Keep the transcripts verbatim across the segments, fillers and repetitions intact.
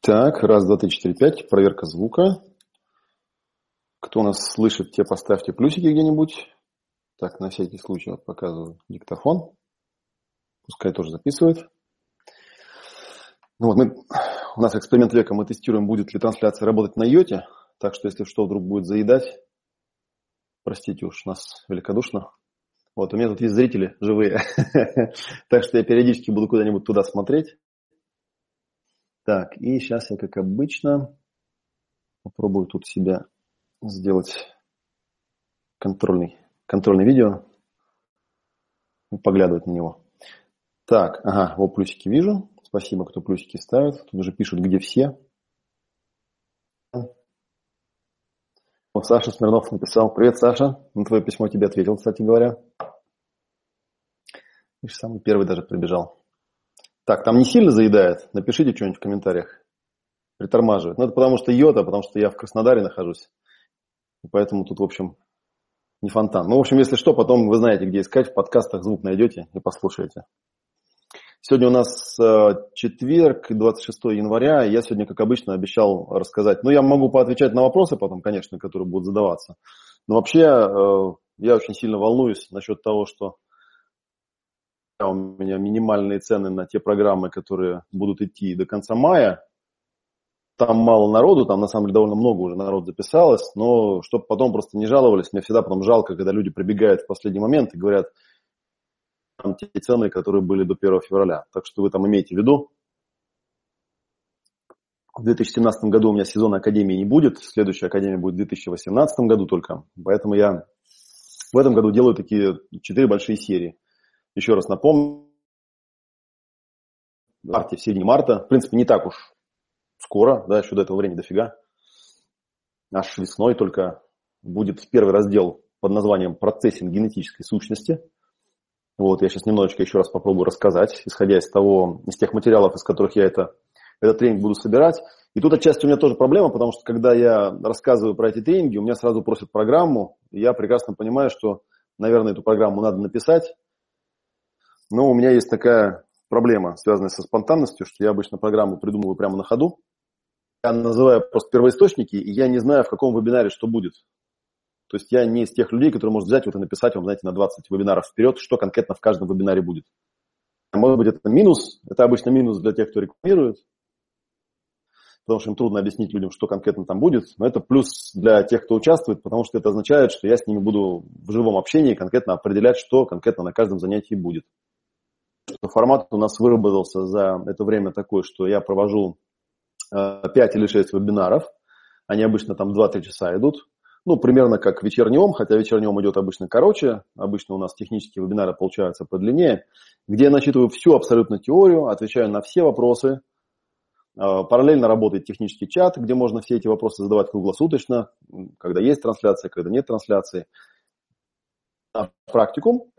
Так, раз, два, три, четыре, пять. Проверка звука. Кто нас слышит, те поставьте плюсики где-нибудь. Так, на всякий случай вот показываю диктофон. Пускай тоже записывает. Ну вот мы, у нас эксперимент века, мы тестируем, будет ли трансляция работать на йоте. Так что, если что, вдруг будет заедать, простите уж нас великодушно. Вот, у меня тут есть зрители живые. Так что я периодически буду куда-нибудь туда смотреть. Так, и сейчас я, как обычно, попробую тут себя сделать контрольный, контрольное видео и поглядывать на него. Так, ага, вот плюсики вижу. Спасибо, кто плюсики ставит. Тут уже пишут, где все. Вот Саша Смирнов написал. Привет, Саша. На твое письмо тебе ответил, кстати говоря. И самый первый даже прибежал. Так, там не сильно заедает? Напишите что-нибудь в комментариях. Притормаживает. Ну, это потому что йота, потому что я в Краснодаре нахожусь. И поэтому тут, в общем, не фонтан. Ну, в общем, если что, потом вы знаете, где искать. В подкастах звук найдете и послушаете. Сегодня у нас четверг, двадцать шестого января. И я сегодня, как обычно, обещал рассказать. Ну, я могу поотвечать на вопросы потом, конечно, которые будут задаваться. Но вообще, я очень сильно волнуюсь насчет того, что у меня минимальные цены на те программы, которые будут идти до конца мая. Там мало народу, там на самом деле довольно много уже народ записалось, но чтобы потом просто не жаловались, мне всегда потом жалко, когда люди прибегают в последний момент и говорят, там те цены, которые были до первого февраля. Так что вы там имейте в виду. В две тысячи семнадцатом году у меня сезона академии не будет, следующая академия будет в две тысячи восемнадцатом году только, поэтому я в этом году делаю такие четыре большие серии. Еще раз напомню, в марте, в середине марта, в принципе, не так уж скоро, да, еще до этого времени дофига. Аж весной только будет первый раздел под названием «Процессинг генетической сущности». Вот, я сейчас немножечко еще раз попробую рассказать, исходя из того, из тех материалов, из которых я это, этот тренинг буду собирать. И тут отчасти у меня тоже проблема, потому что когда я рассказываю про эти тренинги, у меня сразу просят программу, и я прекрасно понимаю, что, наверное, эту программу надо написать. Но у меня есть такая проблема, связанная со спонтанностью, что я обычно программу придумываю прямо на ходу. Я называю просто первоисточники, и я не знаю, в каком вебинаре что будет. То есть я не из тех людей, которые может взять вот и написать вам, знаете, на двадцать вебинаров вперед, что конкретно в каждом вебинаре будет. Может быть, это минус. Это обычно минус для тех, кто рекламирует, потому что им трудно объяснить людям, что конкретно там будет. Но это плюс для тех, кто участвует, потому что это означает, что я с ними буду в живом общении конкретно определять, что конкретно на каждом занятии будет. Формат у нас выработался за это время такой, что я провожу пять или шесть вебинаров. Они обычно там два-три часа идут. Ну, примерно как вечерний ом, хотя вечерний ом идет обычно короче. Обычно у нас технические вебинары получаются подлиннее, где я начитываю всю абсолютно теорию, отвечаю на все вопросы. Параллельно работает технический чат, где можно все эти вопросы задавать круглосуточно, когда есть трансляция, когда нет трансляции. Практикум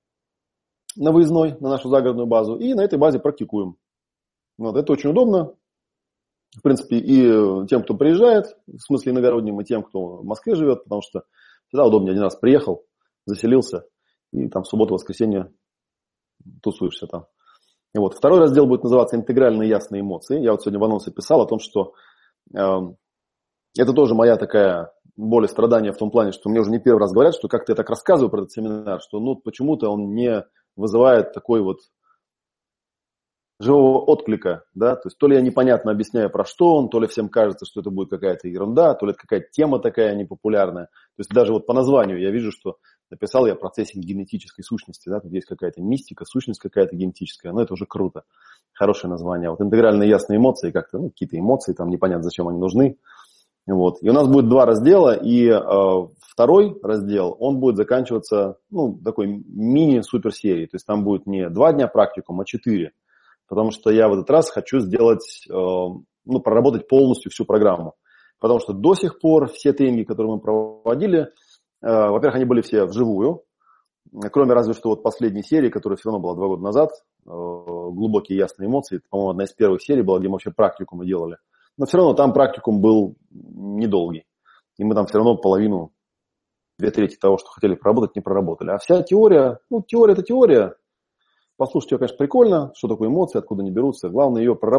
на выездной, на нашу загородную базу, и на этой базе практикуем. Вот, это очень удобно. В принципе, и тем, кто приезжает, в смысле иногородним, и тем, кто в Москве живет, потому что всегда удобнее. Один раз приехал, заселился, и там в субботу-воскресенье тусуешься там. И вот. Второй раздел будет называться «Интегральные ясные эмоции». Я вот сегодня в анонсе писал о том, что э, это тоже моя такая боль и страдание в том плане, что мне уже не первый раз говорят, что как-то я так рассказываю про этот семинар, что ну почему-то он не вызывает такой вот живого отклика, да, то есть то ли я непонятно объясняю, про что он, то ли всем кажется, что это будет какая-то ерунда, то ли это какая-то тема такая непопулярная. То есть даже вот по названию я вижу, что написал я процессинг генетической сущности, да, тут есть какая-то мистика, сущность какая-то генетическая, но это уже круто, хорошее название. Вот интегральные ясные эмоции, как-то, ну, какие-то эмоции, там непонятно, зачем они нужны. Вот. И у нас будет два раздела, и э, второй раздел, он будет заканчиваться, ну, такой мини-суперсерией, то есть там будет не два дня практикум, а четыре. Потому что я в этот раз хочу сделать, ну, проработать полностью всю программу. Потому что до сих пор все тренинги, которые мы проводили, во-первых, они были все вживую, кроме разве что вот последней серии, которая все равно была два года назад, «Глубокие ясные эмоции». Это, по-моему, одна из первых серий была, где мы вообще практикумы делали. Но все равно там практикум был недолгий. И мы там все равно половину, две трети того, что хотели проработать, не проработали. А вся теория, ну, теория – это теория. Послушать ее, конечно, прикольно, что такое эмоции, откуда они берутся. Главное ее прорабатывать.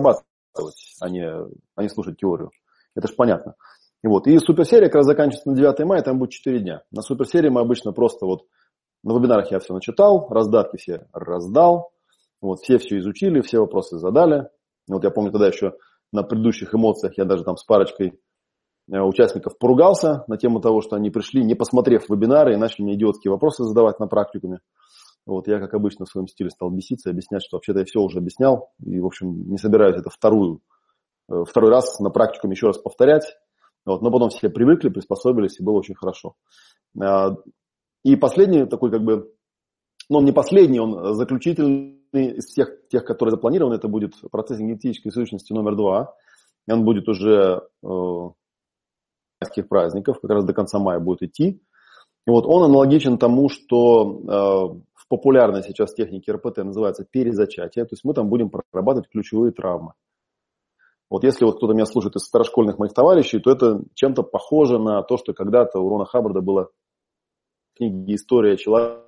а не, а не слушать теорию. Это же понятно. И, вот. И суперсерия как раз заканчивается на девятое мая, там будет четыре дня. На суперсерии мы обычно просто вот на вебинарах я все начитал, раздатки все раздал, вот, все все изучили, все вопросы задали. Вот я помню тогда еще на предыдущих эмоциях я даже там с парочкой участников поругался на тему того, что они пришли, не посмотрев вебинары, и начали мне идиотские вопросы задавать на практикуме. Вот я, как обычно, в своем стиле стал беситься, объяснять, что вообще-то я все уже объяснял, и, в общем, не собираюсь это вторую, второй раз на практикуме еще раз повторять. Вот, но потом все привыкли, приспособились, и было очень хорошо. И последний такой, как бы, ну, он не последний, он заключительный из всех тех, которые запланированы, это будет процесс генетической сущности номер два. И он будет уже праздников, как раз до конца мая будет идти. И вот он аналогичен тому, что э, в популярной сейчас технике эр пэ тэ называется перезачатие. То есть мы там будем прорабатывать ключевые травмы. Вот если вот кто-то меня слушает из старошкольных моих товарищей, то это чем-то похоже на то, что когда-то у Рона Хаббарда было в книге «История человека».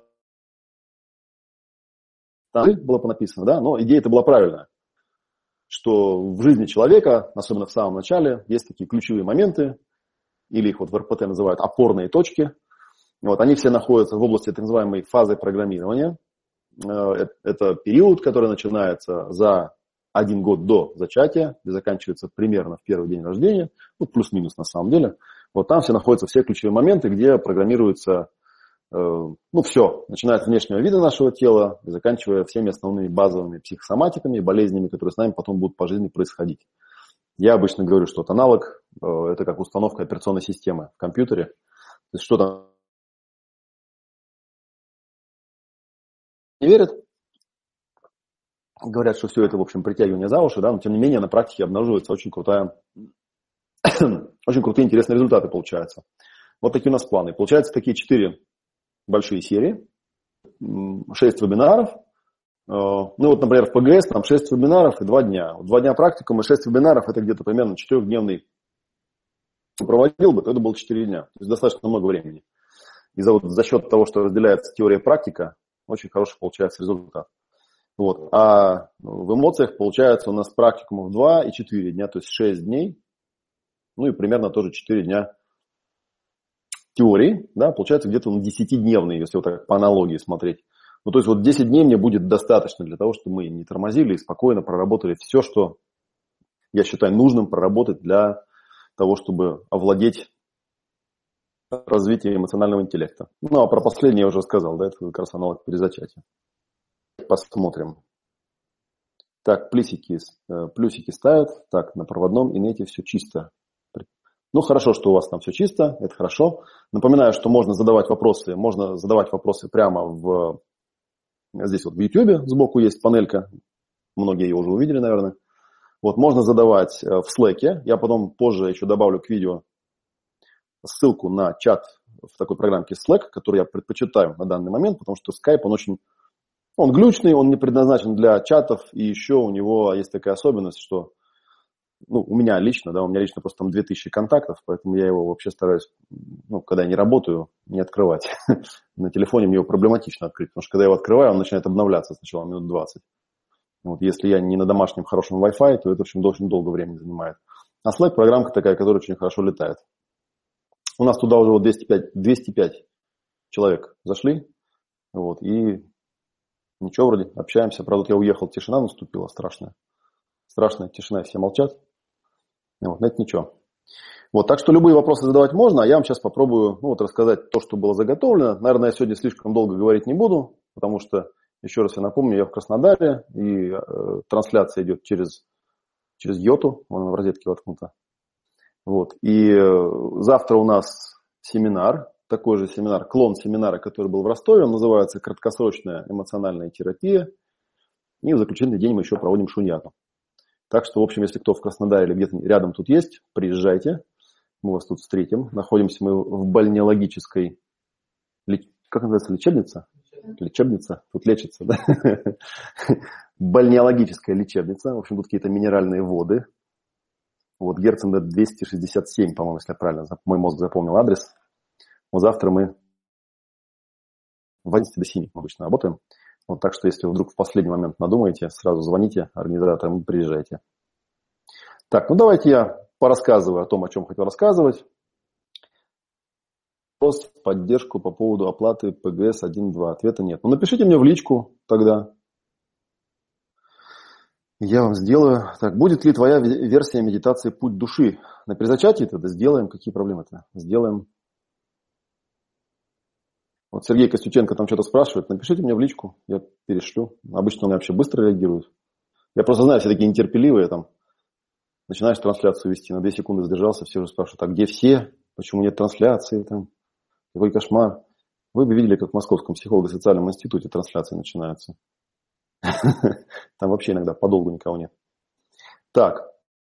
Там было написано, да, но идея-то была правильная, что в жизни человека, особенно в самом начале, есть такие ключевые моменты, или их вот в эр пэ тэ называют опорные точки. Вот, они все находятся в области так называемой фазы программирования. Это период, который начинается за один год до зачатия и заканчивается примерно в первый день рождения, ну, плюс-минус на самом деле. Вот там все находятся все ключевые моменты, где программируется, ну, все, начиная от внешнего вида нашего тела и заканчивая всеми основными базовыми психосоматиками, болезнями, которые с нами потом будут по жизни происходить. Я обычно говорю, что вот аналог – это как установка операционной системы в компьютере. То есть что-то не верят, говорят, что все это, в общем, притягивание за уши, да, но тем не менее на практике обнаруживается очень крутая, очень крутые интересные результаты получаются. Вот такие у нас планы. Получается такие четыре большие серии, шесть вебинаров. Ну вот, например, в пэ гэ эс там шесть вебинаров и два дня. Два дня практикума и шесть вебинаров, это где-то примерно четырехдневный проводил бы, то это было четыре дня. То есть достаточно много времени. И за, вот, за счет того, что разделяется теория и практика, очень хороший получается результат. Вот. А в эмоциях получается у нас практикумов два и четыре дня, то есть шесть дней. Ну и примерно тоже четыре дня теории. Да, получается где-то на десятидневный, если вот так по аналогии смотреть. Ну, то есть вот десять дней мне будет достаточно для того, чтобы мы не тормозили и спокойно проработали все, что я считаю нужным проработать для того, чтобы овладеть развитием эмоционального интеллекта. Ну, а про последнее я уже сказал, да, это как раз аналог перезачатия. Посмотрим. Так, плюсики, плюсики ставят. Так, на проводном инете все чисто. Ну, хорошо, что у вас там все чисто, это хорошо. Напоминаю, что можно задавать вопросы, можно задавать вопросы прямо в... Здесь вот в YouTube сбоку есть панелька. Многие ее уже увидели, наверное. Вот, можно задавать в Slack. Я потом позже еще добавлю к видео ссылку на чат в такой программке Slack, который я предпочитаю на данный момент, потому что Skype, он очень... Он глючный, он не предназначен для чатов, и еще у него есть такая особенность, что... Ну, у меня лично, да, у меня лично просто там две тысячи контактов, поэтому я его вообще стараюсь, ну, когда я не работаю, не открывать. На телефоне мне его проблематично открыть, потому что когда я его открываю, он начинает обновляться сначала минут двадцать. Вот, если я не на домашнем хорошем Wi-Fi, то это, в общем, очень долго времени занимает. А Slack программка такая, которая очень хорошо летает. У нас туда уже вот двести пять, двести пять человек зашли, вот, и ничего вроде, общаемся. Правда, я уехал, тишина наступила страшная. Страшная тишина, все молчат. Вот, но это ничего. Вот, так что любые вопросы задавать можно, а я вам сейчас попробую, ну, вот, рассказать то, что было заготовлено. Наверное, я сегодня слишком долго говорить не буду, потому что, еще раз я напомню, я в Краснодаре, и э, трансляция идет через, через Йоту, она в розетке воткнута. Вот, и э, завтра у нас семинар, такой же семинар, клон семинара, который был в Ростове, он называется «Краткосрочная эмоциональная терапия». И в заключительный день мы еще проводим шуньяту. Так что, в общем, если кто в Краснодаре или где-то рядом тут есть, приезжайте. Мы вас тут встретим. Находимся мы в бальнеологической... Как называется? Лечебница? Лечебница. Тут лечится, да? Бальнеологическая лечебница. В общем, тут какие-то минеральные воды. Вот Герцена двести шестьдесят семь, по-моему, если я правильно, мой мозг запомнил адрес. Вот завтра мы в одиннадцать до семи обычно работаем. Вот, так что, если вдруг в последний момент надумаете, сразу звоните организаторам и приезжайте. Так, ну давайте я порассказываю о том, о чем хотел рассказывать. Вопрос, поддержку по поводу оплаты пэ гэ эс один-два. Ответа нет. Ну напишите мне в личку тогда. Я вам сделаю. Так, будет ли твоя версия медитации «Путь души»? На перезачатии тогда сделаем. Какие проблемы-то? Сделаем. Вот Сергей Костюченко там что-то спрашивает. Напишите мне в личку, я перешлю. Обычно он вообще быстро реагирует. Я просто знаю, все такие нетерпеливые. Там, начинаешь трансляцию вести, на две секунды задержался, все уже спрашивают, а где все? Почему нет трансляции? Там, какой кошмар. Вы бы видели, как в Московском психолого-социальном институте трансляции начинаются. Там вообще иногда подолгу никого нет. Так.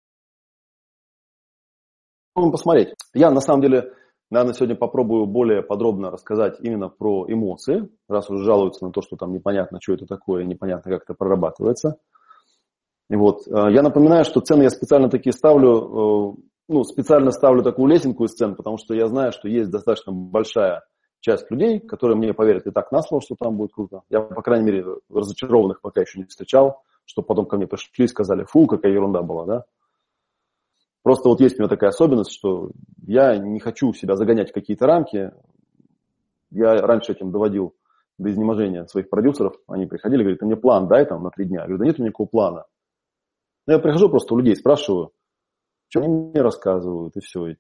Попробуем посмотреть. Я на самом деле, наверное, сегодня попробую более подробно рассказать именно про эмоции, раз уже жалуются на то, что там непонятно, что это такое, непонятно, как это прорабатывается. И вот. Я напоминаю, что цены я специально такие ставлю, ну, специально ставлю такую лесенку из цен, потому что я знаю, что есть достаточно большая часть людей, которые мне поверят и так на слово, что там будет круто. Я, по крайней мере, разочарованных пока еще не встречал, что потом ко мне пришли и сказали, фу, какая ерунда была, да. Просто вот есть у меня такая особенность, что я не хочу себя загонять в какие-то рамки. Я раньше этим доводил до изнеможения своих продюсеров. Они приходили, говорят, ты мне план дай там на три дня. Я говорю, да нет у меня никакого плана. Я прихожу просто у людей, спрашиваю, что они мне рассказывают, и все.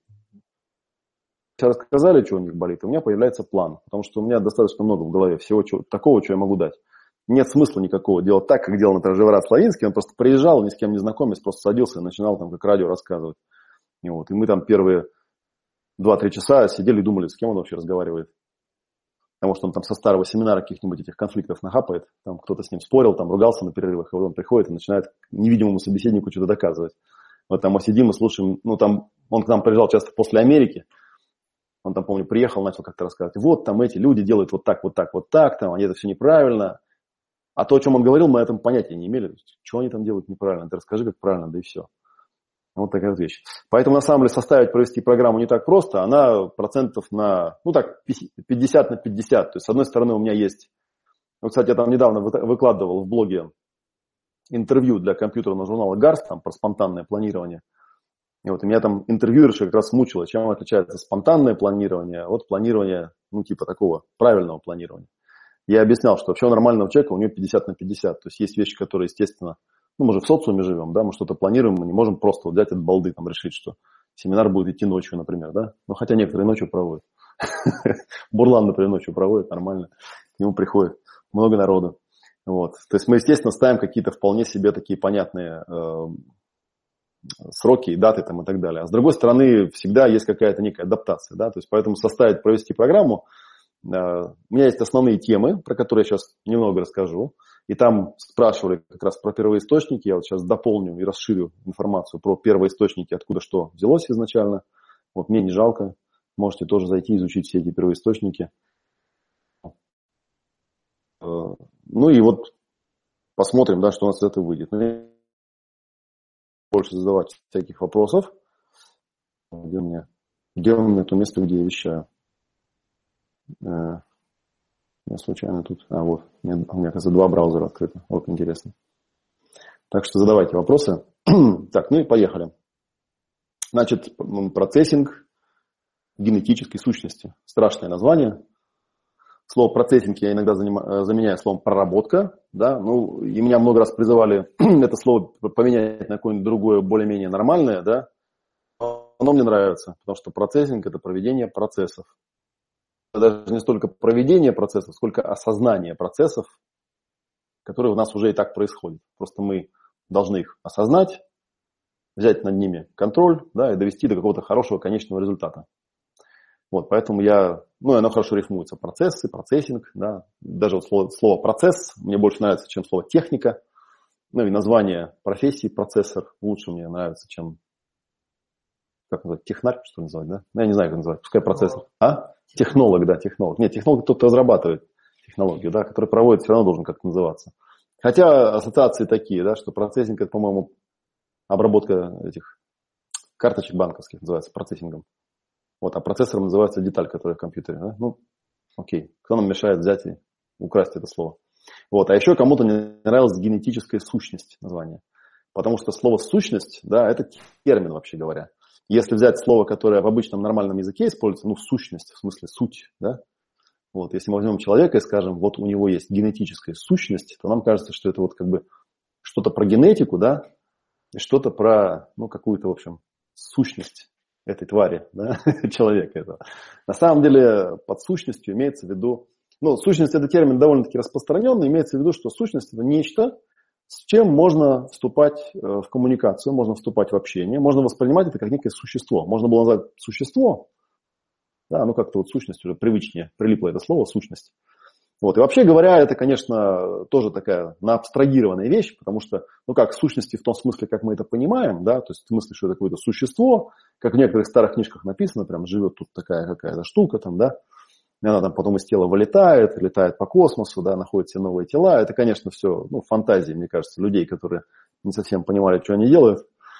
Рассказали, что у них болит, у меня появляется план, потому что у меня достаточно много в голове всего чего, такого, что я могу дать. Нет смысла никакого делать так, как делал, например, Живорат Славинский. Он просто приезжал, ни с кем не знакомясь, просто садился и начинал там как радио рассказывать. И, вот, и мы там первые два-три часа сидели и думали, с кем он вообще разговаривает. Потому что он там со старого семинара каких-нибудь этих конфликтов нахапает, там кто-то с ним спорил, там ругался на перерывах, и вот он приходит и начинает невидимому собеседнику что-то доказывать. Вот там мы сидим и слушаем, ну там он к нам приезжал часто после Америки. Он там, помню, приехал, начал как-то рассказывать. Вот там эти люди делают вот так, вот так, вот так, там, они это все неправильно. А то, о чем он говорил, мы о этом понятия не имели. Что они там делают неправильно? Ты расскажи, как правильно, да и все. Вот такая вот вещь. Поэтому, на самом деле, составить, провести программу не так просто. Она процентов на, ну так, пятьдесят на пятьдесят. То есть, с одной стороны, у меня есть... Вот, кстати, я там недавно выкладывал в блоге интервью для компьютерного журнала «Гарс», там, про спонтанное планирование. И вот у меня там интервьюерша как раз мучила, чем отличается спонтанное планирование от планирования, ну, типа такого правильного планирования. Я объяснял, что вообще у нормального человека у него пятьдесят на пятьдесят. То есть есть вещи, которые, естественно, ну, мы же в социуме живем, да, мы что-то планируем, мы не можем просто вот взять от балды, там, решить, что семинар будет идти ночью, например, да. Ну, хотя некоторые ночью проводят. Бурлан, например, ночью проводит, нормально. К нему приходит много народу. Вот. То есть мы, естественно, ставим какие-то вполне себе такие понятные сроки и даты там и так далее. А с другой стороны, всегда есть какая-то некая адаптация, да, то есть поэтому составить, провести программу, э, у меня есть основные темы, про которые я сейчас немного расскажу, и там спрашивали как раз про первоисточники, я вот сейчас дополню и расширю информацию про первоисточники, откуда что взялось изначально, вот мне не жалко, можете тоже зайти, изучить все эти первоисточники. Э, ну и вот посмотрим, да, что у нас из этого выйдет. Больше задавать всяких вопросов. Где у меня, где у меня то место, где я вещаю? Я случайно тут... А, вот. У меня, у меня, кажется, два браузера открыты. Вот, интересно. Так что задавайте вопросы. Так, ну и поехали. Значит, процессинг генетической сущности. Страшное название. Слово процессинг я иногда заменяю словом проработка, да, ну, и меня много раз призывали это слово поменять на какое-нибудь другое, более-менее нормальное, да, оно мне нравится, потому что процессинг – это проведение процессов. Даже не столько проведение процессов, сколько осознание процессов, которые у нас уже и так происходят. Просто мы должны их осознать, взять над ними контроль, да, и довести до какого-то хорошего конечного результата. Вот, поэтому я, ну, оно хорошо рифмуется, процессы, процессинг, да, даже вот слово, слово процесс мне больше нравится, чем слово техника, ну, и название профессии процессор лучше мне нравится, чем, как называть, технарь, что называть, да, ну, я не знаю, как называть, пускай процессор, а, технолог, да, технолог, нет, технолог тот, кто разрабатывает технологию, да, который проводит, все равно должен как-то называться, хотя ассоциации такие, да, что процессинг, это, по-моему, обработка этих карточек банковских называется процессингом. Вот, а процессором называется деталь, которая в компьютере. Да? Ну, окей. Кто нам мешает взять и украсть это слово? Вот, а еще кому-то не нравилась генетическая сущность названия. Потому что слово «сущность», да, это термин, вообще говоря. Если взять слово, которое в обычном нормальном языке используется, ну, сущность, в смысле суть, да, вот, если мы возьмем человека и скажем, вот у него есть генетическая сущность, то нам кажется, что это вот как бы что-то про генетику, да, и что-то про, ну, какую-то, в общем, сущность этой твари, да, человека этого. На самом деле под сущностью имеется в виду, ну, сущность – это термин довольно-таки распространенный, имеется в виду, что сущность – это нечто, с чем можно вступать в коммуникацию, можно вступать в общение, можно воспринимать это как некое существо. Можно было назвать существо, да, ну как-то вот сущность уже привычнее, прилипло это слово «сущность». Вот. И вообще говоря, это, конечно, тоже такая наабстрагированная вещь, потому что, ну как, сущности в том смысле, как мы это понимаем, да, то есть в смысле, что это какое-то существо, как в некоторых старых книжках написано, прям живет тут такая какая-то штука там, да, и она там потом из тела вылетает, летает по космосу, да, находит все новые тела. Это, конечно, все, ну, фантазии, мне кажется, людей, которые не совсем понимали, что они делают.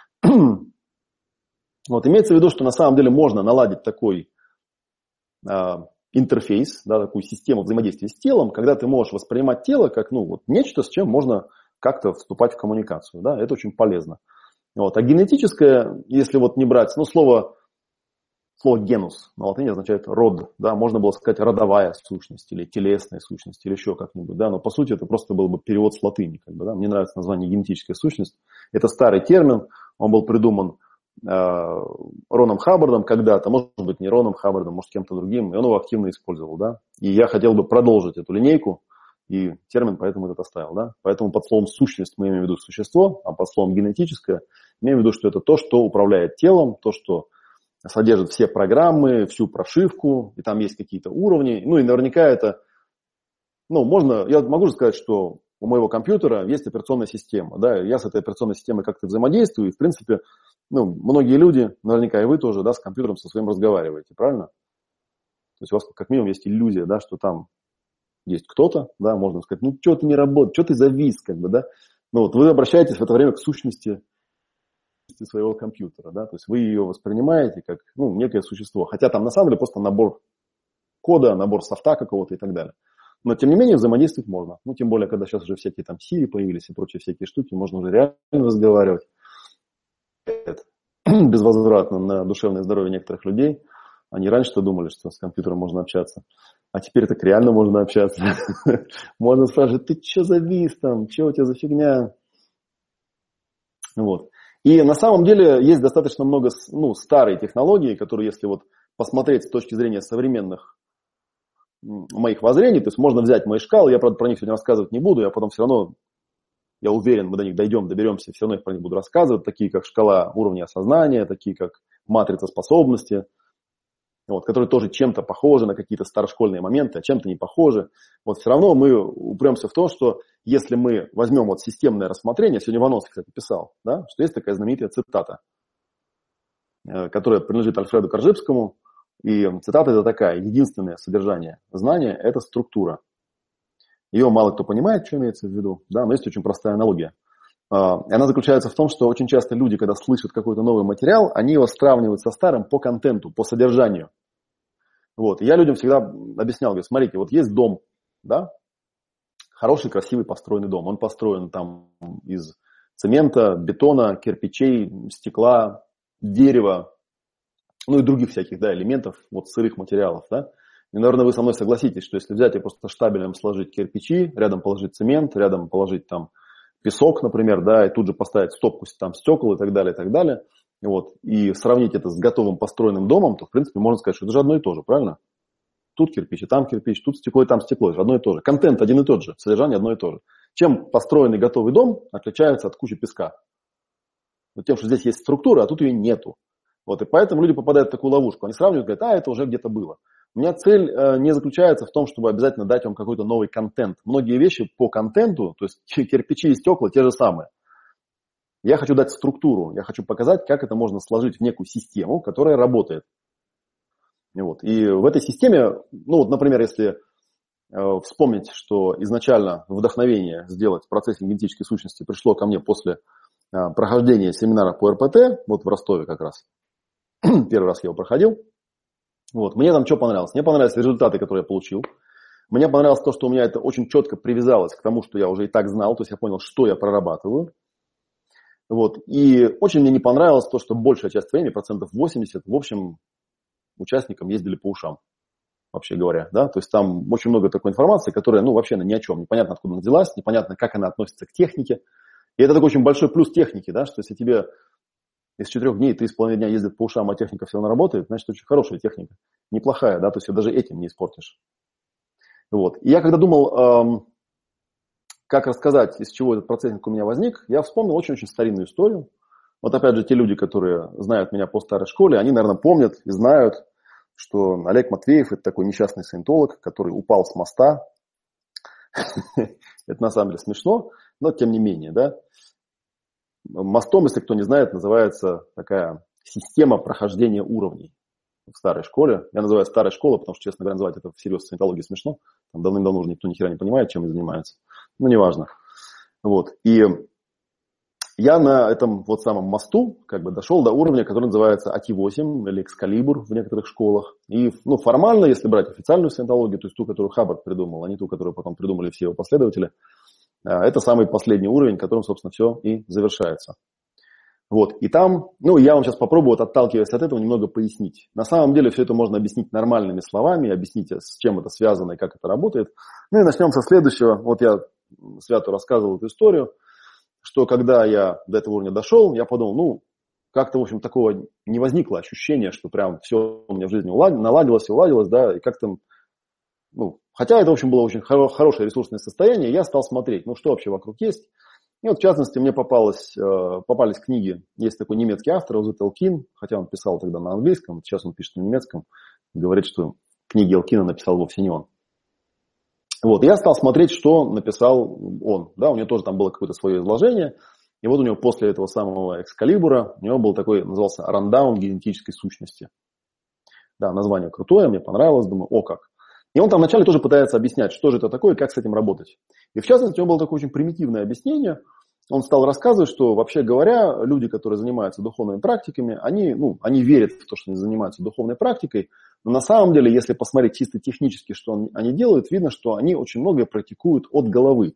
Вот, имеется в виду, что на самом деле можно наладить такой а, интерфейс, да, такую систему взаимодействия с телом, когда ты можешь воспринимать тело как, ну, вот нечто, с чем можно как-то вступать в коммуникацию, да, это очень полезно. Вот, а генетическое, если вот не брать, ну, слово, слово генус на латыни означает род, да, можно было сказать родовая сущность или телесная сущность или еще как-нибудь, да, но по сути это просто был бы перевод с латыни, как бы, да, мне нравится название генетическая сущность, это старый термин, он был придуман Роном Хаббардом когда-то, может быть, не Роном Хаббардом, может, кем-то другим, и он его активно использовал, да. И я хотел бы продолжить эту линейку, и термин поэтому этот оставил, да. Поэтому под словом «сущность» мы имеем в виду существо, а под словом «генетическое» имеем в виду, что это то, что управляет телом, то, что содержит все программы, всю прошивку, и там есть какие-то уровни. Ну, и наверняка это, ну, можно, я могу же сказать, что у моего компьютера есть операционная система, да, я с этой операционной системой как-то взаимодействую, и, в принципе, ну, многие люди, наверняка и вы тоже, да, с компьютером со своим разговариваете, правильно? То есть у вас как минимум есть иллюзия, да, что там есть кто-то, да, можно сказать, ну, что ты не работаешь, что ты завис, как бы, да. Ну, вот вы обращаетесь в это время к сущности своего компьютера, да, то есть вы ее воспринимаете как, ну, некое существо, хотя там на самом деле просто набор кода, набор софта какого-то и так далее. Но, тем не менее, взаимодействовать можно. Ну, тем более, когда сейчас уже всякие там Siri появились и прочие всякие штуки, можно уже реально разговаривать. Безвозвратно на душевное здоровье некоторых людей. Они раньше-то думали, что с компьютером можно общаться. А теперь так реально можно общаться. Можно спрашивать, ты что завис там, что у тебя за фигня? Вот. И на самом деле есть достаточно много, ну, старой технологии, которые, если вот посмотреть с точки зрения современных моих воззрений, то есть можно взять мои шкалы, я, правда, про них сегодня рассказывать не буду, я потом все равно, я уверен, мы до них дойдем, доберемся, все равно их про них буду рассказывать, такие как шкала уровня осознания, такие как матрица способности, вот, которые тоже чем-то похожи на какие-то старошкольные моменты, а чем-то не похожи. Вот все равно мы упремся в то, что если мы возьмем вот системное рассмотрение, сегодня Ванос, кстати, писал, да, что есть такая знаменитая цитата, которая принадлежит Альфреду Коржибскому, и цитата это такая: единственное содержание знания – это структура. Ее мало кто понимает, что имеется в виду, да, но есть очень простая аналогия. И она заключается в том, что очень часто люди, когда слышат какой-то новый материал, они его сравнивают со старым по контенту, по содержанию. Вот. И я людям всегда объяснял, говорю, смотрите, вот есть дом, да, хороший, красивый построенный дом. Он построен там из цемента, бетона, кирпичей, стекла, дерева, ну и других всяких, да, элементов, вот сырых материалов, да. И, наверное, вы со мной согласитесь, что если взять и просто штабелем сложить кирпичи, рядом положить цемент, рядом положить там песок, например, да, и тут же поставить стопку там стекол и так далее, и так далее, вот, и сравнить это с готовым построенным домом, то, в принципе, можно сказать, что это же одно и то же, правильно? Тут кирпич, и там кирпич, тут стекло, и там стекло, это же одно и то же. Контент один и тот же, содержание одно и то же. Чем построенный готовый дом отличается от кучи песка? Вот тем, что здесь есть структура, а тут ее нету. Вот, и поэтому люди попадают в такую ловушку. Они сравнивают, говорят, а, это уже где-то было. У меня цель э, не заключается в том, чтобы обязательно дать вам какой-то новый контент. Многие вещи по контенту, то есть кирпичи и стекла, те же самые. Я хочу дать структуру, я хочу показать, как это можно сложить в некую систему, которая работает. И, вот. И в этой системе, ну вот, например, если э, вспомнить, что изначально вдохновение сделать процессинг генетической сущности пришло ко мне после э, прохождения семинара по эр пэ тэ, вот в Ростове как раз. Первый раз я его проходил. Вот. Мне там что понравилось? Мне понравились результаты, которые я получил. Мне понравилось то, что у меня это очень четко привязалось к тому, что я уже и так знал. То есть я понял, что я прорабатываю. Вот. И очень мне не понравилось то, что большая часть времени, процентов восемьдесят, в общем, участникам ездили по ушам, вообще говоря. Да? То есть там очень много такой информации, которая, ну, вообще ни о чем. Непонятно, откуда она взялась, непонятно, как она относится к технике. И это такой очень большой плюс техники, да, что если тебе из четырех дней, три с половиной дня ездит по ушам, а техника все равно работает, значит, очень хорошая техника. Неплохая, да, то есть ее даже этим не испортишь. Вот. И я когда думал, эм, как рассказать, из чего этот процессинг у меня возник, я вспомнил очень-очень старинную историю. Вот опять же, те люди, которые знают меня по старой школе, они, наверное, помнят и знают, что Олег Матвеев – это такой несчастный саентолог, который упал с моста. Это на самом деле смешно, но тем не менее, да. Мостом, если кто не знает, называется такая система прохождения уровней в старой школе. Я называю старой школой, потому что, честно говоря, называть это всерьез в саентологии смешно. Там давным-давно уже никто ни хера не понимает, чем они занимаются. Ну, неважно. Вот. И я на этом вот самом мосту как бы дошел до уровня, который называется А Т восемь или Экскалибур в некоторых школах. И ну, формально, если брать официальную саентологию, то есть ту, которую Хаббард придумал, а не ту, которую потом придумали все его последователи, это самый последний уровень, которым, собственно, все и завершается. Вот. И там, ну, я вам сейчас попробую, вот, отталкиваясь от этого, немного пояснить. На самом деле все это можно объяснить нормальными словами, объяснить, с чем это связано и как это работает. Ну и начнем со следующего. Вот я Святу рассказывал эту историю, что когда я до этого уровня дошел, я подумал, ну, как-то, в общем, такого не возникло ощущения, что прям все у меня в жизни наладилось и уладилось, да, и как-то, ну, хотя это, в общем, было очень хоро- хорошее ресурсное состояние, я стал смотреть, ну, что вообще вокруг есть. И вот, в частности, мне попалось, э, попались книги, есть такой немецкий автор, Озет Элкин, хотя он писал тогда на английском, сейчас он пишет на немецком, говорит, что книги Элкина написал вовсе не он. Вот, и я стал смотреть, что написал он. Да, у него тоже там было какое-то свое изложение. И вот у него после этого самого Экскалибура, у него был такой, назывался рандаун генетической сущности. Да, название крутое, мне понравилось, думаю, о как. И он там вначале тоже пытается объяснять, что же это такое и как с этим работать. И в частности, у него было такое очень примитивное объяснение. Он стал рассказывать, что, вообще говоря, люди, которые занимаются духовными практиками, они, ну, они верят в то, что они занимаются духовной практикой, но на самом деле, если посмотреть чисто технически, что они делают, видно, что они очень многое практикуют от головы.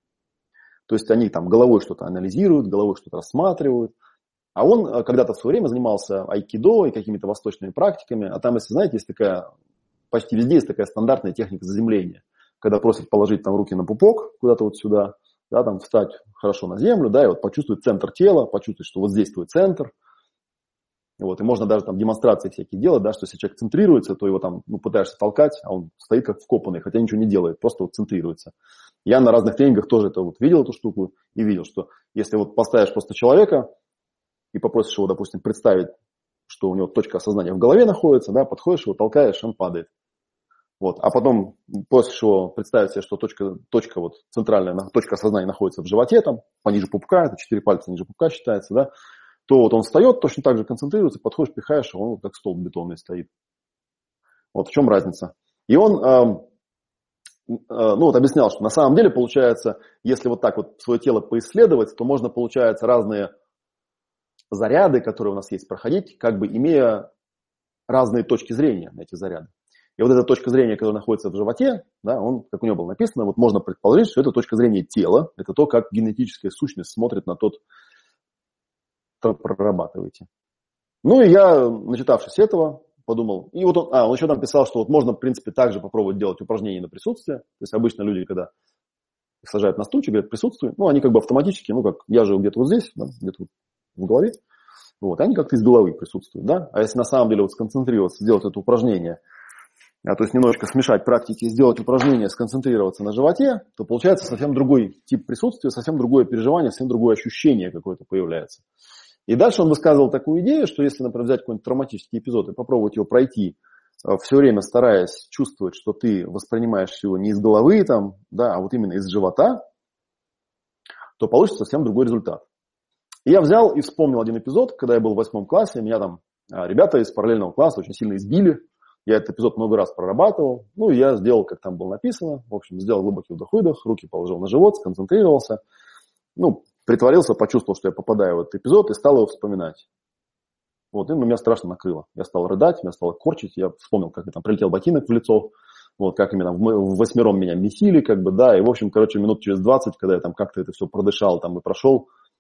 То есть они там головой что-то анализируют, головой что-то рассматривают. А он когда-то в свое время занимался айкидо и какими-то восточными практиками. А там, если знаете, есть такая, почти везде есть такая стандартная техника заземления. Когда просят положить там руки на пупок, куда-то вот сюда, да, там встать хорошо на землю, да, и вот почувствовать центр тела, почувствовать, что вот здесь твой центр. Вот, и можно даже там демонстрации всякие делать, да, что если человек центрируется, то его там, ну, пытаешься толкать, а он стоит как вкопанный, хотя ничего не делает, просто вот центрируется. Я на разных тренингах тоже это вот видел, эту штуку, и видел, что если вот поставишь просто человека и попросишь его, допустим, представить, что у него точка осознания в голове находится, да, подходишь его, толкаешь, он падает. Вот, а потом просишь его представить себе, что точка, точка вот центральная, точка осознания находится в животе, там, пониже пупка, это четыре пальца ниже пупка считается, да, то вот он встает, точно так же концентрируется, подходишь, пихаешь, он вот как столб бетонный стоит. Вот в чем разница. И он э, э, ну, вот объяснял, что на самом деле получается, если вот так вот свое тело поисследовать, то можно, получается, разные заряды, которые у нас есть, проходить, как бы имея разные точки зрения на эти заряды. И вот эта точка зрения, которая находится в животе, да, он, как у него было написано, вот можно предположить, что это точка зрения тела, это то, как генетическая сущность смотрит на тот, что прорабатываете. Ну и я, начитавшись этого, подумал, и вот он, а, он еще там писал, что вот можно, в принципе, также попробовать делать упражнения на присутствие. То есть обычно люди, когда их сажают на стульчик, говорят, присутствуй, ну, они как бы автоматически, ну, как я же где-то вот здесь, да, где-то вот в голове, вот, они как-то из головы присутствуют, да. А если на самом деле вот сконцентрироваться, сделать это упражнение, а, то есть немножко смешать практики, сделать упражнение, сконцентрироваться на животе, то получается совсем другой тип присутствия, совсем другое переживание, совсем другое ощущение какое-то появляется. И дальше он высказывал такую идею, что если, например, взять какой-нибудь травматический эпизод и попробовать его пройти, все время стараясь чувствовать, что ты воспринимаешь его не из головы, там, да, а вот именно из живота, то получится совсем другой результат. И я взял и вспомнил один эпизод, когда я был в восьмом классе, меня там ребята из параллельного класса очень сильно избили. Я этот эпизод много раз прорабатывал. Ну, и я сделал, как там было написано. В общем, сделал глубокий вдох-выдох, руки положил на живот, сконцентрировался. Ну, притворился, почувствовал, что я попадаю в этот эпизод и стал его вспоминать. Вот, и ну, меня страшно накрыло. Я стал рыдать, меня стало корчить. Я вспомнил, как мне там прилетел ботинок в лицо. Вот, как именно в восьмером меня месили, как бы, да. И, в общем, короче, минут через двадцать, когда я там как-то это все продышал там и прошел,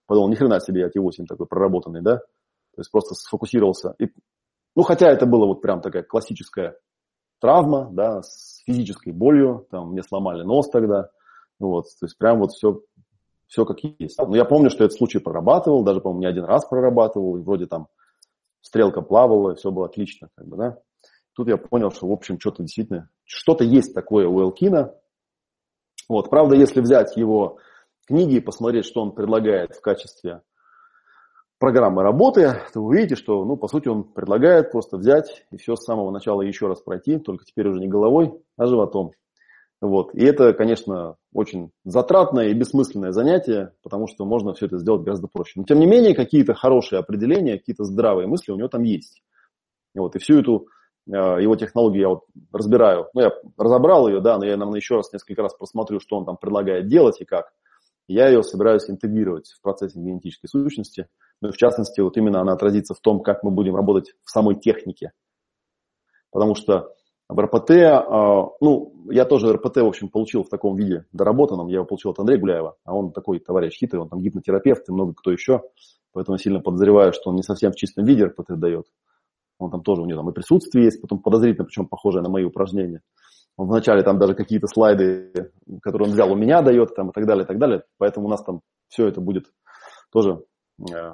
Подумал, ни хрена себе, я Ти восемь такой проработанный, да? То есть просто сфокусировался. И, ну, хотя это было вот прям такая классическая травма, да, с физической болью, там мне сломали нос тогда, вот, то есть прям вот все, все как есть. Но я помню, что этот случай прорабатывал, даже, по-моему, не один раз прорабатывал, и вроде там стрелка плавала, и все было отлично, как бы, да. Тут я понял, что, в общем, что-то действительно, что-то есть такое у Элкина. Вот, правда, если взять его книги и посмотреть, что он предлагает в качестве программы работы, то вы увидите, что, ну, по сути, он предлагает просто взять и все с самого начала еще раз пройти, только теперь уже не головой, а животом. Вот. И это, конечно, очень затратное и бессмысленное занятие, потому что можно все это сделать гораздо проще. Но, тем не менее, какие-то хорошие определения, какие-то здравые мысли у него там есть. Вот. И всю эту э, его технологию я вот разбираю. Ну, я разобрал ее, да, но я, наверное, еще раз, несколько раз просмотрю, что он там предлагает делать и как. Я ее собираюсь интегрировать в процессе генетической сущности. Ну и в частности, вот именно она отразится в том, как мы будем работать в самой технике. Потому что в эр пэ тэ, ну, я тоже эр пэ тэ, в общем, получил в таком виде доработанном. Я его получил от Андрея Гуляева, а он такой товарищ хитрый, он там гипнотерапевт и много кто еще. Поэтому сильно подозреваю, что он не совсем в чистом виде эр пэ тэ дает. Он там тоже, у него там и присутствие есть, потом подозрительно, причем похожее на мои упражнения. Он вначале там даже какие-то слайды, которые он взял у меня, дает, там, и так далее, и так далее. Поэтому у нас там все это будет тоже э,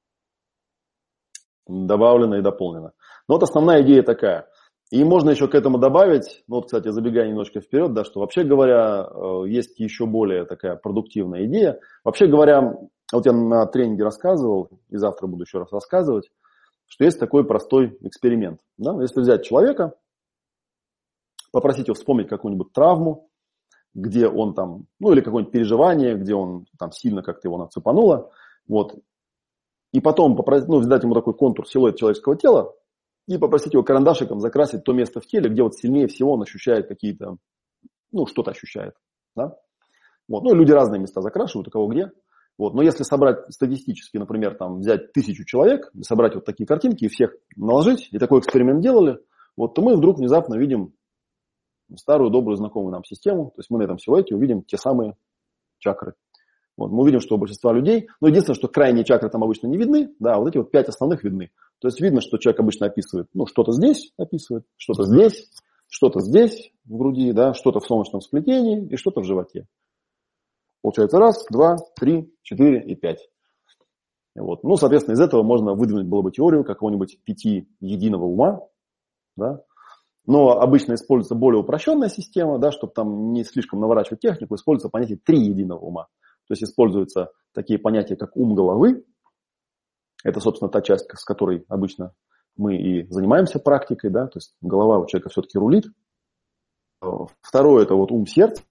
добавлено и дополнено. Но вот основная идея такая. И можно еще к этому добавить, ну вот, кстати, забегая немножко вперед, да, что вообще говоря, э, есть еще более такая продуктивная идея. Вообще говоря, вот я на тренинге рассказывал, и завтра буду еще раз рассказывать, что есть такой простой эксперимент. Да? Если взять человека, попросить его вспомнить какую-нибудь травму, где он там, ну или какое-нибудь переживание, где он там сильно как-то его нацепануло, вот, и потом попросить, ну, взять ему такой контур, силуэт человеческого тела, и попросить его карандашиком закрасить то место в теле, где вот сильнее всего он ощущает какие-то, ну, что-то ощущает, да. Вот, ну, люди разные места закрашивают, у кого где. Вот, но если собрать статистически, например, там, взять тысячу человек, и собрать вот такие картинки и всех наложить, и такой эксперимент делали, вот, то мы вдруг внезапно видим старую, добрую, знакомую нам систему. То есть мы на этом силуэте увидим те самые чакры. Вот, мы увидим, что у большинства людей, но единственное, что крайние чакры там обычно не видны, да, вот эти вот пять основных видны. То есть видно, что человек обычно описывает, ну, что-то здесь описывает, что-то здесь, что-то здесь в груди, да, что-то в солнечном сплетении и что-то в животе. Получается раз, два, три, четыре и пять. Вот. Ну, соответственно, из этого можно выдвинуть было бы теорию какого-нибудь пяти единого ума, да. Но обычно используется более упрощенная система, да, чтобы там не слишком наворачивать технику, используется понятие три единого ума. То есть используются такие понятия, как ум головы. Это, собственно, та часть, с которой обычно мы и занимаемся практикой, да, то есть голова у человека все-таки рулит. Второе – это вот ум сердца,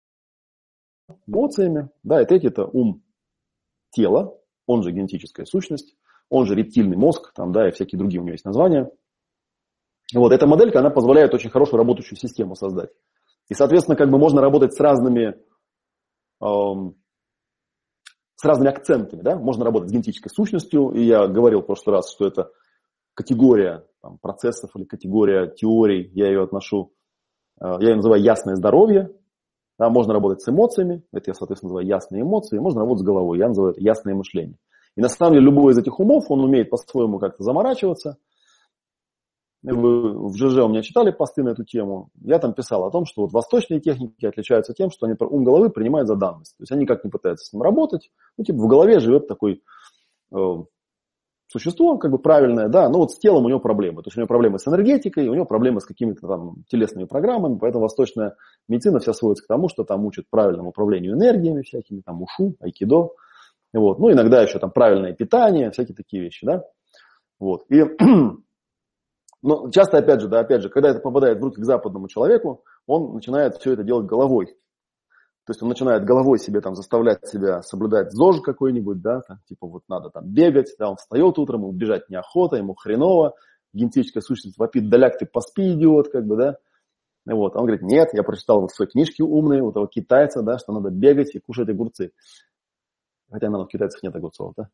эмоциями, да, и третье – это ум тела, он же генетическая сущность, он же рептильный мозг, там, да, и всякие другие у него есть названия. Вот эта моделька, она позволяет очень хорошую работающую систему создать. И, соответственно, как бы можно работать с разными, эм, с разными акцентами, да, можно работать с генетической сущностью, и я говорил в прошлый раз, что это категория там, процессов или категория теорий, я ее отношу, э, я ее называю ясное здоровье, да, можно работать с эмоциями, это я, соответственно, называю ясные эмоции, можно работать с головой, я называю это ясное мышление. И на самом деле любой из этих умов, он умеет по-своему как-то заморачиваться. Вы в ЖЖ у меня читали посты на эту тему, я там писал о том, что вот восточные техники отличаются тем, что они ум головы принимают за данность. То есть они никак не пытаются с ним работать. Ну, типа в голове живет такой э, существо, как бы правильное, да, но вот с телом у него проблемы. То есть у него проблемы с энергетикой, у него проблемы с какими-то там телесными программами, поэтому восточная медицина вся сводится к тому, что там учат правильному управлению энергиями всякими, там ушу, айкидо. Вот. Ну, иногда еще там правильное питание, всякие такие вещи, да. Вот. И но часто, опять же, да, опять же, когда это попадает в руки к западному человеку, он начинает все это делать головой. То есть он начинает головой себе там заставлять себя соблюдать ЗОЖ какой-нибудь, да, там, типа вот надо там бегать, да, он встает утром, ему бежать неохота, ему хреново, генетическая сущность вопит, да ляг ты поспи, идиот, как бы, да. Вот, а он говорит, нет, я прочитал вот в своей книжке умной, вот этого китайца, да, что надо бегать и кушать огурцы. Хотя, наверное, у китайцев нет огурцов, да.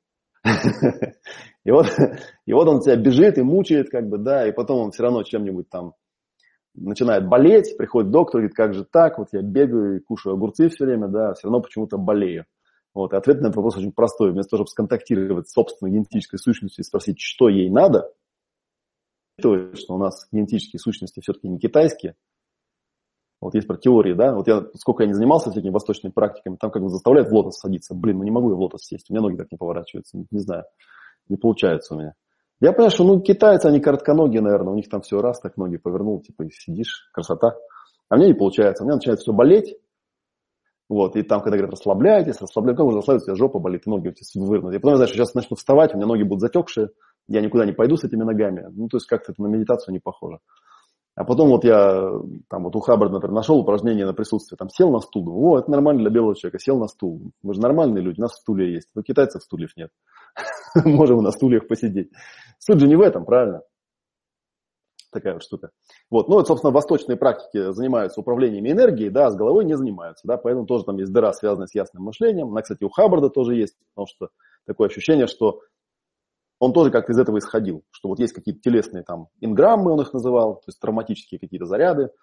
И вот, и вот он тебя бежит и мучает, как бы, да, и потом он все равно чем-нибудь там начинает болеть, приходит доктор, говорит, как же так, вот я бегаю и кушаю огурцы все время, да, все равно почему-то болею. Вот, и ответ на этот вопрос очень простой. Вместо того, чтобы сконтактировать с собственной генетической сущностью и спросить, что ей надо, то, что у нас генетические сущности все-таки не китайские. Вот есть про теории, да, вот я, сколько я не занимался всякими восточными практиками, там как бы заставляют в лотос садиться. Блин, ну не могу я в лотос сесть, у меня ноги так не поворачиваются, не знаю, не получается у меня. Я понимаю, что, ну, китайцы, они коротконогие, наверное, у них там все раз, так ноги повернул, типа, и сидишь, красота. А мне не получается, у меня начинает все болеть, вот, и там, когда говорят, расслабляйтесь, расслабляйтесь, как уже расслабиться, у тебя жопа болит, ноги у тебя вывернуты. Я потом, знаешь, сейчас начну вставать, у меня ноги будут затекшие, я никуда не пойду с этими ногами, ну, то есть как-то это на медитацию не похоже. А потом вот я там вот у Хаббарда, например, нашел упражнение на присутствие, там сел на стул, о, это нормально для белого человека, сел на стул. Мы же нормальные люди, у нас стулья есть, у китайцев стульев нет. Можем на стульях посидеть. Суть же не в этом, правильно? Такая вот штука. Вот. Ну, вот, собственно, восточные практики занимаются управлением энергией, да, а с головой не занимаются, да, поэтому тоже там есть дыра, связанная с ясным мышлением. Она, кстати, у Хаббарда тоже есть, потому что такое ощущение, что он тоже как-то из этого исходил, что вот есть какие-то телесные там инграммы, он их называл, то есть травматические какие-то заряды.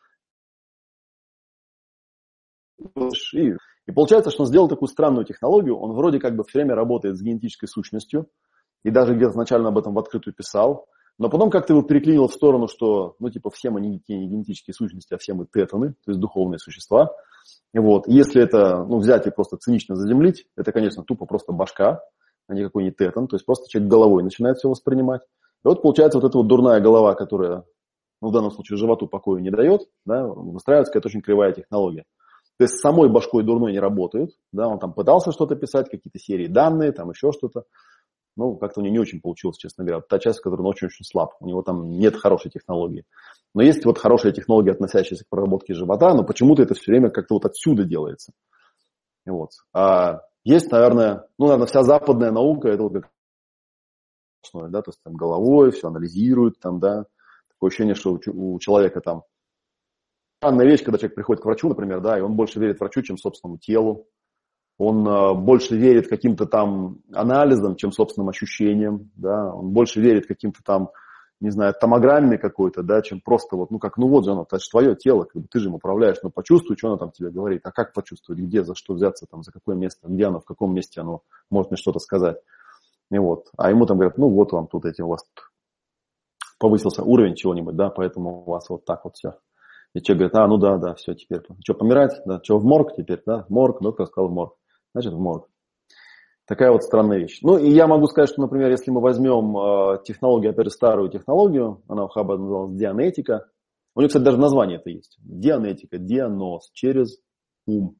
И, и получается, что он сделал такую странную технологию, он вроде как бы все время работает с генетической сущностью, и даже где-то изначально об этом в открытую писал, но потом как-то его переклинило в сторону, что, ну, типа, все мы не генетические сущности, а все мы тетаны, то есть духовные существа. Вот. И если это, ну, взять и просто цинично заземлить, это, конечно, тупо просто башка, а никакой не тетан, то есть просто человек головой начинает все воспринимать. И вот получается вот эта вот дурная голова, которая, ну, в данном случае животу покоя не дает, да, выстраивается какая-то очень кривая технология. То есть с самой башкой дурной не работают, да, он там пытался что-то писать, какие-то серии данные, там еще что-то. Ну, как-то у него не очень получилось, честно говоря. Та часть, в которой он очень-очень слаб. У него там нет хорошей технологии. Но есть вот хорошая технология, относящаяся к проработке живота, но почему-то это все время как-то вот отсюда делается. Вот. А есть, наверное, ну, наверное, вся западная наука, это вот как основное, да, то есть там головой все анализируют, там, да. Такое ощущение, что у, у человека там странная вещь, когда человек приходит к врачу, например, да, и он больше верит врачу, чем собственному телу. Он э, больше верит каким-то там анализам, чем собственным ощущениям, да, он больше верит каким-то там, не знаю, томограмме какой-то, да, чем просто вот, ну как, ну вот же оно, это же твое тело, как бы ты же им управляешь, ну почувствуй, что оно там тебе говорит, а как почувствовать, где, за что взяться, там, за какое место, где оно, в каком месте оно может мне что-то сказать. И вот, а ему там говорят, ну вот вам тут эти, у вас тут повысился уровень чего-нибудь, да, поэтому у вас вот так вот все. И человек говорит, а, ну да, да, все, теперь, что, помирать, да, что, в морг теперь, да, в морг, доктор сказал в морг. Значит, в морг. Такая вот странная вещь. Ну, и я могу сказать, что, например, если мы возьмем э, технологию, опять же, старую технологию, она у Хаббарда называлась дианетика. У нее, кстати, даже название это есть. Дианетика, дианос, через ум.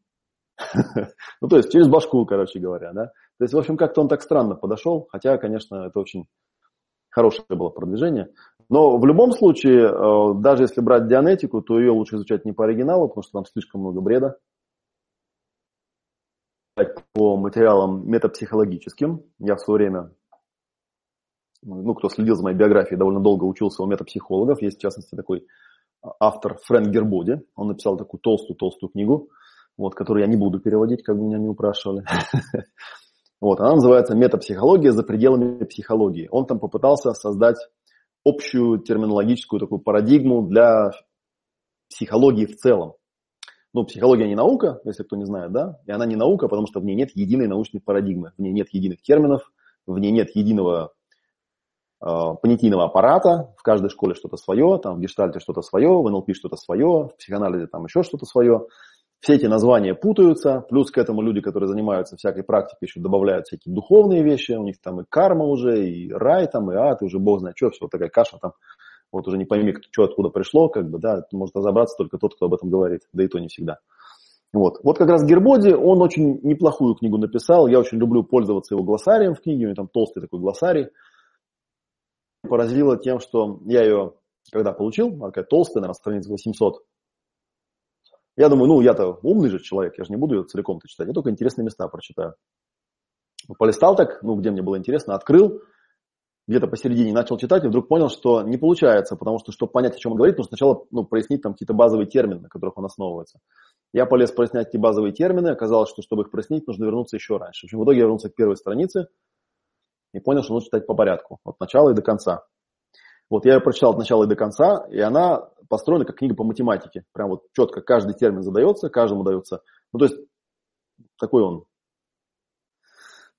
Ну, то есть, через башку, короче говоря, да. То есть, в общем, как-то он так странно подошел, хотя, конечно, это очень хорошее было продвижение. Но в любом случае, э, даже если брать дианетику, то ее лучше изучать не по оригиналу, потому что там слишком много бреда. По материалам метапсихологическим. Я в свое время, ну, кто следил за моей биографией, довольно долго учился у метапсихологов. Есть, в частности, такой автор Фрэнк Гербоди. Он написал такую толстую-толстую книгу, вот, которую я не буду переводить, как меня не упрашивали. Вот, она называется «Метапсихология за пределами психологии». Он там попытался создать общую терминологическую такую парадигму для психологии в целом. Ну, психология не наука, если кто не знает, да, и она не наука, потому что в ней нет единой научной парадигмы, в ней нет единых терминов, в ней нет единого э, понятийного аппарата, в каждой школе что-то свое, там в гештальте что-то свое, в эн эл пи что-то свое, в психоанализе там еще что-то свое. Все эти названия путаются, плюс к этому люди, которые занимаются всякой практикой, еще добавляют всякие духовные вещи, у них там и карма уже, и рай там, и ад, и уже бог знает что, все вот такая каша там. Вот уже не пойми, что откуда пришло, как бы, да, может разобраться только тот, кто об этом говорит, да и то не всегда. Вот, вот как раз Гербоди, он очень неплохую книгу написал, я очень люблю пользоваться его глоссарием в книге, у него там толстый такой глоссарий. Поразило тем, что я ее, когда получил, она такая толстая, наверное, страниц восемьсот. Я думаю, ну, я-то умный же человек, я же не буду ее целиком-то читать, я только интересные места прочитаю. Полистал так, ну, где мне было интересно, открыл, где-то посередине начал читать и вдруг понял, что не получается, потому что, чтобы понять, о чем он говорит, нужно сначала, ну, прояснить там какие-то базовые термины, на которых он основывается. Я полез прояснять эти базовые термины, оказалось, что, чтобы их прояснить, нужно вернуться еще раньше. В общем, в итоге я вернулся к первой странице и понял, что нужно читать по порядку, от начала и до конца. Вот я ее прочитал от начала и до конца, и она построена как книга по математике. Прям вот четко каждый термин задается, каждому дается. Ну, то есть, такой он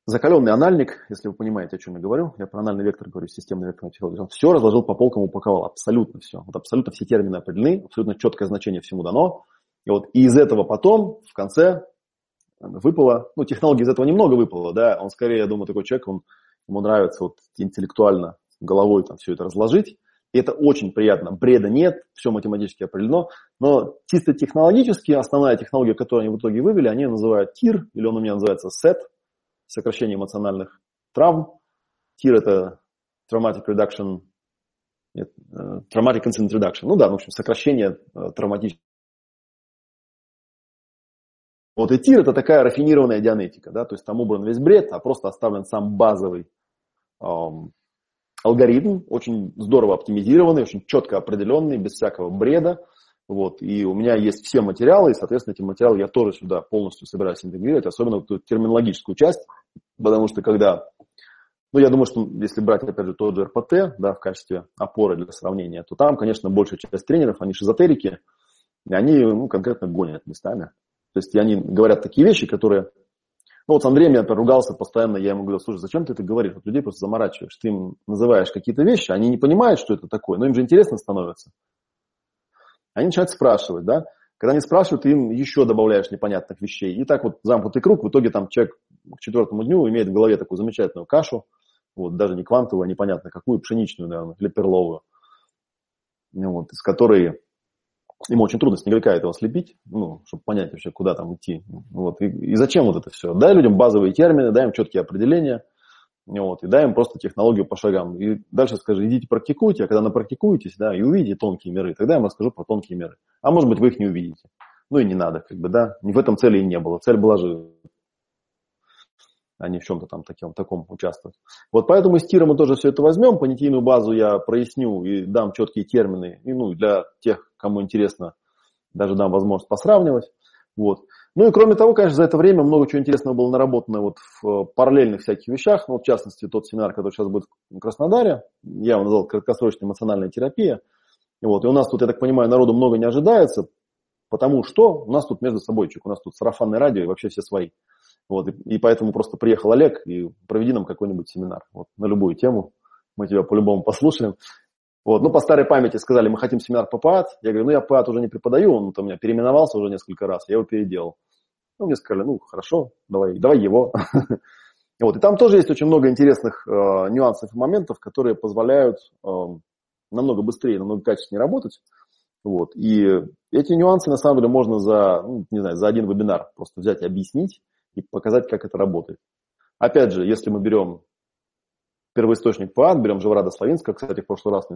закаленный анальник, если вы понимаете, о чем я говорю, я про анальный вектор говорю, системный вектор психологии, он все разложил по полкам, упаковал, абсолютно все. Вот абсолютно все термины определены, абсолютно четкое значение всему дано. И вот из этого потом в конце выпало, ну, технологии из этого немного выпало, да, он скорее, я думаю, такой человек, он, ему нравится вот интеллектуально головой там все это разложить. И это очень приятно. Бреда нет, все математически определено. Но чисто технологически основная технология, которую они в итоге вывели, они называют тир, или он у меня называется сет, сокращение эмоциональных травм. тир – это Traumatic Reduction, нет, Traumatic Incident Reduction. Ну да, в общем, сокращение травматических. Вот и тир – это такая рафинированная дианетика, да, то есть там убран весь бред, а просто оставлен сам базовый эм, алгоритм, очень здорово оптимизированный, очень четко определенный, без всякого бреда. Вот. И у меня есть все материалы, и, соответственно, эти материалы я тоже сюда полностью собираюсь интегрировать, особенно вот эту терминологическую часть, потому что когда, ну, я думаю, что если брать, опять же, тот же эр пэ тэ, да, в качестве опоры для сравнения, то там, конечно, большая часть тренеров, они шизотерики, и они, ну, конкретно гонят местами. То есть они говорят такие вещи, которые... Ну вот с Андреем я, например, ругался постоянно, я ему говорил, слушай, зачем ты это говоришь? Вот людей просто заморачиваешь, ты им называешь какие-то вещи, они не понимают, что это такое, но им же интересно становится. Они начинают спрашивать, да? Когда они спрашивают, ты им еще добавляешь непонятных вещей. И так вот замкнутый круг, в итоге там человек к четвертому дню имеет в голове такую замечательную кашу, вот, даже не квантовую, а непонятно какую, пшеничную, наверное, или перловую, вот, из которой... Ему очень трудно снеговика этого слепить, ну, чтобы понять вообще, куда там идти. Вот. И, и зачем вот это все? Дай людям базовые термины, дай им четкие определения, вот, и дай им просто технологию по шагам. И дальше скажи, идите практикуйте, а когда напрактикуетесь, да, и увидите тонкие миры, тогда я вам расскажу про тонкие миры. А может быть, вы их не увидите. Ну и не надо, как бы, да. В этом цели и не было. Цель была же, а не в чем-то там таком, таком участвовать. Вот поэтому из тира мы тоже все это возьмем, понятийную базу я проясню и дам четкие термины, и, ну, для тех, кому интересно, даже дам возможность посравнивать. Вот. Ну и кроме того, конечно, за это время много чего интересного было наработано вот в параллельных всяких вещах. Ну, в частности, тот семинар, который сейчас будет в Краснодаре, я его назвал «Краткосрочная эмоциональная терапия». Вот. И у нас тут, я так понимаю, народу много не ожидается, потому что у нас тут между собойчик, у нас тут сарафанное радио и вообще все свои. Вот, и, и поэтому просто приехал Олег и проведи нам какой-нибудь семинар вот, на любую тему. Мы тебя по-любому послушаем. Вот, ну, по старой памяти сказали, мы хотим семинар по ПААТ. Я говорю, ну, я ПААТ уже не преподаю, он у меня переименовался уже несколько раз, я его переделал. Ну, мне сказали, ну, хорошо, давай, давай его. Вот, и там тоже есть очень много интересных э, нюансов и моментов, которые позволяют э, намного быстрее, намного качественнее работать. Вот, и эти нюансы, на самом деле, можно за, ну, не знаю, за один вебинар просто взять и объяснить, и показать, как это работает. Опять же, если мы берем первоисточник ПААТ, берем Живорада Славинского, кстати, в прошлый раз...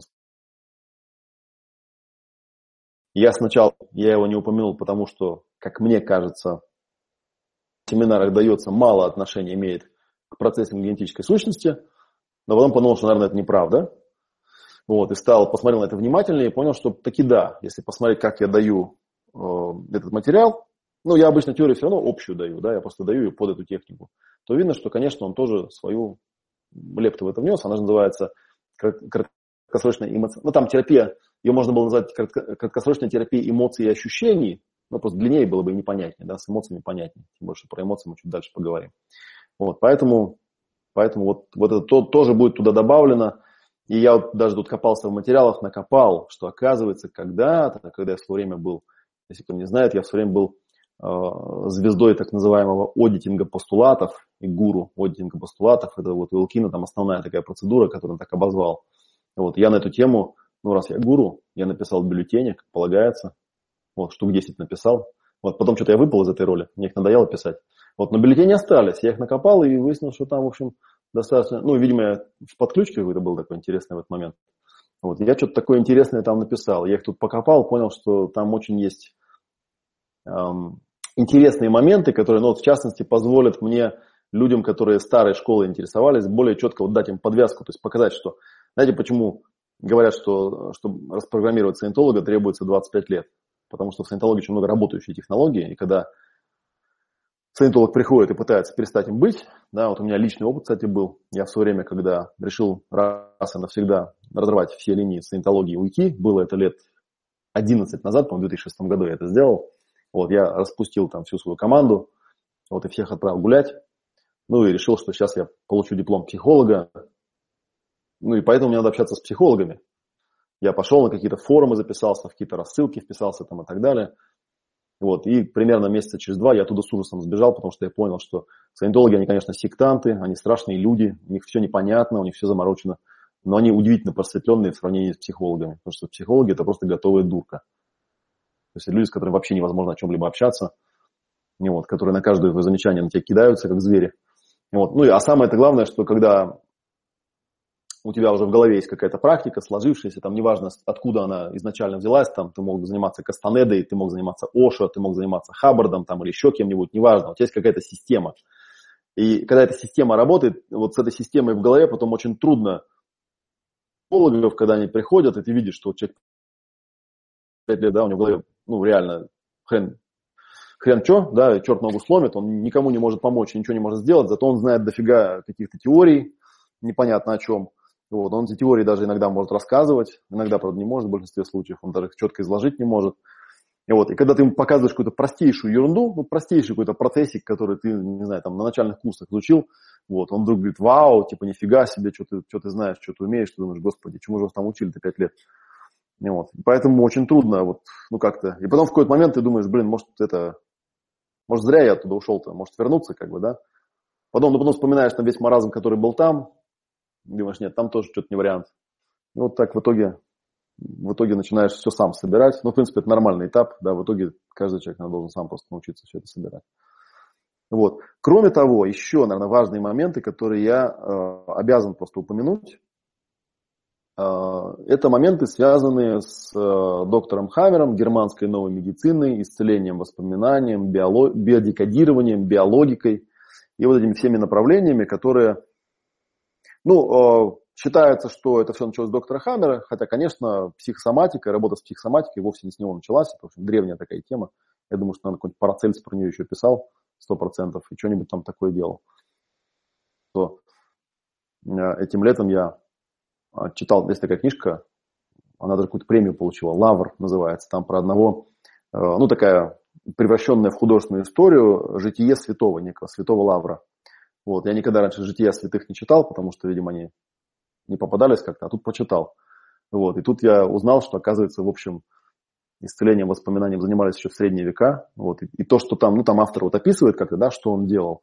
Я сначала, я его не упомянул, потому что, как мне кажется, в семинарах дается мало отношения имеет к процессингу генетической сущности, но потом подумал, что, наверное, это неправда. Вот, и стал, посмотрел на это внимательнее и понял, что таки да, если посмотреть, как я даю э, этот материал, ну, я обычно теорию все равно общую даю, да, я просто даю ее под эту технику, то видно, что, конечно, он тоже свою лепту в это внес, она же называется краткосрочная эмоция. Ну, там терапия, ее можно было назвать краткосрочная терапия эмоций и ощущений, но просто длиннее было бы и непонятнее, да, с эмоциями понятнее, тем больше про эмоции мы чуть дальше поговорим. Вот, поэтому, поэтому вот, вот это то, тоже будет туда добавлено, и я вот даже тут копался в материалах, накопал, что оказывается, когда-то, когда я в свое время был, если кто не знает, я в свое время был звездой так называемого одитинга постулатов и гуру одитинга постулатов. Это вот у Илкина там основная такая процедура, которую он так обозвал. Вот, я на эту тему, ну раз я гуру, я написал бюллетени, как полагается. Вот, штук десять написал. Вот, потом что-то я выпал из этой роли, мне их надоело писать. Вот, но бюллетени остались, я их накопал и выяснил, что там, в общем, достаточно... Ну, видимо, я в подключке какой-то был такой интересный в этот момент. Вот, я что-то такое интересное там написал. Я их тут покопал, понял, что там очень есть... Эм, интересные моменты, которые, ну, вот, в частности, позволят мне, людям, которые старой школой интересовались, более четко вот дать им подвязку, то есть показать, что, знаете, почему говорят, что чтобы распрограммировать саентолога требуется двадцать пять лет, потому что в саентологии очень много работающей технологии, и когда саентолог приходит и пытается перестать им быть, да, вот у меня личный опыт, кстати, был, я в свое время, когда решил раз и навсегда разорвать все линии саентологии и уйти, было это лет одиннадцать назад, по-моему, в две тысячи шестом году я это сделал. Вот, я распустил там всю свою команду, вот, и всех отправил гулять. Ну и решил, что сейчас я получу диплом психолога. Ну и поэтому мне надо общаться с психологами. Я пошел на какие-то форумы, записался, в какие-то рассылки вписался там и так далее. Вот. И примерно месяца через два я оттуда с ужасом сбежал, потому что я понял, что саентологи, они, конечно, сектанты, они страшные люди, у них все непонятно, у них все заморочено, но они удивительно просветленные в сравнении с психологами, потому что психологи – это просто готовая дурка. То есть люди, с которыми вообще невозможно о чем-либо общаться, вот, которые на каждое замечание на тебя кидаются, как звери. Вот. Ну и, а самое-то главное, что когда у тебя уже в голове есть какая-то практика сложившаяся, там неважно, откуда она изначально взялась, там ты мог заниматься Кастанедой, ты мог заниматься Ошо, ты мог заниматься Хаббардом там, или еще кем-нибудь, неважно, у тебя есть какая-то система. И когда эта система работает, вот с этой системой в голове потом очень трудно психологов, когда они приходят, и ты видишь, что человек пять лет, да, у него в голове, ну, реально, хрен, хрен что, да, черт ногу сломит, он никому не может помочь, ничего не может сделать, зато он знает дофига каких-то теорий, непонятно о чем. Вот, он эти теории даже иногда может рассказывать, иногда, правда, не может в большинстве случаев, он даже их четко изложить не может. И, вот, и когда ты ему показываешь какую-то простейшую ерунду, ну, простейший какой-то процессик, который ты, не знаю, там на начальных курсах изучил, вот, он вдруг говорит: вау, типа, нифига себе, что ты, что ты знаешь, что ты умеешь, ты думаешь: господи, чему же вас там учили-то пять лет? И вот, и поэтому очень трудно, вот, ну, как-то. И потом в какой-то момент ты думаешь: блин, может, это, может, зря я оттуда ушел-то, может, вернуться, как бы, да? Потом, ну, потом вспоминаешь там весь маразм, который был там, думаешь: нет, там тоже что-то не вариант. И вот так в итоге, в итоге начинаешь все сам собирать. Ну, в принципе, это нормальный этап, да, в итоге каждый человек должен сам просто научиться все это собирать. Вот. Кроме того, еще, наверное, важные моменты, которые я э, обязан просто упомянуть. Э, это моменты, связанные с э, доктором Хаммером, германской новой медициной, исцелением, воспоминанием, биолог, биодекодированием, биологикой и вот этими всеми направлениями, которые... Ну, считается, что это все началось с доктора Хаммера, хотя, конечно, психосоматика, работа с психосоматикой вовсе не с него началась. Это, в общем, древняя такая тема. Я думаю, что, наверное, какой-нибудь Парацельс про нее еще писал, сто процентов, и что-нибудь там такое делал. То этим летом я читал, есть такая книжка, она даже какую-то премию получила, «Лавр» называется, там про одного, ну, такая превращенная в художественную историю, житие святого, некого святого Лавра. Вот. Я никогда раньше «Жития святых» не читал, потому что, видимо, они не попадались как-то, а тут прочитал. Вот. И тут я узнал, что, оказывается, в общем, исцелением, воспоминанием занимались еще в средние века. Вот. И, и то, что там, ну, там автор вот описывает как-то, да, что он делал.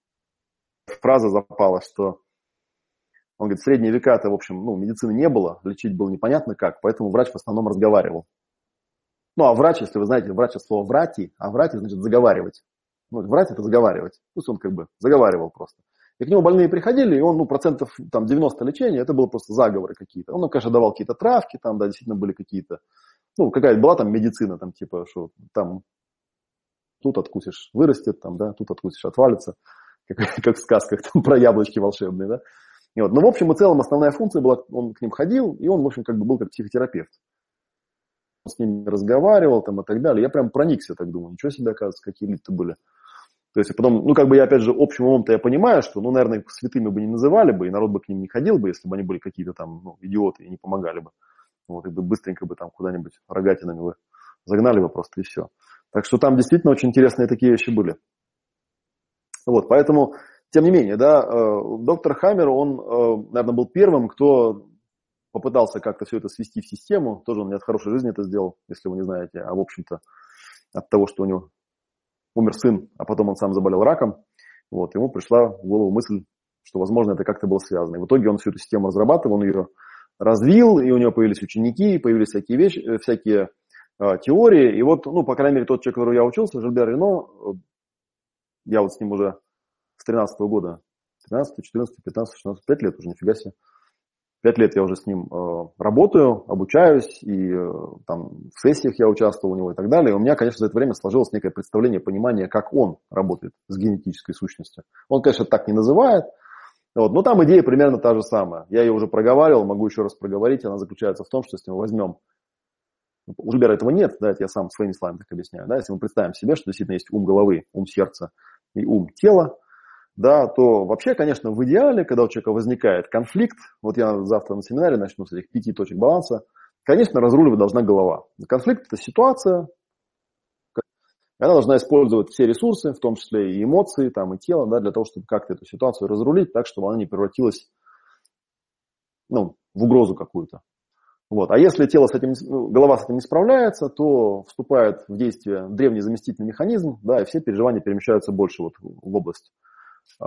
Фраза запала, что он говорит: в средние века-то, в общем, ну, медицины не было, лечить было непонятно как, поэтому врач в основном разговаривал. Ну, а врач, если вы знаете, врач от слова «врати», а «врати» значит заговаривать. Ну, врать – это заговаривать. Пусть он как бы заговаривал просто. И к нему больные приходили, и он, ну, процентов там девяносто лечения, это было просто заговоры какие-то. Он, конечно, давал какие-то травки, там, да, действительно были какие-то, ну, какая-то была там медицина, там, типа, что там тут откусишь, вырастет, там, да, тут откусишь, отвалится, как, как в сказках там, про яблочки волшебные, да. И вот. Но, в общем и целом, основная функция была, он к ним ходил, и он, в общем, как бы был как психотерапевт. Он с ними разговаривал, там, и так далее. Я прям проникся, так думаю, ничего себе, оказывается, какие люди-то были. То есть, потом, ну, как бы я, опять же, общим умом-то я понимаю, что, ну, наверное, святыми бы не называли бы, и народ бы к ним не ходил бы, если бы они были какие-то там, ну, идиоты и не помогали бы. Вот, и бы быстренько бы там куда-нибудь рогатинами бы загнали бы просто, и все. Так что там действительно очень интересные такие вещи были. Вот, поэтому, тем не менее, да, доктор Хаммер, он, наверное, был первым, кто попытался как-то все это свести в систему. Тоже он не от хорошей жизни это сделал, если вы не знаете, а, в общем-то, от того, что у него умер сын, а потом он сам заболел раком, вот, ему пришла в голову мысль, что, возможно, это как-то было связано. И в итоге он всю эту систему разрабатывал, он ее развил, и у него появились ученики, появились всякие вещи, всякие э, теории. И вот, ну, по крайней мере, тот человек, который я учился, Жильбер Рено, я вот с ним уже с тринадцатого года, тринадцатый, четырнадцатый, пятнадцатый, шестнадцатый, пять лет уже, нифига себе. Пять лет я уже с ним э, работаю, обучаюсь, и э, там в сессиях я участвовал у него и так далее. И у меня, конечно, за это время сложилось некое представление, понимание, как он работает с генетической сущностью. Он, конечно, так не называет, вот, но там идея примерно та же самая. Я ее уже проговаривал, могу еще раз проговорить. Она заключается в том, что если мы возьмем... У Жильбера этого нет, да, это я сам своими словами так объясняю. Да, если мы представим себе, что действительно есть ум головы, ум сердца и ум тела, да, то вообще, конечно, в идеале, когда у человека возникает конфликт, вот я завтра на семинаре начну с этих пяти точек баланса, конечно, разруливать должна голова. Конфликт – это ситуация, Она должна использовать все ресурсы, в том числе и эмоции, там, и тело, да, для того, чтобы как-то эту ситуацию разрулить так, чтобы она не превратилась, ну, в угрозу какую-то. Вот. А если тело с этим, ну, голова с этим не справляется, то вступает в действие древний заместительный механизм, да, и все переживания перемещаются больше вот в область э,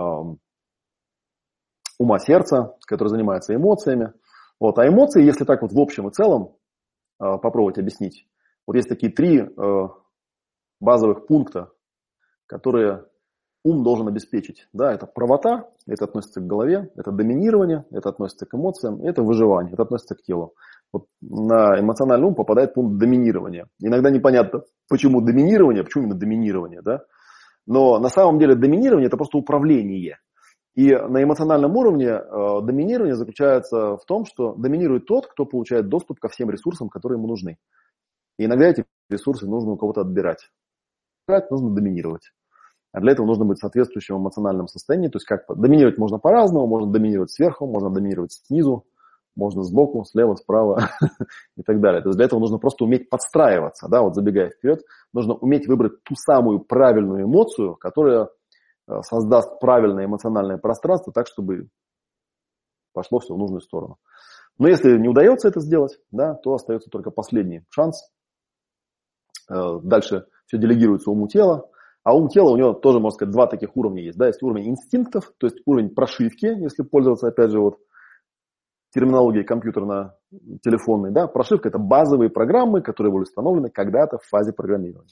ума, сердца, который занимается эмоциями. Вот. А эмоции, если так вот в общем и целом э, попробовать объяснить, вот есть такие три э, базовых пункта, которые ум должен обеспечить. Да, это правота, это относится к голове, это доминирование, это относится к эмоциям, это выживание, это относится к телу. Вот на эмоциональный ум попадает пункт доминирования. Иногда непонятно, почему доминирование, почему именно доминирование, да? Но на самом деле доминирование – это просто управление. И на эмоциональном уровне э, доминирование заключается в том, что доминирует тот, кто получает доступ ко всем ресурсам, которые ему нужны. И иногда эти ресурсы нужно у кого-то отбирать. Нужно доминировать. А для этого нужно быть в соответствующем эмоциональном состоянии. То есть как доминировать можно по-разному. Можно доминировать сверху, можно доминировать снизу, можно сбоку, слева, справа и так далее. То есть для этого нужно просто уметь подстраиваться. Да? Вот забегая вперед, нужно уметь выбрать ту самую правильную эмоцию, которая создаст правильное эмоциональное пространство так, чтобы пошло все в нужную сторону. Но если не удается это сделать, да, то остается только последний шанс. Дальше все делегируется уму тела. А ум тела у него тоже, можно сказать, два таких уровня есть. Да? Есть уровень инстинктов, то есть уровень прошивки, если пользоваться, опять же, вот терминологией компьютерно-телефонной. Да? Прошивка – это базовые программы, которые были установлены когда-то в фазе программирования.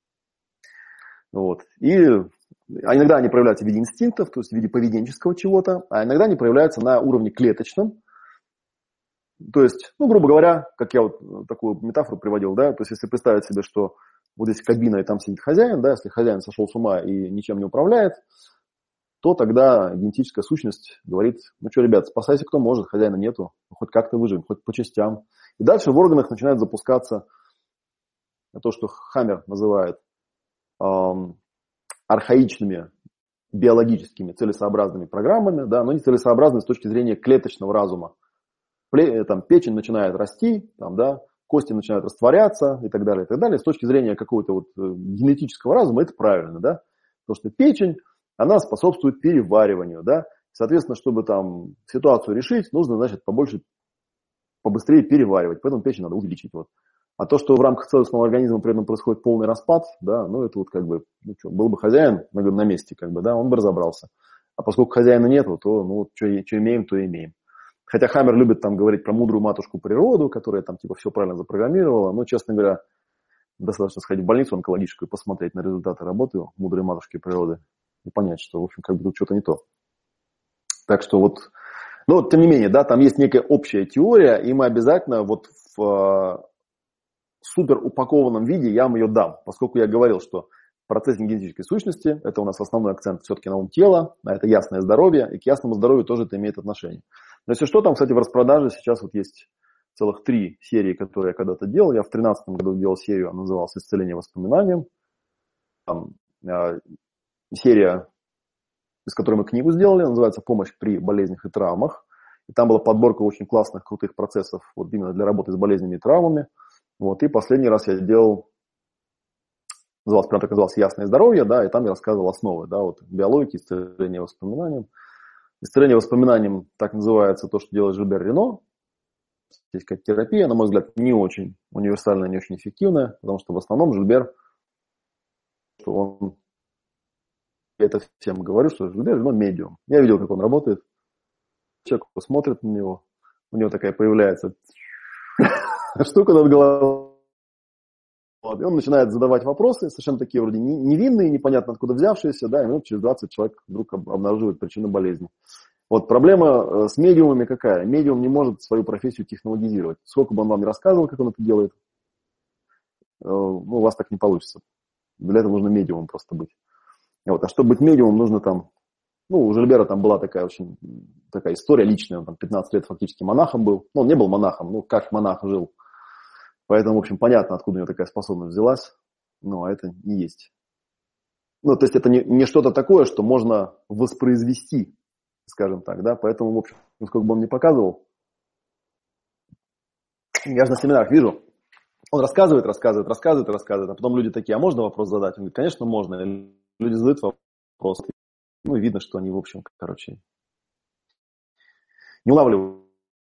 Вот. И а иногда они проявляются в виде инстинктов, то есть в виде поведенческого чего-то, а иногда они проявляются на уровне клеточном. То есть, ну, грубо говоря, как я вот такую метафору приводил, да, то есть если представить себе, что вот здесь кабина, и там сидит хозяин, да, если хозяин сошел с ума и ничем не управляет, то тогда генетическая сущность говорит, ну что, ребят, спасайся кто может, хозяина нету, хоть как-то выживем, хоть по частям. И дальше в органах начинает запускаться то, что Хаммер называет эм, архаичными биологическими целесообразными программами, да, но не целесообразными с точки зрения клеточного разума. Там, печень начинает расти, там, да, кости начинают растворяться и так далее, и так далее. С точки зрения какого-то вот генетического разума это правильно, да, потому что печень, она способствует перевариванию, да, соответственно, чтобы там ситуацию решить, нужно, значит, побольше, побыстрее переваривать, поэтому печень надо увеличить, вот. А то, что в рамках целостного организма при этом происходит полный распад, да, ну это вот как бы, ну что, был бы хозяин на, на месте, как бы, да, он бы разобрался. А поскольку хозяина нету, то, ну, что, что имеем, то имеем. Хотя Хаммер любит там говорить про мудрую матушку природу, которая там типа все правильно запрограммировала. Но, честно говоря, достаточно сходить в больницу онкологическую и посмотреть на результаты работы мудрой матушки природы и понять, что, в общем, как бы тут что-то не то. Так что вот, но тем не менее, да, там есть некая общая теория, и мы обязательно вот в супер упакованном виде я вам ее дам, поскольку я говорил, что процессинг генетической сущности, это у нас основной акцент все-таки на ум тела, а это ясное здоровье, и к ясному здоровью тоже это имеет отношение. Но если что, там, кстати, в распродаже сейчас вот есть целых три серии, которые я когда-то делал. Я в тринадцатом году делал серию, она называлась «Исцеление воспоминанием». Там, э, серия, из которой мы книгу сделали, называется «Помощь при болезнях и травмах». И там была подборка очень классных, крутых процессов вот именно для работы с болезнями и травмами. Вот. И последний раз я делал, назывался, прям так назывался «Ясное здоровье», да, и там я рассказывал основы, да, вот биологии, исцеления воспоминанием. Исцеление воспоминанием, так называется то, что делает Жильбер Рено. Здесь как терапия, на мой взгляд, не очень универсальная, не очень эффективная, потому что в основном Жильбер, что он, я это всем говорю, что Жильбер Рено медиум. Я видел, как он работает. Человек смотрит на него, у него такая появляется штука над головой. И он начинает задавать вопросы, совершенно такие вроде невинные, непонятно откуда взявшиеся, да, и минут через двадцать человек вдруг обнаруживает причину болезни. Вот проблема с медиумами какая? Медиум не может свою профессию технологизировать. Сколько бы он вам ни рассказывал, как он это делает, ну, у вас так не получится. Для этого нужно медиумом просто быть. Вот. А чтобы быть медиумом, нужно там, ну, у Жильбера там была такая очень такая история личная, он там пятнадцать лет фактически монахом был. Ну, он не был монахом, ну, как монах жил. Поэтому, в общем, понятно, откуда у него такая способность взялась. Ну, а это не есть. Ну, то есть это не, не что-то такое, что можно воспроизвести, скажем так, да. Поэтому, в общем, сколько бы он ни показывал, я же на семинарах вижу, Он рассказывает, рассказывает, рассказывает, рассказывает, а потом люди такие, а можно вопрос задать? Он говорит, конечно, можно. И люди задают вопрос. Ну, и видно, что они, в общем, короче, не улавливают.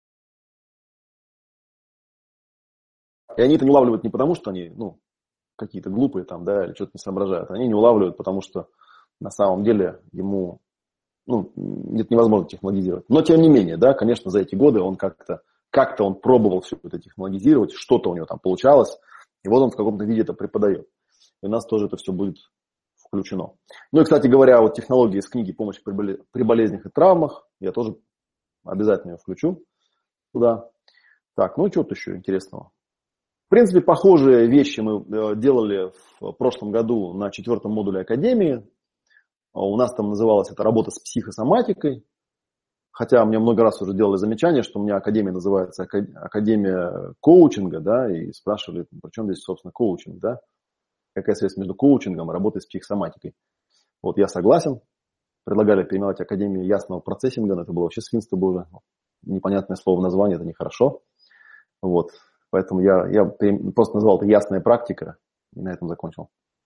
И они это не улавливают не потому, что они, ну, какие-то глупые там, да, или что-то не соображают. Они не улавливают, потому что на самом деле ему, ну, это невозможно технологизировать. Но, тем не менее, да, конечно, за эти годы он как-то, как-то он пробовал все это технологизировать, что-то у него там получалось, и вот он в каком-то виде это преподает. И у нас тоже это все будет включено. Ну и, кстати говоря, вот технологии из книги «Помощь при болезнях и травмах» я тоже обязательно ее включу туда. Так, ну что-то еще интересного. В принципе, похожие вещи мы делали в прошлом году на четвертом модуле Академии. У нас там называлась это работа с психосоматикой. Хотя мне много раз уже делали замечание, что у меня Академия называется Академия коучинга, да, и спрашивали, при чем здесь, собственно, коучинг, да? Какая связь между коучингом и работой с психосоматикой? Вот я согласен. Предлагали переименовать Академию ясного процессинга, но это было вообще свинство, было непонятное слово в названии, это нехорошо. Вот. Поэтому я, я просто назвал это «ясная практика» и на этом закончил.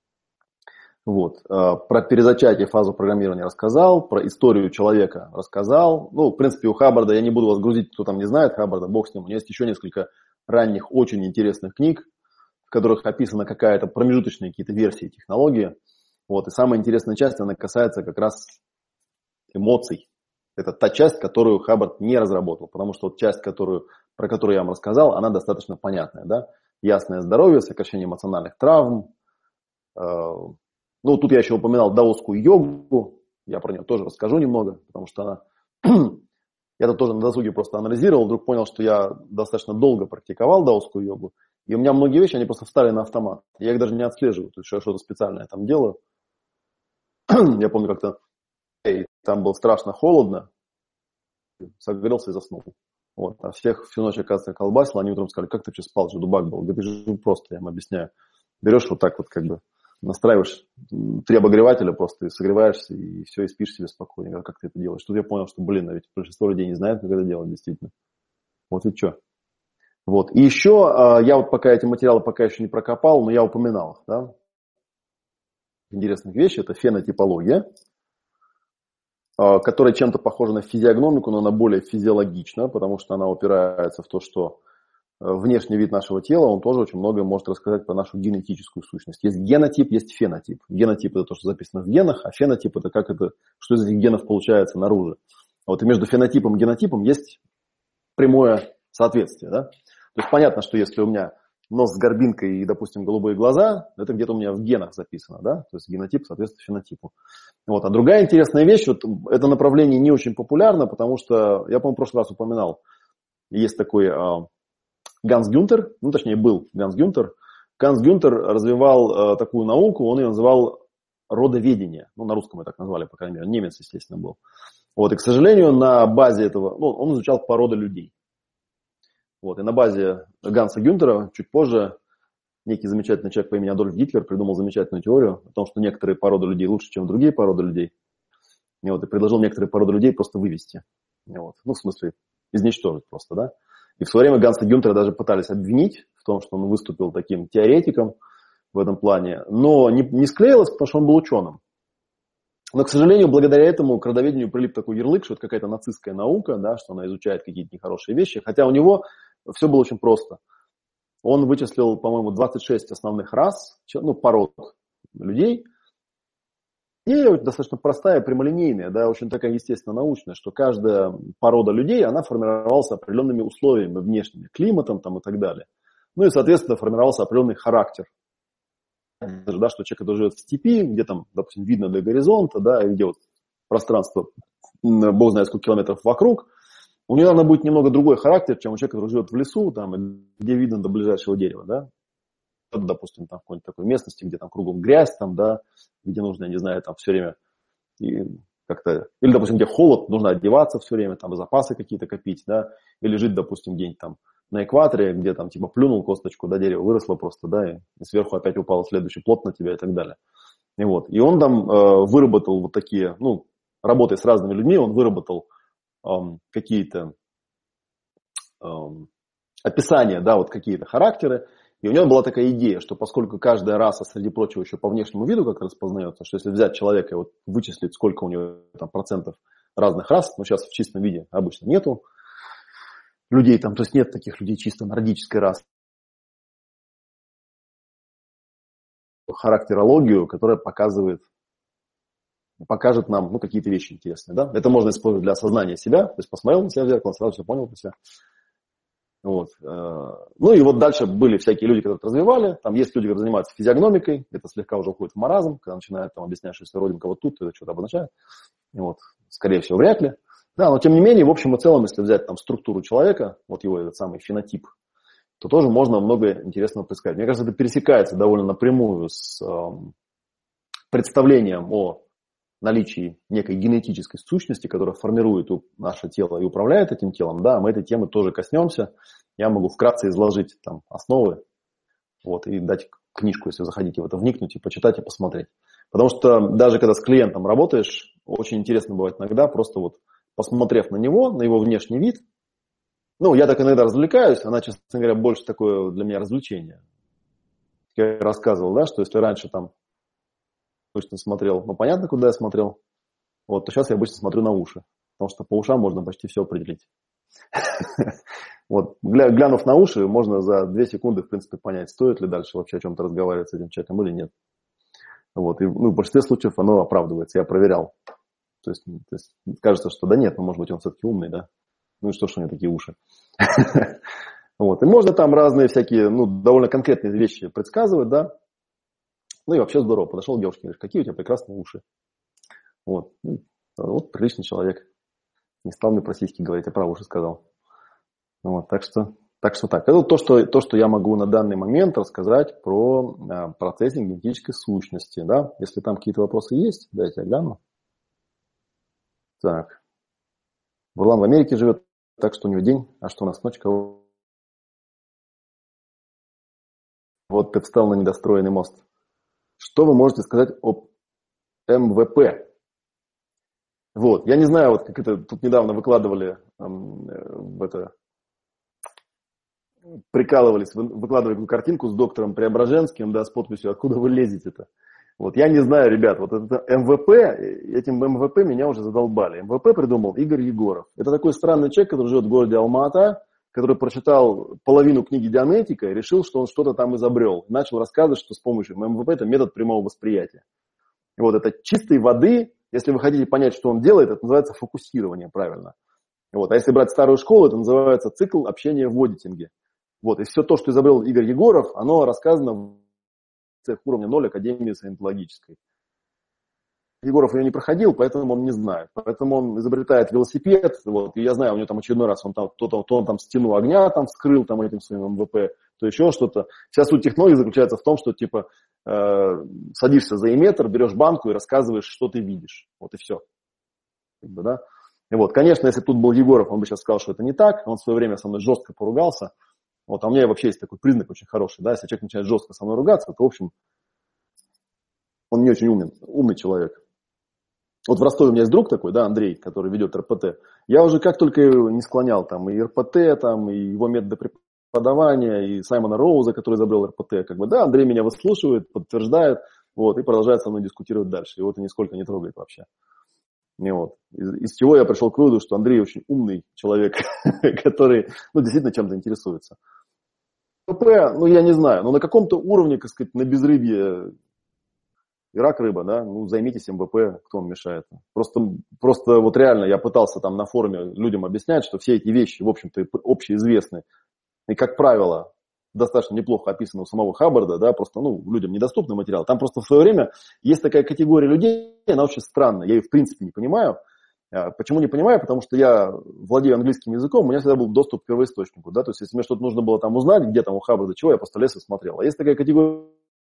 Вот. Про перезачатие, фазу программирования рассказал, про историю человека рассказал. Ну, в принципе, у Хаббарда, я не буду вас грузить, кто там не знает Хаббарда, бог с ним. У него есть еще несколько ранних, очень интересных книг, в которых описана какая-то промежуточная какие-то версии технологии. Вот. И самая интересная часть, она касается как раз эмоций. Это та часть, которую Хаббард не разработал, потому что вот часть, которую, про которую я вам рассказал, она достаточно понятная. Да? Ясное здоровье, сокращение эмоциональных травм. Ну, тут я еще упоминал даосскую йогу. Я про нее тоже расскажу немного, потому что она... Я это тоже на досуге просто анализировал, вдруг понял, что я достаточно долго практиковал даосскую йогу, и у меня многие вещи, они просто встали на автомат. Я их даже не отслеживаю, то есть я что-то специальное там делаю. Я помню, как-то там было страшно холодно, согрелся и заснул. Вот. А всех всю ночь, оказывается, колбасило, они утром сказали, как ты что спал, что дубак был? Говорит, ты же просто, я им объясняю. Берешь вот так вот как бы, настраиваешь три обогревателя просто, и согреваешься, и все, и спишь себе спокойно. Я говорю, как ты это делаешь? Тут я понял, что, блин, а ведь большинство людей не знает, как это делать действительно. Вот и что. Вот. И еще, я вот пока эти материалы пока еще не прокопал, но я упоминал их, да. Интересных вещей, это фенотипология, которая чем-то похожа на физиогномику, но она более физиологична, потому что она упирается в то, что внешний вид нашего тела, он тоже очень многое может рассказать про нашу генетическую сущность. Есть генотип, есть фенотип. Генотип – это то, что записано в генах, а фенотип – это как это, что из этих генов получается наружу. Вот и между фенотипом и генотипом есть прямое соответствие. Да? То есть понятно, что если у меня нос с горбинкой и, допустим, голубые глаза, это где-то у меня в генах записано. Да? То есть генотип соответствует фенотипу. Вот. А другая интересная вещь, вот это направление не очень популярно, потому что, я, по-моему, в прошлый раз упоминал, есть такой... Ганс Гюнтер, ну точнее был Ганс Гюнтер. Ганс Гюнтер развивал э, такую науку, он ее называл родоведение. Ну, на русском мы так назвали, по крайней мере, немец, естественно, был. Вот, и, к сожалению, на базе этого, ну, он изучал породы людей. Вот, и на базе Ганса Гюнтера чуть позже некий замечательный человек по имени Адольф Гитлер придумал замечательную теорию о том, что некоторые породы людей лучше, чем другие породы людей. И, вот, и предложил некоторые породы людей просто вывести. И вот, ну, в смысле, изничтожить просто, да. И в свое время Ганса Гюнтера даже пытались обвинить в том, что он выступил таким теоретиком в этом плане. Но не, не склеилось, потому что он был ученым. Но, к сожалению, благодаря этому к родоведению прилип такой ярлык, что это какая-то нацистская наука, да, что она изучает какие-то нехорошие вещи. Хотя у него все было очень просто. Он вычислил, по-моему, двадцать шесть основных рас, ну, пород людей. Идея достаточно простая, прямолинейная, да, очень такая естественно научная, что каждая порода людей, она формировалась определенными условиями внешними, климатом там, и так далее. Ну и, соответственно, формировался определенный характер. Даже, да, что человек, который живет в степи, где там, допустим, видно до горизонта, да, и где вот пространство, бог знает сколько километров вокруг, у него, наверное, будет немного другой характер, чем у человека, который живет в лесу, там, где видно до ближайшего дерева, да. Допустим, там в какой-нибудь такой местности, где там кругом грязь, там, да, где нужно, я не знаю, там все время и как-то, или, допустим, где холод, нужно одеваться все время, там запасы какие-то копить, да, или жить, допустим, где-нибудь там на экваторе, где там типа плюнул косточку, да, дерево выросло просто, да, и сверху опять упал следующий плод на тебя и так далее. И вот, и он там э, выработал вот такие, ну, работая с разными людьми, он выработал э, какие-то э, описания, да, вот какие-то характеры. И у него была такая идея, что поскольку каждая раса, среди прочего, еще по внешнему виду как распознается, что если взять человека и вот вычислить, сколько у него там процентов разных рас, но сейчас в чистом виде обычно нету людей там, то есть нет таких людей чисто нордической расы, характерологию, которая показывает, покажет нам ну, какие-то вещи интересные. Да? Это можно использовать для осознания себя, то есть посмотрел на себя в зеркало, сразу все понял про себя. Вот. Ну и вот дальше были всякие люди, которые это развивали. Там есть люди, которые занимаются физиогномикой. Это слегка уже уходит в маразм, когда начинают там объяснять, что если родинка вот тут, то это что-то обозначает. Вот. Скорее всего, вряд ли. Да, но тем не менее, в общем и целом, если взять там структуру человека, вот его этот самый фенотип, то тоже можно много интересного предсказать. Мне кажется, это пересекается довольно напрямую с э, представлением о наличии некой генетической сущности, которая формирует наше тело и управляет этим телом. Да, мы этой темы тоже коснемся. Я могу вкратце изложить там основы вот, и дать книжку, если захотите в это вникнуть и почитать и посмотреть. Потому что даже когда с клиентом работаешь, очень интересно бывает иногда, просто вот посмотрев на него, на его внешний вид, ну, я так иногда развлекаюсь, она, честно говоря, больше такое для меня развлечение. Я рассказывал, да, что если раньше там обычно смотрел, ну, понятно, куда я смотрел, вот, то сейчас я обычно смотрю на уши, потому что по ушам можно почти все определить. Вот, глянув на уши, можно за две секунды, в принципе, понять, стоит ли дальше вообще о чем-то разговаривать с этим человеком или нет. Вот, и ну, в большинстве случаев оно оправдывается, я проверял. То есть, то есть кажется, что да нет, ну, может быть, он все-таки умный, да? Ну и что, что у него такие уши? Вот, и можно там разные всякие, ну, довольно конкретные вещи предсказывать, да? Ну и вообще здорово. Подошел к девушке, говоришь, какие у тебя прекрасные уши. Вот, ну, вот приличный человек. Не стал мне про сиськи говорить, а про уши сказал. Вот, так что, так что так. Это то что, то, что я могу на данный момент рассказать про а, процессинг генетической сущности. Да? Если там какие-то вопросы есть, дайте я гляну. Так. Бурлан в Америке живет, так что у него день, а что у нас ночь? Вот ты встал на недостроенный мост. Что вы можете сказать об эм вэ пэ? Вот, я не знаю, вот как это тут недавно выкладывали эм, в это, прикалывались, выкладывали картинку с доктором Преображенским, да, с подписью «Откуда вы лезете-то?». Вот, я не знаю, ребят, вот это эм вэ пэ, этим эм вэ пэ меня уже задолбали. эм вэ пэ придумал Игорь Егоров. Это такой странный человек, который живет в городе Алма-Ата, который прочитал половину книги Дианетика и решил, что он что-то там изобрел. Начал рассказывать, что с помощью эм вэ пэ это метод прямого восприятия. И вот это чистой воды, если вы хотите понять, что он делает, это называется фокусирование, правильно. Вот. А если брать старую школу, это называется цикл общения в одитинге. Вот. И все то, что изобрел Игорь Егоров, оно рассказано в уровня ноль Академии саентологической. Егоров ее не проходил, поэтому он не знает. Поэтому он изобретает велосипед. Вот, и я знаю, у него там очередной раз он там, то, то, то он там стену огня там вскрыл там, этим своим эм вэ пэ, то еще что-то. Вся суть технологии заключается в том, что типа э, садишься за эметтер, берешь банку и рассказываешь, что ты видишь. Вот и все. Как бы, да? И вот, конечно, если тут был Егоров, он бы сейчас сказал, что это не так. Он в свое время со мной жестко поругался. Вот, а у меня вообще есть такой признак очень хороший. Да? Если человек начинает жестко со мной ругаться, то, в общем, он не очень умный, умный человек. Вот в Ростове у меня есть друг такой, да, Андрей, который ведет эр пэ тэ. Я уже как только не склонял там и эр пэ тэ, там, и его методы преподавания, и Саймона Роуза, который изобрел эр пэ тэ, как бы, да, Андрей меня выслушивает, подтверждает, вот, и продолжает со мной дискутировать дальше. Его это нисколько не трогает вообще. И вот. Из, из чего я пришел к выводу, что Андрей очень умный человек, который, ну, действительно чем-то интересуется. эр пэ тэ, ну, я не знаю, но на каком-то уровне, так сказать, на безрыбье и рак рыба, да, ну, займитесь эм вэ пэ, кто вам мешает. Просто, просто вот реально я пытался там на форуме людям объяснять, что все эти вещи, в общем-то, общеизвестны. И, как правило, достаточно неплохо описаны у самого Хаббарда, да, просто, ну, людям недоступный материал. Там просто в свое время есть такая категория людей, она очень странная, я ее в принципе не понимаю. Почему не понимаю? Потому что я владею английским языком, у меня всегда был доступ к первоисточнику, да, то есть если мне что-то нужно было там узнать, где там у Хаббарда, чего, я просто лез и смотрел. А есть такая категория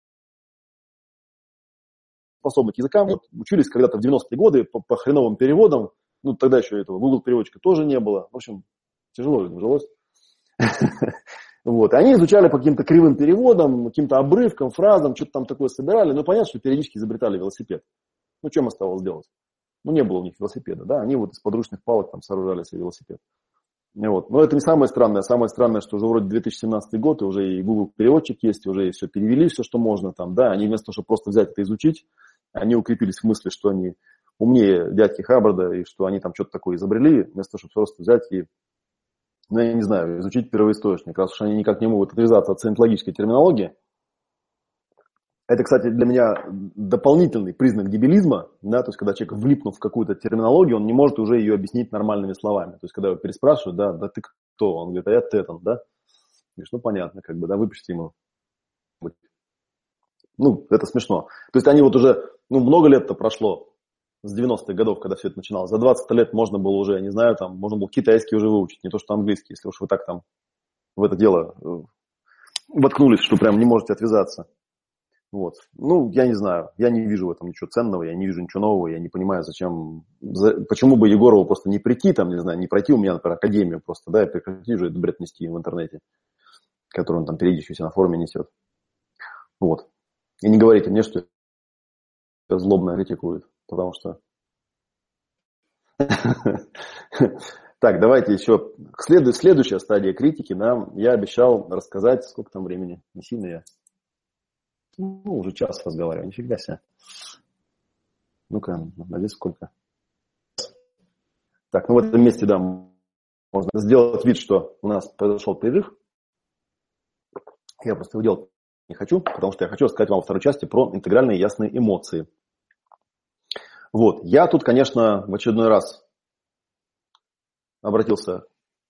способны к языкам, вот, учились когда-то в девяностые годы по, по хреновым переводам, ну, тогда еще этого Google переводчика тоже не было, в общем, тяжело людям жилось. Вот, и они изучали по каким-то кривым переводам, каким-то обрывкам, фразам, что-то там такое собирали, ну, понятно, что периодически изобретали велосипед. Ну, чем оставалось делать? Ну, не было у них велосипеда, да, они вот из подручных палок там сооружали себе велосипед. Вот. Но это не самое странное. Самое странное, что уже вроде две тысячи семнадцатый год, и уже и Google переводчик есть, уже и все перевели, все, что можно там, да. Они вместо того, чтобы просто взять это и изучить, они укрепились в мысли, что они умнее дядьки Хаббарда, и что они там что-то такое изобрели, вместо того, чтобы просто взять и, ну, я не знаю, изучить первоисточник, раз уж они никак не могут отвязаться от саентологической терминологии. Это, кстати, для меня дополнительный признак дебилизма, да, то есть когда человек, влипнув в какую-то терминологию, он не может уже ее объяснить нормальными словами. То есть когда его переспрашивают, да, да ты кто? Он говорит, а я Тетан, да? Говоришь, ну понятно, как бы, да, выпишите ему. Ну, это смешно. То есть они вот уже, ну, много лет-то прошло с девяностых годов, когда все это начиналось. За двадцать лет можно было уже, я не знаю, там, можно было китайский уже выучить, не то что английский, если уж вы так там в это дело воткнулись, что прям не можете отвязаться. Вот. Ну, я не знаю, я не вижу в этом ничего ценного, я не вижу ничего нового, я не понимаю, зачем, за, почему бы Егорову просто не прийти, там, не знаю, не пройти у меня, например, академию просто, да, и прекратить уже этот бред нести в интернете, который он там периодически на форуме несет. Вот. И не говорите мне, что это злобно критикует, потому что... Так, давайте еще. Следующая стадия критики нам, я обещал рассказать, сколько там времени, не сильно я... Ну, уже час разговариваю, нифига себе. Ну-ка, надеюсь, сколько. Так, ну в этом месте, да, можно сделать вид, что у нас произошел перерыв. Я просто его делать не хочу, потому что я хочу рассказать вам во второй части про интегральные ясные эмоции. Вот, я тут, конечно, в очередной раз обратился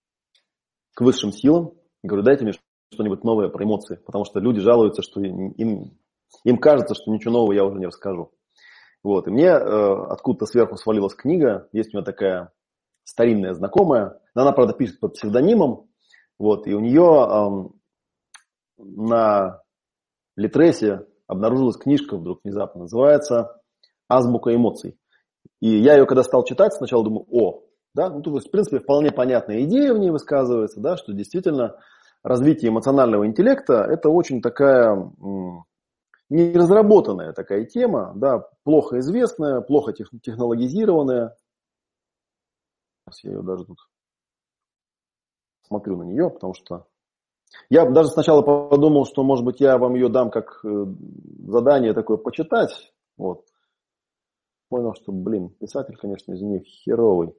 к высшим силам и говорю, дайте мне что-нибудь новое про эмоции, потому что люди жалуются, что им, им кажется, что ничего нового я уже не расскажу. Вот, и мне э, откуда-то сверху свалилась книга, есть у меня такая старинная знакомая, она, правда, пишет под псевдонимом, вот, и у нее э, на Литресе обнаружилась книжка вдруг внезапно, называется «Азбука эмоций». И я ее когда стал читать, сначала думаю, о, да, ну, то есть, в принципе, вполне понятная идея в ней высказывается, да, что действительно развитие эмоционального интеллекта – это очень такая м, неразработанная такая тема, да, плохо известная, плохо тех, технологизированная. Сейчас я ее даже тут смотрю на нее, потому что я даже сначала подумал, что, может быть, я вам ее дам как задание такое почитать, вот. Понял, что, блин, писатель, конечно, из них херовый.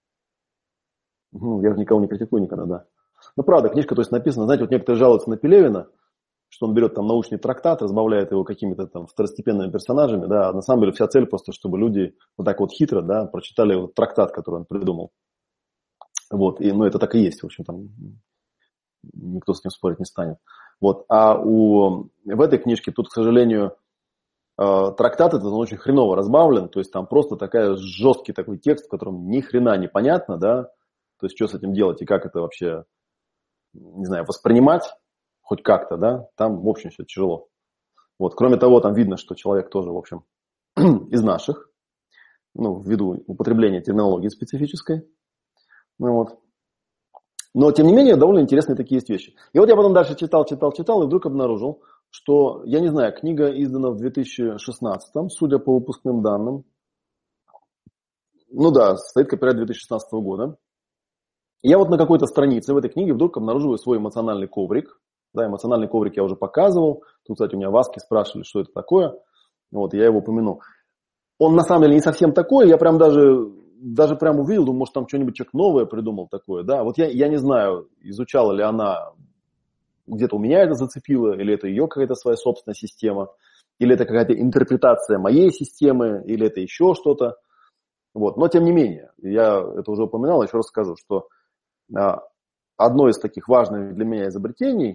Я же никого не критикую никогда, да. Ну, правда, книжка, то есть написана, знаете, вот некоторые жалуются на Пелевина, что он берет там научный трактат, разбавляет его какими-то там второстепенными персонажами, да, а на самом деле вся цель просто, чтобы люди вот так вот хитро, да, прочитали вот трактат, который он придумал. Вот, и, ну, это так и есть, в общем, там никто с ним спорить не станет. Вот, а у, в этой книжке тут, к сожалению, трактат этот, он очень хреново разбавлен, то есть там просто такая жесткий такой текст, в котором ни хрена не понятно, да, то есть что с этим делать и как это вообще, не знаю, воспринимать хоть как-то, да, там, в общем, все тяжело. Вот, кроме того, там видно, что человек тоже, в общем, из наших, ну, ввиду употребления терминологии специфической, ну, вот. Но, тем не менее, довольно интересные такие есть вещи. И вот я потом дальше читал, читал, читал, и вдруг обнаружил, что, я не знаю, книга издана в две тысячи шестнадцатом, судя по выпускным данным. Ну да, стоит копирайт две тысячи шестнадцатого года. И я вот на какой-то странице в этой книге вдруг обнаруживаю свой эмоциональный коврик. Да, эмоциональный коврик я уже показывал. Тут, кстати, у меня в Аске спрашивали, что это такое. Вот, я его упомянул. Он на самом деле не совсем такой, я прям даже, даже прям увидел, думаю, может, там что-нибудь человек новое придумал такое, да. Вот я, я не знаю, изучала ли она, где-то у меня это зацепило, или это ее какая-то своя собственная система, или это какая-то интерпретация моей системы, или это еще что-то. Вот. Но, тем не менее, я это уже упоминал, еще раз скажу, что а, одно из таких важных для меня изобретений,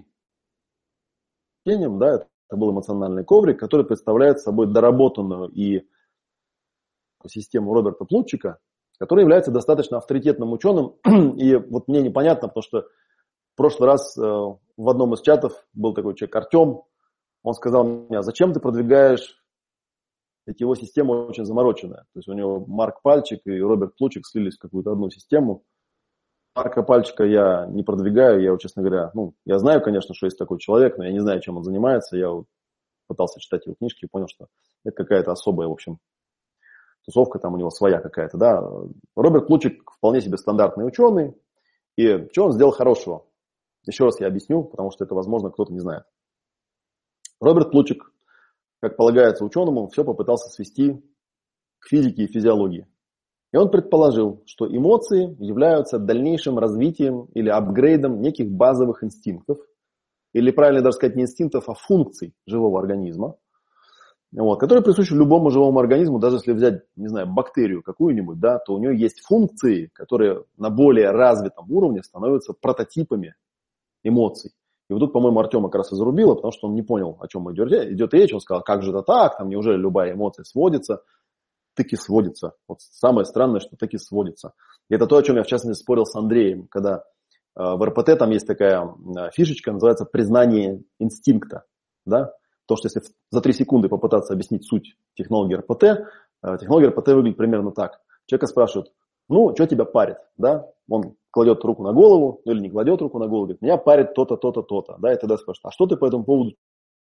да, это был эмоциональный коврик, который представляет собой доработанную и систему Роберта Плутчика, который является достаточно авторитетным ученым. И вот мне непонятно, потому что в прошлый раз э, в одном из чатов был такой человек Артем, он сказал мне, зачем ты продвигаешь, ведь его система очень замороченная. То есть у него Марк Пальчик и Роберт Плутчик слились в какую-то одну систему. Марка Пальчика я не продвигаю, я, честно говоря, ну, я знаю, конечно, что есть такой человек, но я не знаю, чем он занимается. Я вот пытался читать его книжки и понял, что это какая-то особая, в общем, тусовка там у него своя какая-то, да. Роберт Плутчик вполне себе стандартный ученый, И что он сделал хорошего? Еще раз я объясню, потому что это, возможно, кто-то не знает. Роберт Плутчик, как полагается ученому, все попытался свести к физике и физиологии. И он предположил, что эмоции являются дальнейшим развитием или апгрейдом неких базовых инстинктов, или, правильно даже сказать, не инстинктов, а функций живого организма, вот, которые присущи любому живому организму. Даже если взять, не знаю, бактерию какую-нибудь, да, то у нее есть функции, которые на более развитом уровне становятся прототипами эмоций. И вот тут, по-моему, Артема как раз и зарубило, потому что он не понял, о чем идет, идет речь. Он сказал, как же это так, там неужели любая эмоция сводится? Таки сводится. Вот самое странное, что таки сводится. И это то, о чем я, в частности, спорил с Андреем, когда э, в эр пэ тэ там есть такая э, фишечка, называется признание инстинкта. Да? То, что если за три секунды попытаться объяснить суть технологии эр пэ тэ, э, технология эр пэ тэ выглядит примерно так. Человека спрашивают, ну, что тебя парит? Да? Он кладет руку на голову, ну или не кладет руку на голову, говорит, меня парит то-то, то-то, то-то. Да? И тогда спрашивают, а что ты по этому поводу?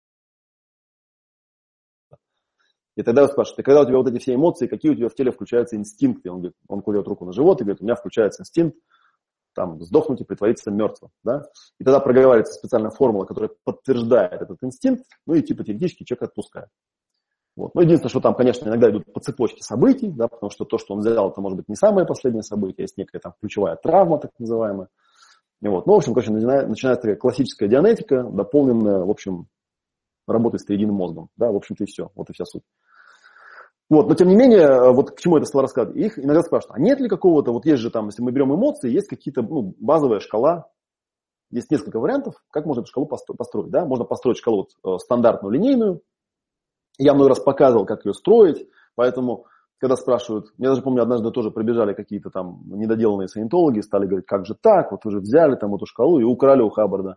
И тогда он спрашивает, и когда у тебя вот эти все эмоции, какие у тебя в теле включаются инстинкты? Он говорит, он кладет руку на живот и говорит, у меня включается инстинкт там, сдохнуть и притвориться мертвым. Да? И тогда проговаривается специальная формула, которая подтверждает этот инстинкт, ну и типа теоретически человек отпускает. Вот. Но единственное, что там, конечно, иногда идут по цепочке событий, да, потому что то, что он взял, это может быть не самое последнее событие, есть некая там ключевая травма, так называемая. И вот. Ну, в общем, короче, начинается такая классическая дианетика, дополненная, в общем, работой с триединым мозгом. Да, в общем-то и все. Вот и вся суть. Вот, но тем не менее, вот к чему это стало рассказывать, их иногда спрашивают, а нет ли какого-то, вот есть же там, если мы берем эмоции, есть какие-то, ну, базовая шкала, есть несколько вариантов, как можно эту шкалу построить, да, можно построить шкалу вот, стандартную, линейную, я много раз показывал, как ее строить, поэтому, когда спрашивают, я даже помню, однажды тоже прибежали какие-то там недоделанные саентологи, стали говорить, как же так, вот вы же взяли там эту шкалу и украли у Хаббарда.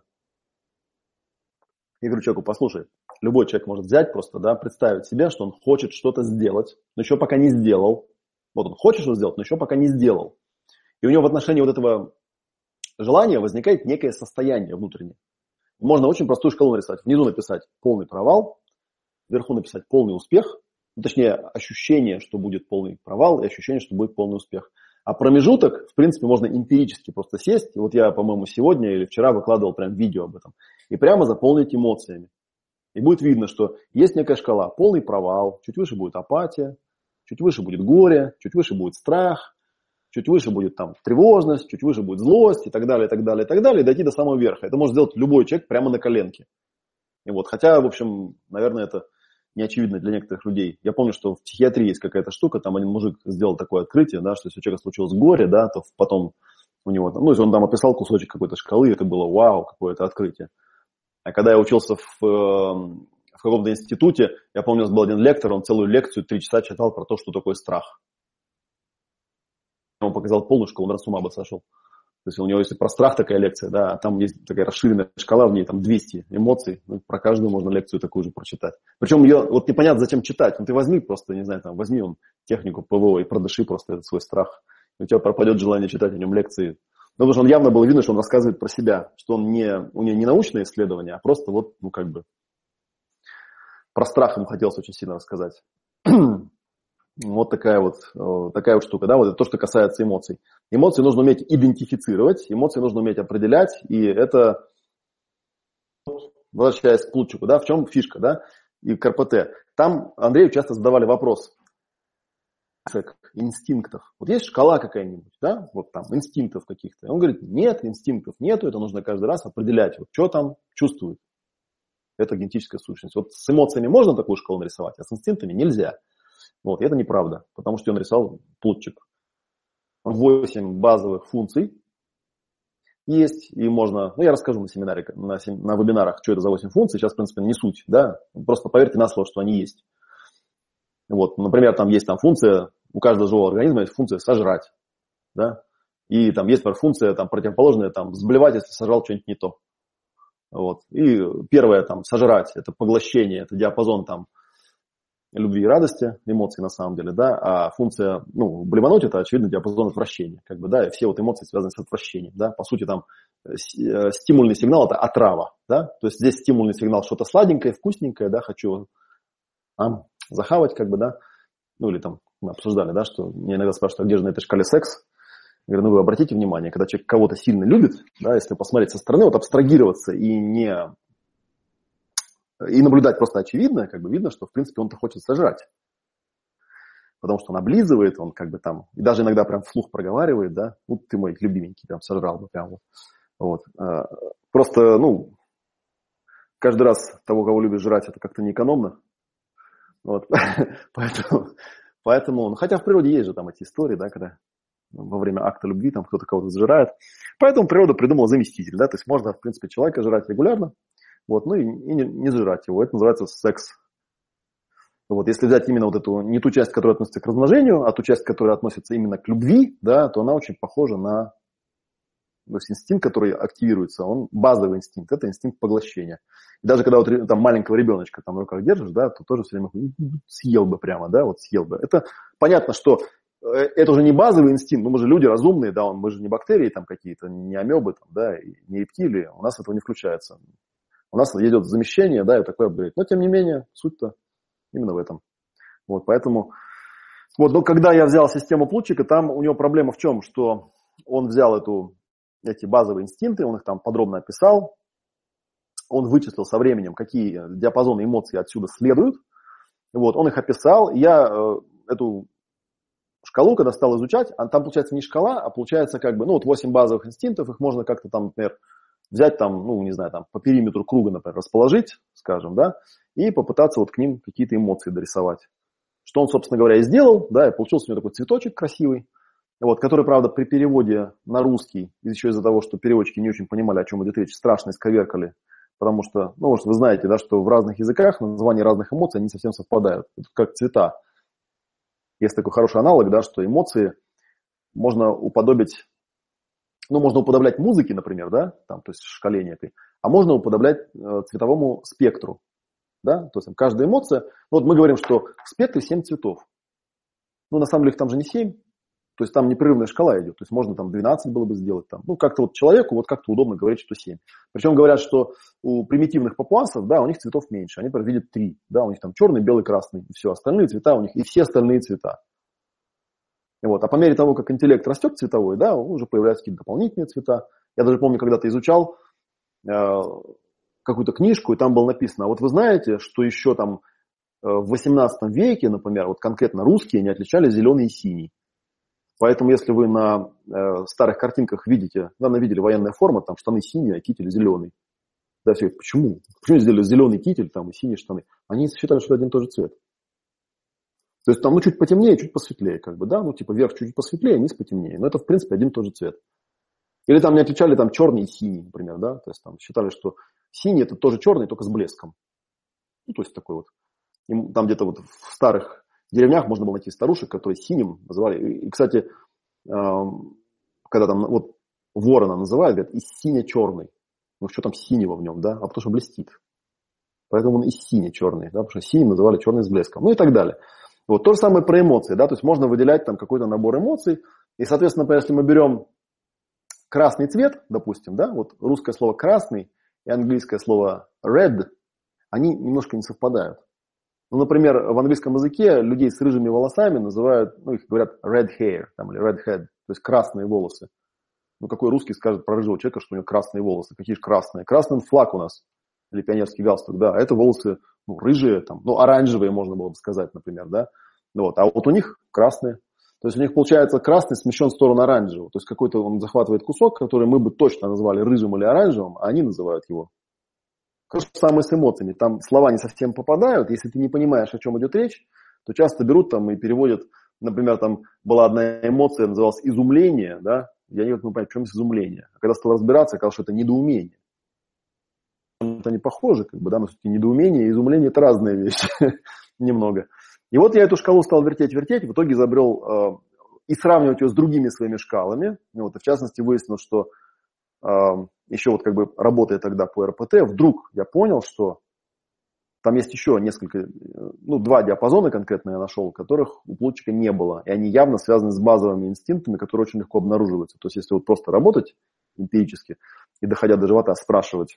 Я говорю человеку, послушай, любой человек может взять просто, да, представить себе, что он хочет что-то сделать, но еще пока не сделал. Вот он хочет что-то сделать, но еще пока не сделал. И у него в отношении вот этого желания возникает некое состояние внутреннее. Можно очень простую шкалу нарисовать. Внизу написать полный провал, вверху написать полный успех, ну, точнее ощущение, что будет полный провал и ощущение, что будет полный успех. А промежуток, в принципе, можно эмпирически просто сесть. И вот я, по-моему, сегодня или вчера выкладывал прям видео об этом. И прямо заполнить эмоциями. И будет видно, что есть некая шкала. Полный провал, чуть выше будет апатия, чуть выше будет горе, чуть выше будет страх, чуть выше будет там тревожность, чуть выше будет злость и так далее, и так далее, и так далее. И дойти до самого верха. Это может сделать любой человек прямо на коленке. И вот, хотя, в общем, наверное, это не очевидно для некоторых людей. Я помню, что в психиатрии есть какая-то штука, там один мужик сделал такое открытие, да, что если у человека случилось горе, да, то потом у него, ну, если он там описал кусочек какой-то шкалы, это было вау, какое-то открытие. А когда я учился в, в каком-то институте, я помню, у нас был один лектор, он целую лекцию три часа читал про то, что такое страх. Он показал полную шкалу, он раз с ума бы сошел. То есть у него есть про страх такая лекция, да, там есть такая расширенная шкала, в ней там двести эмоций, ну, про каждую можно лекцию такую же прочитать. Причем ее, вот непонятно, зачем читать, ну ты возьми просто, не знаю, там, возьми он технику пэ вэ о и продыши просто этот свой страх, и у тебя пропадет желание читать о нем лекции. Ну, потому что он явно было видно, что он рассказывает про себя, что он не, у него не научное исследование, а просто вот, ну как бы, про страх ему хотелось очень сильно рассказать. Вот такая вот, такая вот штука, да, вот это то, что касается эмоций. Эмоции нужно уметь идентифицировать, эмоции нужно уметь определять, и это, возвращаясь к Плутчику, да, в чем фишка, да, и к эр пэ тэ. Там Андрею часто задавали вопрос инстинктов. Вот есть шкала какая-нибудь, да, вот там инстинктов каких-то. И он говорит, нет, инстинктов нету, это нужно каждый раз определять, вот что там чувствует. Это генетическая сущность. Вот с эмоциями можно такую шкалу нарисовать, а с инстинктами нельзя. Вот, и это неправда, потому что он рисовал Плутчик. Восемь базовых функций есть, и можно, ну я расскажу на семинаре, на, на вебинарах, что это за восемь функций, сейчас, в принципе, не суть, да, просто поверьте на слово, что они есть. Вот, например, там есть там функция, у каждого живого организма есть функция сожрать, да, и там есть функция там противоположная, там, сблевать, если сожрал что-нибудь не то. Вот, и первое, там, сожрать, это поглощение, это диапазон, там, любви и радости, эмоций на самом деле, да, а функция, ну, блевануть, это, очевидно, диапазон отвращения, как бы, да, и все вот эмоции связаны с отвращением, да, по сути, там, стимульный сигнал – это отрава, да, то есть здесь стимульный сигнал что-то сладенькое, вкусненькое, да, хочу а, захавать, как бы, да, ну, или там мы обсуждали, да, что мне иногда спрашивают, а где же на этой шкале секс, Я говорю, ну вы обратите внимание, когда человек кого-то сильно любит, да, если посмотреть со стороны, вот абстрагироваться и не и наблюдать просто очевидно, как бы видно, что в принципе он-то хочет сожрать. Потому что он облизывает, он как бы там, и даже иногда прям вслух проговаривает, да, ну ты мой любименький, там сожрал бы прям вот. Вот. Просто, ну, каждый раз того, кого любишь жрать, это как-то неэкономно. Вот. Поэтому, поэтому, ну, хотя в природе есть же там эти истории, да, когда во время акта любви там кто-то кого-то сжирает. Поэтому природа придумала заместитель, да, то есть можно, в принципе, человека жрать регулярно, вот, ну и, и не, не сжирать его. Это называется секс. Вот, если взять именно вот эту, не ту часть, которая относится к размножению, а ту часть, которая относится именно к любви, да, то она очень похожа на, то есть инстинкт, который активируется, он базовый инстинкт, это инстинкт поглощения. И даже когда вот там маленького ребеночка там в руках держишь, да, то тоже все время съел бы прямо, да, вот съел бы. Это понятно, что это уже не базовый инстинкт, ну мы же люди разумные, да, мы же не бактерии там какие-то, не амебы, там, да, не рептилии, у нас этого не включается. У нас идет замещение, да, и такое апгрейд. Но тем не менее, суть-то именно в этом. Вот, поэтому, вот, но когда я взял систему Плутчика, там у него проблема в чем, что он взял эту, эти базовые инстинкты, он их там подробно описал, он вычислил со временем, какие диапазоны эмоций отсюда следуют, вот, он их описал, я э, эту шкалу, когда стал изучать, а там получается не шкала, а получается как бы, ну вот восемь базовых инстинктов, их можно как-то там, например, взять там, ну не знаю, там по периметру круга, например, расположить, скажем, да, и попытаться вот к ним какие-то эмоции дорисовать. Что он, собственно говоря, и сделал, да, и получился у него такой цветочек красивый, вот, который, правда, при переводе на русский, еще из-за того, что переводчики не очень понимали, о чем идет речь, страшно исковеркали, потому что, ну, может, вы знаете, да, что в разных языках названия разных эмоций, они совсем совпадают, это как цвета. Есть такой хороший аналог, да, что эмоции можно уподобить, ну, можно уподоблять музыке, например, да, там, то есть шкале некой, а можно уподоблять э, цветовому спектру, да, то есть там, каждая эмоция, ну, вот мы говорим, что в спектре семь цветов, ну, на самом деле их там же не семь, то есть там непрерывная шкала идет, то есть можно там двенадцать было бы сделать, там, ну, как-то вот человеку вот как-то удобно говорить, что семь. Причем говорят, что у примитивных папуасов, да, у них цветов меньше, они, например, видят три, да, у них там черный, белый, красный, и все, остальные цвета у них, и все остальные цвета. Вот. А по мере того, как интеллект растет цветовой, да, уже появляются какие-то дополнительные цвета. Я даже помню, когда-то изучал э, какую-то книжку, и там было написано, а вот вы знаете, что еще там э, в восемнадцатом веке, например, вот конкретно русские не отличали зеленый и синий. Поэтому если вы на э, старых картинках видите, наверное, видели военная форма, там штаны синие, а китель зеленый. Да, все, почему? Почему сделали зеленый китель там, и синие штаны? Они считали, что это один и тот же цвет. То есть там, ну, чуть потемнее, чуть посветлее, как бы, да, ну, типа, верх чуть потемнее, низ потемнее. Но это, в принципе, один и тот же цвет. Или там не отличали там черный и синий, например, да, то есть там считали, что синий это тоже черный, только с блеском. Ну, то есть такой вот. И там где-то вот в старых деревнях можно было найти старушек, которые синим называли. И, кстати, когда там вот ворона называют, говорят, и сине-черный. Ну, что там синего в нем, да, а потому что блестит. Поэтому он и сине-черный, да, потому что синим называли черный с блеском. Ну и так далее. Вот то же самое про эмоции, да, то есть можно выделять там какой-то набор эмоций, и, соответственно, например, если мы берем красный цвет, допустим, да, вот русское слово красный и английское слово red, они немножко не совпадают. Ну, например, в английском языке людей с рыжими волосами называют, ну, их говорят red hair, там, или red head, то есть красные волосы. Ну, какой русский скажет про рыжего человека, что у него красные волосы, какие же красные? Красный флаг у нас, или пионерский галстук, да, а это волосы, ну, рыжие, там, ну, оранжевые, можно было бы сказать, например, да, вот, а вот у них красные, то есть у них получается красный смещен в сторону оранжевого, то есть какой-то он захватывает кусок, который мы бы точно назвали рыжим или оранжевым, а они называют его. То же самое с эмоциями, там слова не совсем попадают, если ты не понимаешь, о чем идет речь, то часто берут там и переводят, например, там была одна эмоция, называлась изумление, да, я не могу понять, в чем есть изумление, а когда стал разбираться, оказалось, что это недоумение. Это не похоже, как бы, да, но все-таки недоумение и изумление – это разные вещи немного. И вот я эту шкалу стал вертеть-вертеть, в итоге изобрел э, и сравнивать ее с другими своими шкалами. Вот, и в частности выяснилось, что э, еще вот как бы работая тогда по эр пэ тэ, вдруг я понял, что там есть еще несколько, ну, два диапазона конкретно я нашел, которых у Плутчика не было. И они явно связаны с базовыми инстинктами, которые очень легко обнаруживаются. То есть если вот просто работать эмпирически и доходя до живота спрашивать,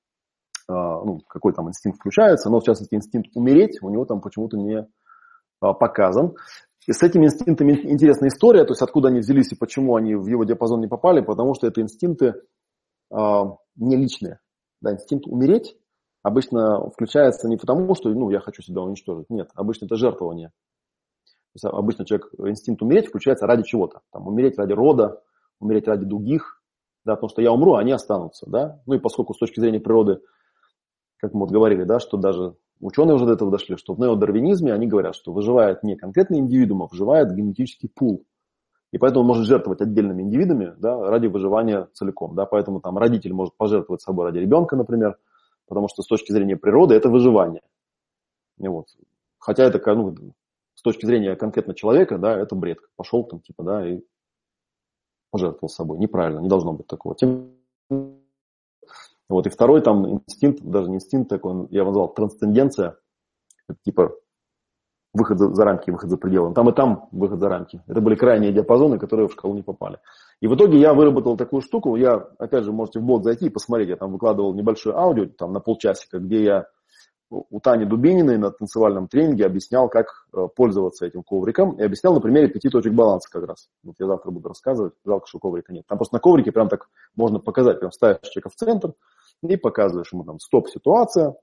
ну, какой там инстинкт включается, но в частности инстинкт умереть у него там почему-то не показан. И с этими инстинктами интересная история, то есть откуда они взялись и почему они в его диапазон не попали, потому что это инстинкты э, не личные. Да, инстинкт умереть обычно включается не потому, что ну, я хочу себя уничтожить. Нет, обычно это жертвование. То есть обычно человек, инстинкт умереть включается ради чего-то. Там, умереть ради рода, умереть ради других. Да, потому что я умру, а они останутся. Да? Ну и поскольку с точки зрения природы, как мы вот говорили, да, что даже ученые уже до этого дошли, что в неодарвинизме они говорят, что выживает не конкретный индивидуум, а выживает генетический пул. И поэтому он может жертвовать отдельными индивидами, да, ради выживания целиком. Да, поэтому там родитель может пожертвовать собой ради ребенка, например, потому что с точки зрения природы это выживание. И вот. Хотя это, ну, с точки зрения конкретно человека, да, это бред. Пошел там, типа, да, и пожертвовал собой. Неправильно, не должно быть такого. Тем... Вот. И второй там инстинкт, даже не инстинкт такой, я его назвал трансценденция, это типа выход за, за рамки, выход за пределы. Там и там выход за рамки. Это были крайние диапазоны, которые в шкалу не попали. И в итоге я выработал такую штуку, я, опять же, можете в блог зайти и посмотреть, я там выкладывал небольшое аудио, там на полчасика, где я у Тани Дубининой на танцевальном тренинге объяснял, как пользоваться этим ковриком, и объяснял на примере пяти точек баланса как раз. Вот я завтра буду рассказывать, жалко, что коврика нет. Там просто на коврике прям так можно показать, прям ставишь человека в центр и показываешь ему там стоп-ситуация,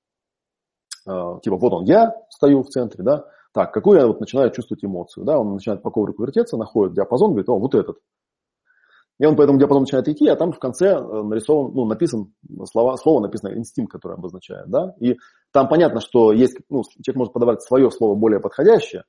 типа вот он, я стою в центре, да, так, какую я вот начинаю чувствовать эмоцию, да, он начинает по коврику вертеться, находит диапазон, говорит, о, вот этот. И он по этому диапазону начинает идти, а там в конце нарисован, ну, написан, слова, слово написано инстинкт, которое обозначает, да, и там понятно, что есть, ну, человек может подобрать свое слово более подходящее,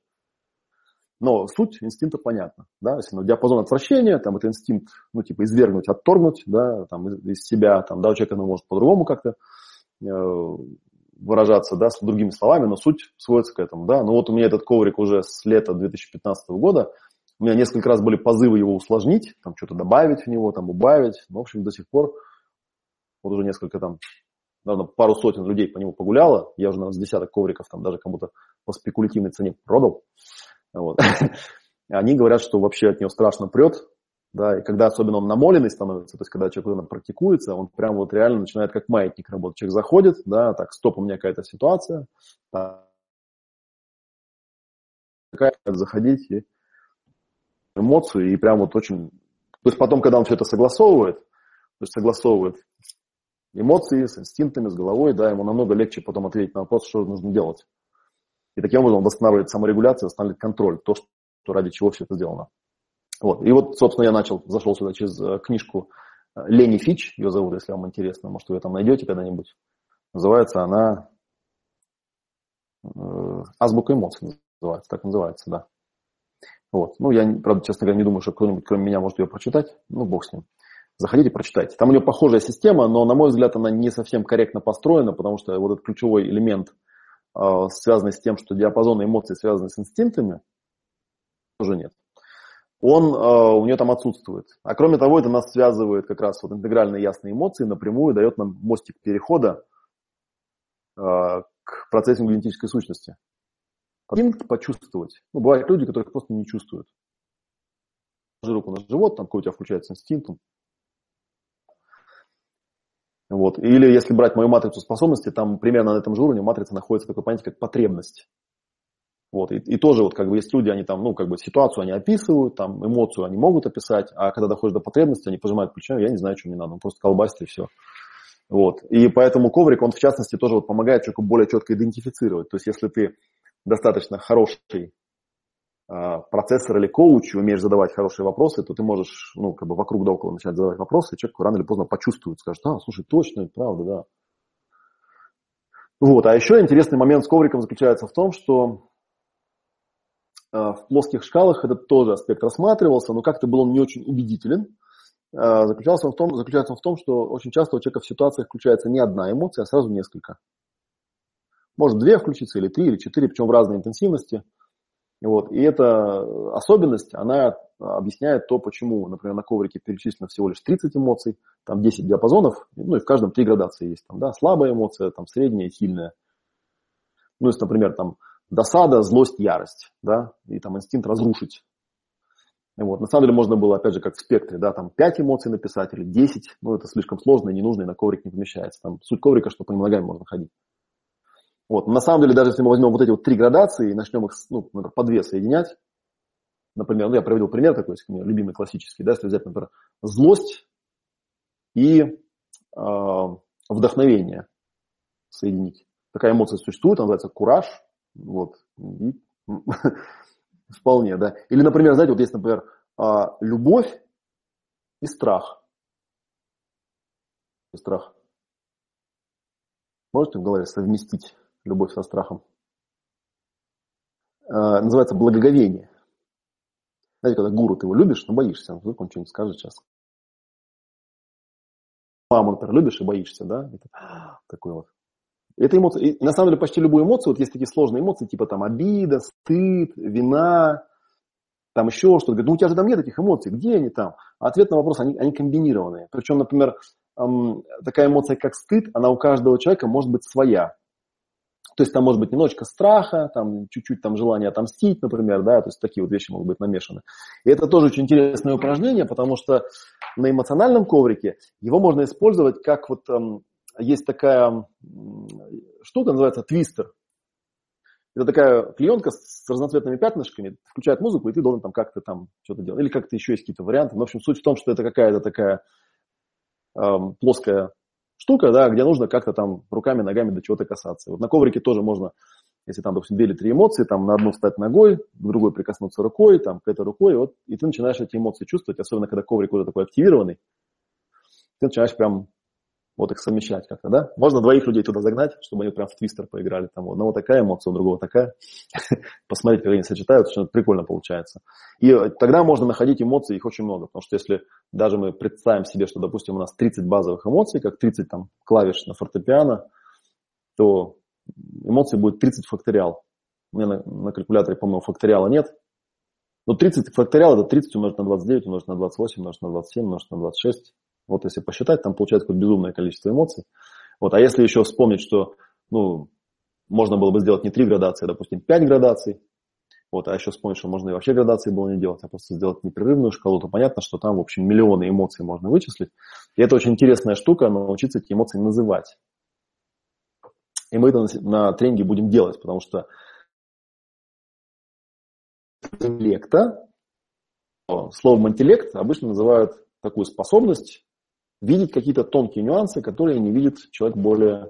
но суть инстинкта понятна, да, если ну, диапазон отвращения, там это инстинкт, ну, типа извергнуть, отторгнуть, да, там из, из себя, там, да, у человека, ну, может по-другому как-то э, выражаться, да, с другими словами, но суть сводится к этому, да, ну, вот у меня этот коврик уже с лета две тысячи пятнадцатого года. У меня несколько раз были позывы его усложнить, там что-то добавить в него, там убавить. Ну, в общем, до сих пор вот уже несколько там, наверное, пару сотен людей по нему погуляло. Я уже, наверное, с десяток ковриков там даже кому-то по спекулятивной цене продал. Вот. Они говорят, что вообще от него страшно прет. Да, и когда особенно он намоленный становится, то есть когда человек практикуется, он прям вот реально начинает как маятник работать. Человек заходит, да, так, стоп, у меня какая-то ситуация. Какая-то заходить и эмоцию, и прям вот очень... То есть потом, когда он все это согласовывает, то есть согласовывает эмоции с инстинктами, с головой, да, ему намного легче потом ответить на вопрос, что нужно делать. И таким образом он восстанавливает саморегуляцию, восстанавливает контроль, то, что, ради чего все это сделано. Вот. И вот, собственно, я начал, зашел сюда через книжку Лени Фич, ее зовут, если вам интересно, может, вы ее там найдете когда-нибудь. Называется она э, «Азбука эмоций», называется, так называется, да. Вот. Ну, я, правда, честно говоря, не думаю, что кто-нибудь, кроме меня, может ее прочитать. Ну, бог с ним. Заходите, прочитайте. Там у нее похожая система, но, на мой взгляд, она не совсем корректно построена, потому что вот этот ключевой элемент, э, связанный с тем, что диапазон эмоций связаны с инстинктами, тоже нет. Он э, у нее там отсутствует. А кроме того, это нас связывает как раз вот интегральные ясные эмоции, напрямую дает нам мостик перехода э, к процессингу генетической сущности. Инстинкт почувствовать. Ну, бывают люди, которые просто не чувствуют. Положи руку на живот, там какой у тебя включается инстинкт. Вот. Или если брать мою матрицу способностей, там примерно на этом же уровне матрица находится такое понятие, как потребность. Вот. И, и тоже вот как бы есть люди, они там, ну, как бы ситуацию они описывают, там эмоцию они могут описать, а когда доходишь до потребности, они пожимают плечами, я не знаю, что мне надо, он просто колбасит и все. Вот. И поэтому коврик, он в частности тоже вот помогает человеку более четко идентифицировать. То есть если ты достаточно хороший э, процессор или коуч, умеешь задавать хорошие вопросы, то ты можешь, ну, как бы вокруг да около начать задавать вопросы, и человек рано или поздно почувствует, скажет, а, слушай, точно, это правда, да. Вот. А еще интересный момент с ковриком заключается в том, что э, в плоских шкалах этот тоже аспект рассматривался, но как-то был он не очень убедителен. Э, заключался он в том, заключается он в том, что очень часто у человека в ситуациях включается не одна эмоция, а сразу несколько. Может две включиться, или три, или четыре, причем в разной интенсивности. Вот. И эта особенность, она объясняет то, почему, например, на коврике перечислено всего лишь тридцать эмоций, там десять диапазонов, ну и в каждом три градации есть. Там, да, слабая эмоция, там, средняя, сильная. Ну, если, например, там, досада, злость, ярость, да, и там инстинкт разрушить. Вот. На самом деле можно было, опять же, как в спектре, да, там пять эмоций написать или десять, но это слишком сложно и не нужно, и на коврик не помещается. Там суть коврика, что по ним ногами можно ходить. Вот. На самом деле, даже если мы возьмем вот эти вот три градации и начнем их, ну, например, по две соединять, например, ну, я приводил пример такой, у меня любимый классический, да, если взять, например, злость и э, вдохновение соединить. Такая эмоция существует, она называется кураж. Вот. И, вполне, да. Или, например, знаете, вот есть, например, э, любовь и страх. И страх. Можете в голове совместить любовь со страхом? Э, называется благоговение. Знаете, когда гуру ты его любишь, но боишься, вдруг он что-нибудь скажет сейчас. Маму, например, любишь и боишься, да? Это, такой вот. Это эмоции. И на самом деле почти любую эмоцию, вот есть такие сложные эмоции, типа там обида, стыд, вина, там еще что-то. Говорит, ну у тебя же там нет этих эмоций, где они там? А ответ на вопрос, они, они комбинированные. Причем, например, эм, такая эмоция, как стыд, она у каждого человека может быть своя. То есть там может быть немножечко страха, там чуть-чуть там желание отомстить, например, да, то есть такие вот вещи могут быть намешаны. И это тоже очень интересное упражнение, потому что на эмоциональном коврике его можно использовать как вот эм, есть такая штука, называется твистер. Это такая клеенка с разноцветными пятнышками, включает музыку, и ты должен там как-то там что-то делать. Или как-то еще есть какие-то варианты. В общем, суть в том, что это какая-то такая эм, плоская штука, да, где нужно как-то там руками, ногами до чего-то касаться. Вот на коврике тоже можно, если там, допустим, две или три эмоции, там на одну встать ногой, к другой прикоснуться рукой, там к этой рукой, вот, и ты начинаешь эти эмоции чувствовать, особенно когда коврик уже такой активированный, ты начинаешь прям вот их совмещать как-то, да. Можно двоих людей туда загнать, чтобы они прям в твистер поиграли. Там у одного такая эмоция, у другого такая. Посмотреть, как они сочетаются, очень прикольно получается. И тогда можно находить эмоции, их очень много. Потому что если даже мы представим себе, что, допустим, у нас тридцать базовых эмоций, как тридцать там клавиш на фортепиано, то эмоций будет тридцать факториал. У меня на, на калькуляторе, по-моему, факториала нет. Но тридцать факториал это тридцать умножить на двадцать девять, умножить на двадцать восемь, умножить на двадцать семь, умножить на двадцать шесть. Вот если посчитать, там получается какое-то безумное количество эмоций. Вот. А если еще вспомнить, что ну, можно было бы сделать не три градации, а, допустим, пять градаций, вот, а еще вспомнить, что можно и вообще градации было не делать, а просто сделать непрерывную шкалу, то понятно, что там, в общем, миллионы эмоций можно вычислить. И это очень интересная штука, научиться эти эмоции называть. И мы это на тренинге будем делать, потому что интеллекта, словом интеллект обычно называют такую способность видеть какие-то тонкие нюансы, которые не видит человек более э,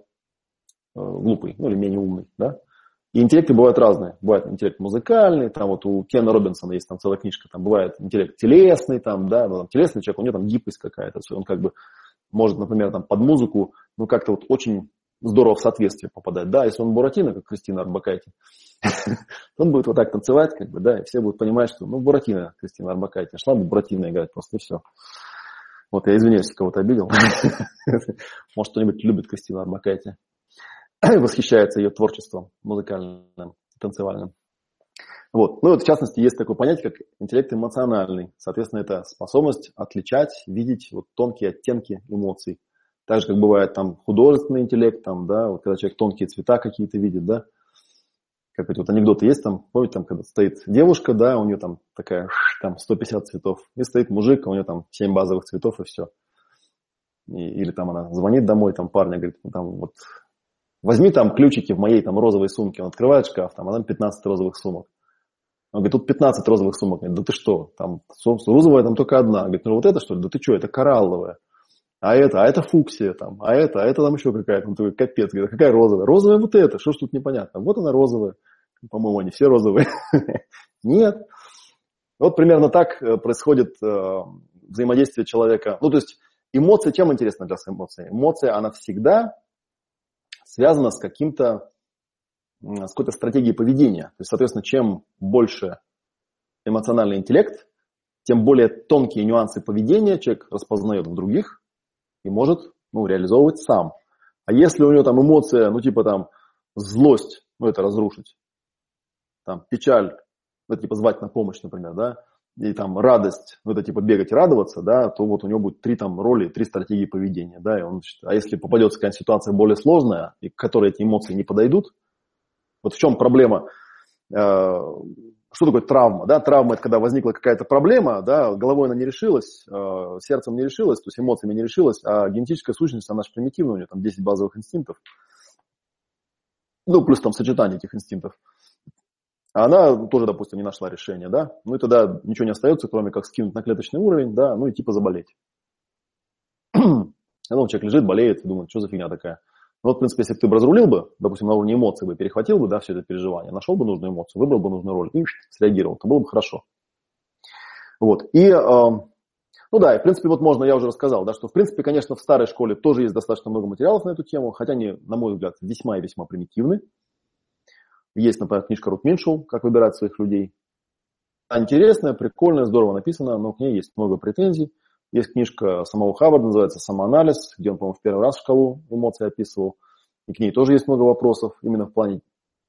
глупый, ну или менее умный, да. И интеллекты бывают разные. Бывает интеллект музыкальный, там вот у Кена Робинсона есть там целая книжка, там бывает интеллект телесный, там, да, ну, там, телесный человек, у него там гибкость какая-то, он как бы может, например, там под музыку, ну как-то вот очень здорово в соответствие попадать, да, если он Буратино, как Кристина Орбакайте, он будет вот так танцевать, как бы, да, и все будут понимать, что, ну, Буратино, Кристина Орбакайте, шла бы Буратино играть просто, и все. Вот, я извиняюсь, если кого-то обидел. Может, кто-нибудь любит Кристину Орбакайте. Восхищается ее творчеством музыкальным, танцевальным. Вот. Ну, вот, в частности, есть такое понятие, как интеллект эмоциональный. Соответственно, это способность отличать, видеть вот тонкие оттенки эмоций. Так же, как бывает там художественный интеллект, там, да, вот когда человек тонкие цвета какие-то видит, да. Как эти вот анекдоты есть там, помните, там, когда стоит девушка, да, у нее там такая, там, сто пятьдесят цветов, и стоит мужик, а у нее там семь базовых цветов, и все. И, или там она звонит домой, там, парня, говорит, ну, там, вот, возьми там ключики в моей там розовой сумке, он открывает шкаф, там, а там пятнадцать розовых сумок. Он говорит, тут пятнадцать розовых сумок. Говорит, да ты что, там, розовая там только одна. Говорит, ну вот это что ли? Да ты что, это коралловая. А это, а это фуксия там, а это, а это там еще какая-то. Он такой, капец, говорит, какая розовая? Розовая вот это, что ж тут непонятно? Вот она розовая. По-моему, они все розовые. Нет. Вот примерно так происходит взаимодействие человека. Ну, то есть эмоция, чем интересна для эмоций? Эмоция, она всегда связана с каким-то, с какой-то стратегией поведения. То есть, соответственно, чем больше эмоциональный интеллект, тем более тонкие нюансы поведения человек распознает в других и может, ну, реализовывать сам. А если у него там эмоция, ну, типа там злость, ну, это разрушить, там печаль, ну, это типа звать на помощь, например, да, и там радость, ну, это типа бегать и радоваться, да, то вот у него будет три там роли, три стратегии поведения, да, и он, а если попадется какая-то ситуация более сложная, и к которой эти эмоции не подойдут, вот в чем проблема, что такое травма, да, травма – это когда возникла какая-то проблема, да, головой она не решилась, сердцем не решилась, то есть эмоциями не решилась, а генетическая сущность, она же примитивная, у нее там десять базовых инстинктов. ну, плюс там сочетание этих инстинктов. А она тоже, допустим, не нашла решения, да, ну и тогда ничего не остается, кроме как скинуть на клеточный уровень, да, ну и типа заболеть. Ну, человек лежит, болеет, думает, что за фигня такая. Ну, вот, в принципе, если бы ты бы разрулил бы, допустим, на уровне эмоций бы, перехватил бы, да, все это переживание, нашел бы нужную эмоцию, выбрал бы нужную роль и среагировал, то было бы хорошо. Вот, и, э, ну да, и, в принципе, вот можно, я уже рассказал, да, что, в принципе, конечно, в старой школе тоже есть достаточно много материалов на эту тему, хотя они, на мой взгляд, весьма и весьма примитивны. Есть, например, книжка Рут Миншел «Как выбирать своих людей». Она интересная, прикольная, здорово написана, но к ней есть много претензий. Есть книжка самого Хаббарда, называется «Самоанализ», где он, по-моему, в первый раз шкалу эмоций описывал. И к ней тоже есть много вопросов именно в плане.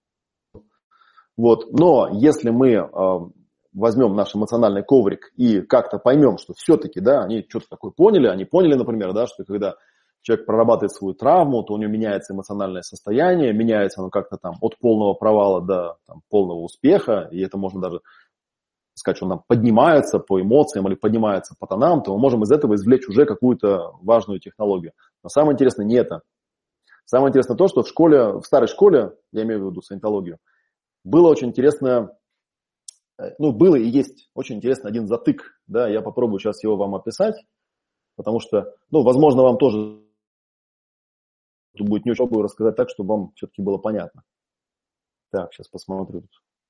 Вот. Но если мы э, возьмем наш эмоциональный коврик и как-то поймем, что все-таки, да, они что-то такое поняли, они поняли, например, да, что когда человек прорабатывает свою травму, то у него меняется эмоциональное состояние, меняется оно как-то там от полного провала до там, полного успеха, и это можно даже сказать, что он там поднимается по эмоциям или поднимается по тонам, то мы можем из этого извлечь уже какую-то важную технологию. Но самое интересное не это. Самое интересное то, что в школе, в старой школе, я имею в виду саентологию, было очень интересно, ну, было и есть очень интересный один затык, да, я попробую сейчас его вам описать, потому что, ну, возможно, вам тоже будет не очень попробую рассказать так, чтобы вам все-таки было понятно. Так, сейчас посмотрю.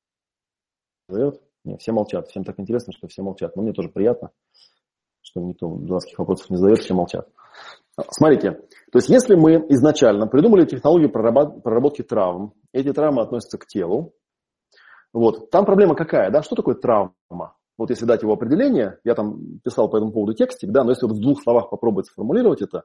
Нет, все молчат, всем так интересно, что все молчат, но мне тоже приятно, что никто дурацких вопросов не задает, все молчат. Смотрите, то есть если мы изначально придумали технологию проработки травм, эти травмы относятся к телу, вот, там проблема какая, да, что такое травма? Вот если дать его определение, я там писал по этому поводу текстик, да, но если вот в двух словах попробовать сформулировать это,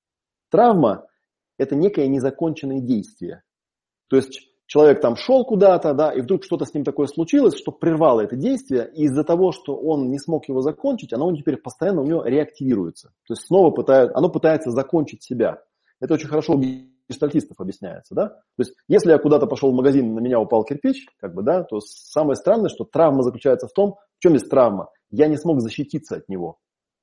травма – это некое незаконченное действие. То есть человек там шел куда-то, да, и вдруг что-то с ним такое случилось, что прервало это действие, и из-за того, что он не смог его закончить, оно теперь постоянно у него реактивируется. То есть снова пытает, оно пытается закончить себя. Это очень хорошо у гештальтистов объясняется, да. То есть если я куда-то пошел в магазин, на меня упал кирпич, как бы, да, то самое странное, что травма заключается в том, в чем есть травма. Я не смог защититься от него.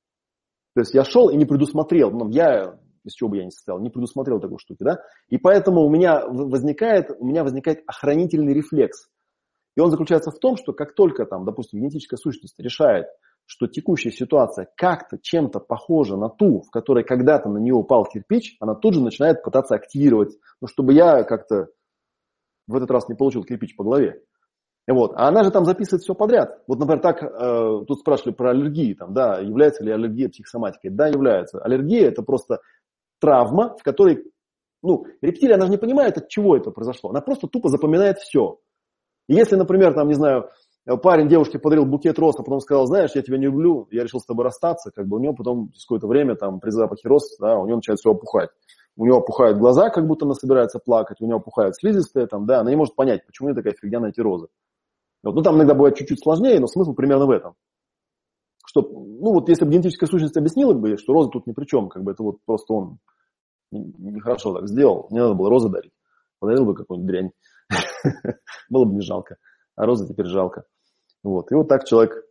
То есть я шел и не предусмотрел, ну, я... из чего бы я ни состоял, не предусмотрел такой штуки, да, и поэтому у меня возникает, у меня возникает охранительный рефлекс. И он заключается в том, что как только там, допустим, генетическая сущность решает, что текущая ситуация как-то чем-то похожа на ту, в которой когда-то на нее упал кирпич, она тут же начинает пытаться активировать, ну, чтобы я как-то в этот раз не получил кирпич по голове. Вот. А она же там записывает все подряд. Вот, например, так, э, тут спрашивали про аллергии, там, да, является ли аллергия психосоматикой. Да, является. Аллергия – это просто травма, в которой, ну, рептилия, она же не понимает, от чего это произошло. Она просто тупо запоминает все. И если, например, там, не знаю, парень девушке подарил букет роз, а потом сказал, знаешь, я тебя не люблю, я решил с тобой расстаться, как бы у него потом через какое-то время там при запахе роз, да, у него начинает все опухать. У него опухают глаза, как будто она собирается плакать, у него опухают слизистые, там, да, она не может понять, почему у нее такая фигня на эти розы. Вот. Ну, там иногда бывает чуть-чуть сложнее, но смысл примерно в этом. Что, ну, вот если бы генетическая сущность объяснила бы, что роза тут ни при чем, как бы это вот просто он нехорошо так сделал, не надо было розы дарить. Подарил бы какую-нибудь дрянь. Было бы не жалко. А розы теперь жалко. Вот. И вот так человек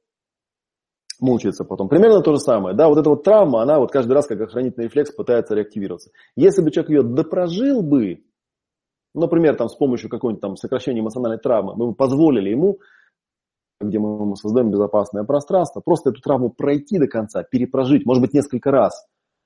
мучается потом. Примерно то же самое. Да, вот эта вот травма, она вот каждый раз как охранительный рефлекс пытается реактивироваться. Если бы человек ее допрожил бы, например, там, с помощью какой-нибудь там сокращения эмоциональной травмы, мы бы позволили ему, где мы ему создаем безопасное пространство, просто эту травму пройти до конца, перепрожить, может быть, несколько раз.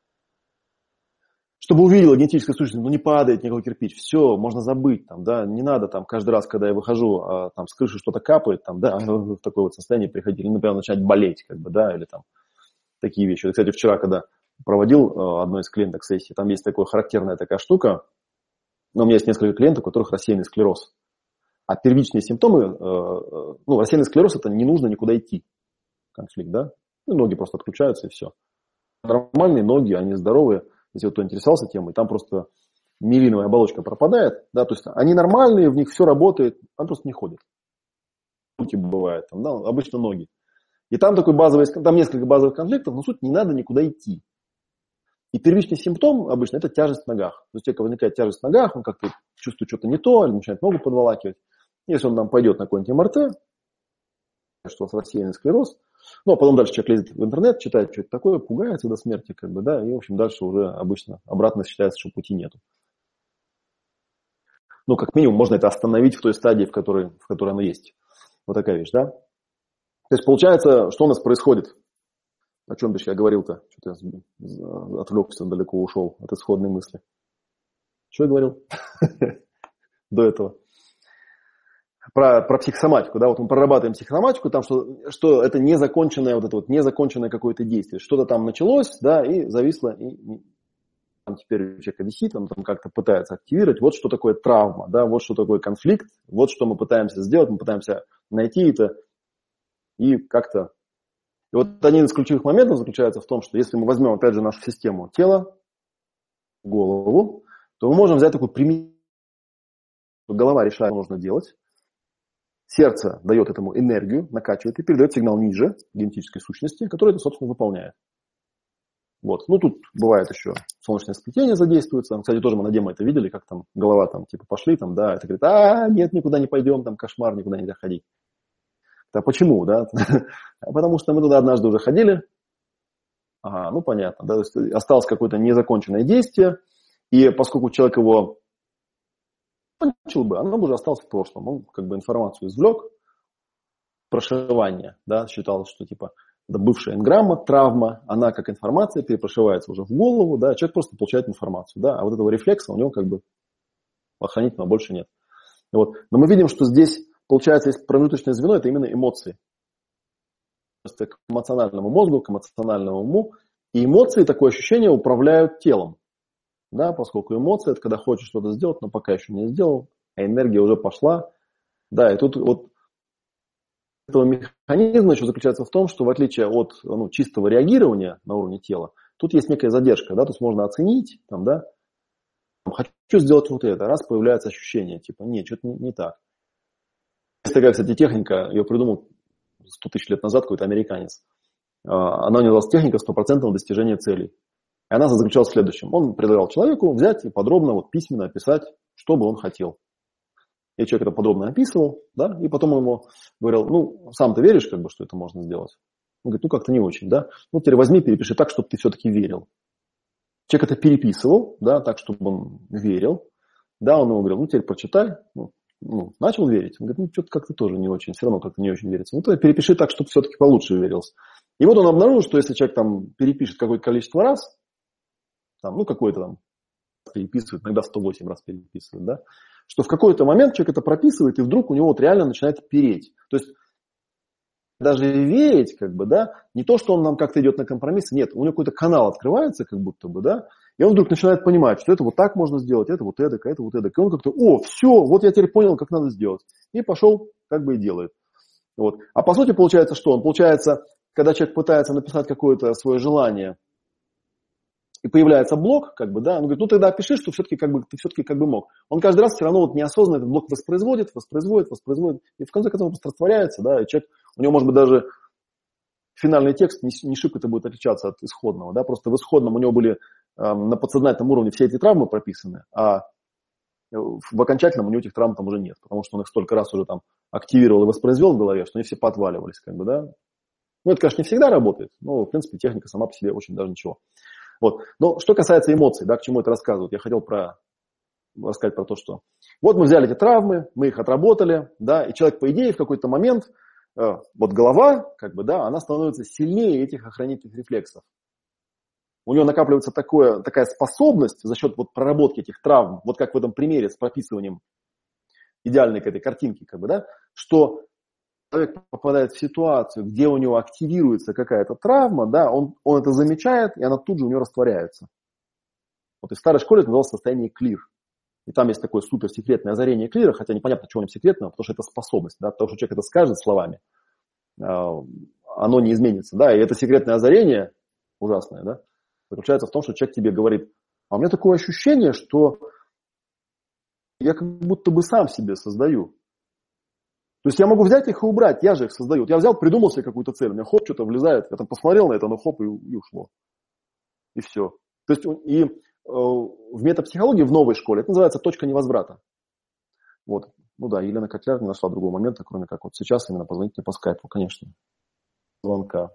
Чтобы увидела генетическая сущность, ну не падает никакой кирпич, все, можно забыть, там, да, не надо там каждый раз, когда я выхожу, а, там с крыши что-то капает, там, да, в такое вот состояние приходили, например, начать болеть, как бы, да, или там такие вещи. Кстати, вчера, когда проводил одной из клиенток сессии, там есть такая характерная такая штука, но у меня есть несколько клиентов, у которых рассеянный склероз. А первичные симптомы, ну, рассеянный склероз, это не нужно никуда идти, конфликт, да, ну, ноги просто отключаются и все. Нормальные ноги, они здоровые. Если вот кто интересовался темой, там просто миелиновая оболочка пропадает, да, то есть они нормальные, в них все работает, там просто не ходят. Руки бывают, там, да, обычно ноги. И там такой базовый, там несколько базовых конфликтов, но суть не надо никуда идти. И первичный симптом обычно это тяжесть в ногах. То есть, если возникает тяжесть в ногах, он как-то чувствует что-то не то, или начинает ногу подволакивать. Если он там пойдет на какой-нибудь эм эр тэ, что у вас рассеянный склероз, ну, а потом дальше человек лезет в интернет, читает, что это такое, пугается до смерти, как бы, да, и, в общем, дальше уже обычно обратно считается, что пути нету. Ну, как минимум, можно это остановить в той стадии, в которой, в которой оно есть. Вот такая вещь, да? То есть, получается, что у нас происходит? О чем бишь я говорил-то? Что-то я отвлекся, далеко ушел от исходной мысли. Что я говорил до этого? Про, про психосоматику, да, вот мы прорабатываем психосоматику, там, что, что это незаконченное, вот это вот незаконченное какое-то действие. Что-то там началось, да, и зависло, и там теперь у человека висит, он там как-то пытается активировать. Вот что такое травма, да, вот что такое конфликт, вот что мы пытаемся сделать, мы пытаемся найти это и как-то... И вот один из ключевых моментов заключается в том, что если мы возьмем, опять же, нашу систему тела, голову, то мы можем взять такую примитивную, голова решает, что нужно делать, сердце дает этому энергию, накачивает и передает сигнал ниже генетической сущности, которая это, собственно, выполняет. Вот. Ну, тут бывает еще солнечное сплетение задействуется. Кстати, тоже мы на демо это видели, как там голова там типа пошли, там, да, это говорит, а, нет, никуда не пойдем, там кошмар, никуда нельзя ходить. А почему, да? Потому что мы туда однажды уже ходили. Ага, ну понятно, да, то есть осталось какое-то незаконченное действие, и поскольку человек его закончил бы, оно бы уже осталось в прошлом. Он как бы информацию извлек, прошивание, да, считал, что типа это бывшая энграмма, травма, она как информация перепрошивается уже в голову, да, человек просто получает информацию, да, а вот этого рефлекса у него как бы охранительного больше нет. Вот. Но мы видим, что здесь, получается, есть промежуточное звено, это именно эмоции. Просто к эмоциональному мозгу, к эмоциональному уму. И эмоции, такое ощущение, управляют телом. Да, поскольку эмоции, это когда хочешь что-то сделать, но пока еще не сделал, а энергия уже пошла. Да, и тут вот этого механизма еще заключается в том, что в отличие от ну, чистого реагирования на уровне тела, тут есть некая задержка, да, то есть можно оценить, там, да, хочу сделать вот это, раз появляется ощущение, типа, нет, что-то не, не так. Есть такая, кстати, техника, ее придумал сто тысяч лет назад какой-то американец. Она называлась техника стопроцентного достижения целей. И она заключалась в следующем. Он предлагал человеку взять и подробно, вот, письменно описать, что бы он хотел. И человек это подробно описывал, да, и потом он ему говорил, ну, сам ты веришь, как бы, что это можно сделать? Он говорит, ну, как-то не очень, да. Ну, теперь возьми, перепиши так, чтобы ты все-таки верил. Человек это переписывал, да, так, чтобы он верил. Да, он ему говорил, ну, теперь прочитай. Ну, ну, начал верить. Он говорит, ну, что-то как-то тоже не очень, все равно как-то не очень верится. Ну, то перепиши так, чтобы все-таки получше верился. И вот он обнаружил, что если человек там перепишет какое-то количество раз, там, ну, какой-то там переписывает, иногда сто восемь раз переписывает, да, что в какой-то момент человек это прописывает, и вдруг у него вот реально начинает переть. То есть даже верить, как бы, да, не то, что он нам как-то идет на компромиссы, нет, у него какой-то канал открывается, как будто бы, да, и он вдруг начинает понимать, что это вот так можно сделать, это вот эдак, это вот эдак. И он как-то, о, все, вот я теперь понял, как надо сделать. И пошел, как бы и делает. Вот. А по сути получается что? Он получается, когда человек пытается написать какое-то свое желание, и появляется блок, как бы, да, он говорит, ну тогда пиши, что все-таки как бы, ты все-таки как бы мог. Он каждый раз все равно вот неосознанно этот блок воспроизводит, воспроизводит, воспроизводит, и в конце концов просто растворяется, да, и человек, у него может быть даже финальный текст не, не шибко это будет отличаться от исходного, да, просто в исходном у него были э, на подсознательном уровне все эти травмы прописаны, а в окончательном у него этих травм там уже нет, потому что он их столько раз уже там активировал и воспроизвел в голове, что они все поотваливались, как бы, да. Ну, это, конечно, не всегда работает, но, в принципе, техника сама по себе очень даже ничего. Вот. Но что касается эмоций, да, к чему это рассказывают, я хотел про, рассказать про то, что вот мы взяли эти травмы, мы их отработали, да, и человек, по идее, в какой-то момент, э, вот голова, как бы, да, она становится сильнее этих охранительных рефлексов. У него накапливается такое, такая способность за счет вот проработки этих травм, вот как в этом примере с прописыванием идеальной к этой картинке, как бы, да, что человек попадает в ситуацию, где у него активируется какая-то травма, да, он, он это замечает, и она тут же у него растворяется. Вот и в старой школе это называлось состояние клир. И там есть такое суперсекретное озарение клира, хотя непонятно, чего в нем секретного, потому что это способность, да, потому что человек это скажет словами, оно не изменится, да, и это секретное озарение, ужасное, да, заключается в том, что человек тебе говорит, а у меня такое ощущение, что я как будто бы сам себе создаю. То есть я могу взять их и убрать, я же их создаю. Вот я взял, придумал себе какую-то цель, у меня хоп, что-то влезает, я там посмотрел на это, оно хоп, и, и ушло. И все. То есть и э, в метапсихологии в новой школе это называется точка невозврата. Вот. Ну да, Елена Котляр не нашла другого момента, кроме как вот сейчас именно позвонить мне по скайпу, конечно. Звонка.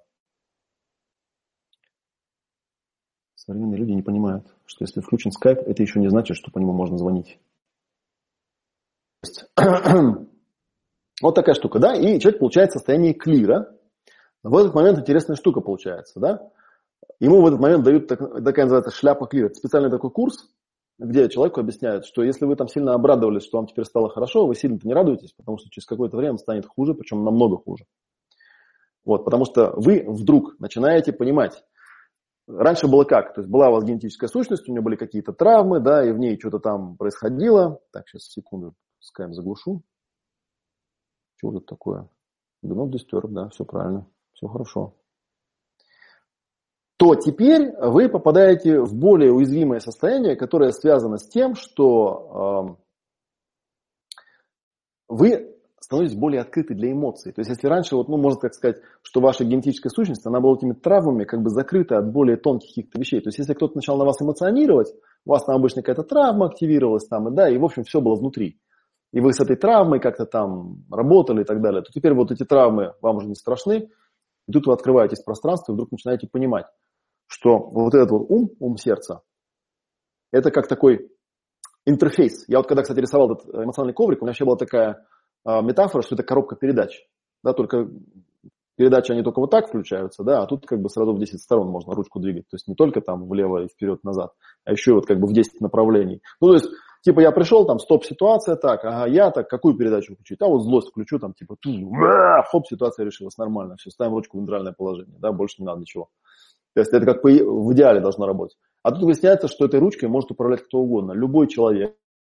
Современные люди не понимают, что если включен скайп, это еще не значит, что по нему можно звонить. Вот такая штука, да, и человек получает состояние клира. В этот момент интересная штука получается, да. Ему в этот момент дают так, такая называется шляпа клира. Это специальный такой курс, где человеку объясняют, что если вы там сильно обрадовались, что вам теперь стало хорошо, вы сильно-то не радуетесь, потому что через какое-то время станет хуже, причем намного хуже. Вот, потому что вы вдруг начинаете понимать. Раньше было как? То есть была у вас генетическая сущность, у нее были какие-то травмы, да, и в ней что-то там происходило. Так, сейчас, секунду, скайп заглушу. Что тут такое? Do not disturb, да, все правильно, все хорошо. То теперь вы попадаете в более уязвимое состояние, которое связано с тем, что э, вы становитесь более открыты для эмоций. То есть если раньше, вот, ну, можно так сказать, что ваша генетическая сущность, она была этими травмами как бы закрыта от более тонких каких-то вещей. То есть если кто-то начал на вас эмоционировать, у вас там обычно какая-то травма активировалась, там, и, да, и в общем все было внутри. И вы с этой травмой как-то там работали и так далее, то теперь вот эти травмы вам уже не страшны. И тут вы открываетесь в пространство и вдруг начинаете понимать, что вот этот вот ум, ум сердца, это как такой интерфейс. Я вот когда, кстати, рисовал этот эмоциональный коврик, у меня вообще была такая э, метафора, что это коробка передач. Да, только передачи, они только вот так включаются, да, а тут как бы сразу в десять сторон можно ручку двигать. То есть не только там влево и вперед-назад, а еще вот как бы в десять направлений. Ну, то есть, типа я пришел, там, стоп-ситуация, так, ага, я так, какую передачу включить? А вот злость включу, там, типа, хоп, ситуация решилась нормально, все, ставим ручку в нейтральное положение, да, больше не надо ничего. То есть это как в идеале должно работать. А тут выясняется, что этой ручкой может управлять кто угодно. Любой человек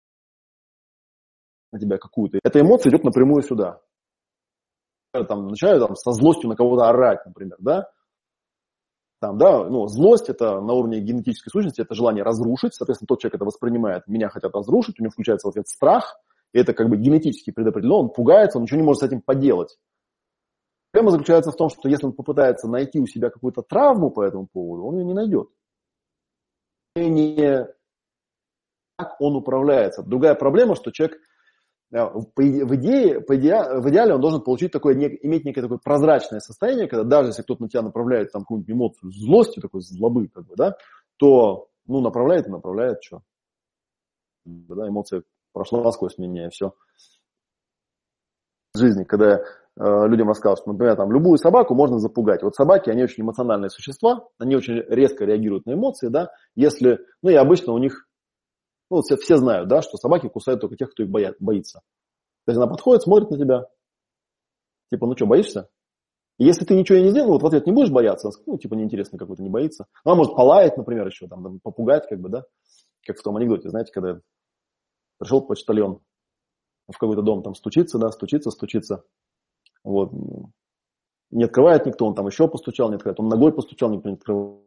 на тебя какую-то. Эта эмоция идет напрямую сюда. Там, начинаю там, со злостью на кого-то орать, например, да. Там, да, ну, злость – это на уровне генетической сущности, это желание разрушить. Соответственно, тот человек это воспринимает, меня хотят разрушить, у него включается в ответ страх. И это как бы генетически предопределено, он пугается, он ничего не может с этим поделать. Проблема заключается в том, что если он попытается найти у себя какую-то травму по этому поводу, он ее не найдет. И не как он управляется. Другая проблема, что человек, в идее, по идеале, в идеале он должен получить такое, иметь некое такое прозрачное состояние, когда даже если кто-то на тебя направляет там какую-нибудь эмоцию злости, такой злобы, как бы, да, то ну, направляет и направляет, что. Да, эмоция прошла сквозь меня, и все. В жизни, когда людям рассказывал, что, например, там, любую собаку можно запугать. Вот собаки, они очень эмоциональные существа, они очень резко реагируют на эмоции, да, если, ну и обычно у них, ну, все, все знают, да, что собаки кусают только тех, кто их боя, боится. То есть она подходит, смотрит на тебя, типа, ну что, боишься? И если ты ничего не сделал, вот в ответ не будешь бояться, ну, типа, неинтересно, какой-то не боится. Она может полаять, например, еще, там, попугать, как бы, да, как в том анекдоте, знаете, когда пришел почтальон в какой-то дом, там, стучится, да, стучится, стучится. Вот. Не открывает никто, он там еще постучал, не открывает. Он ногой постучал, никто не открывает.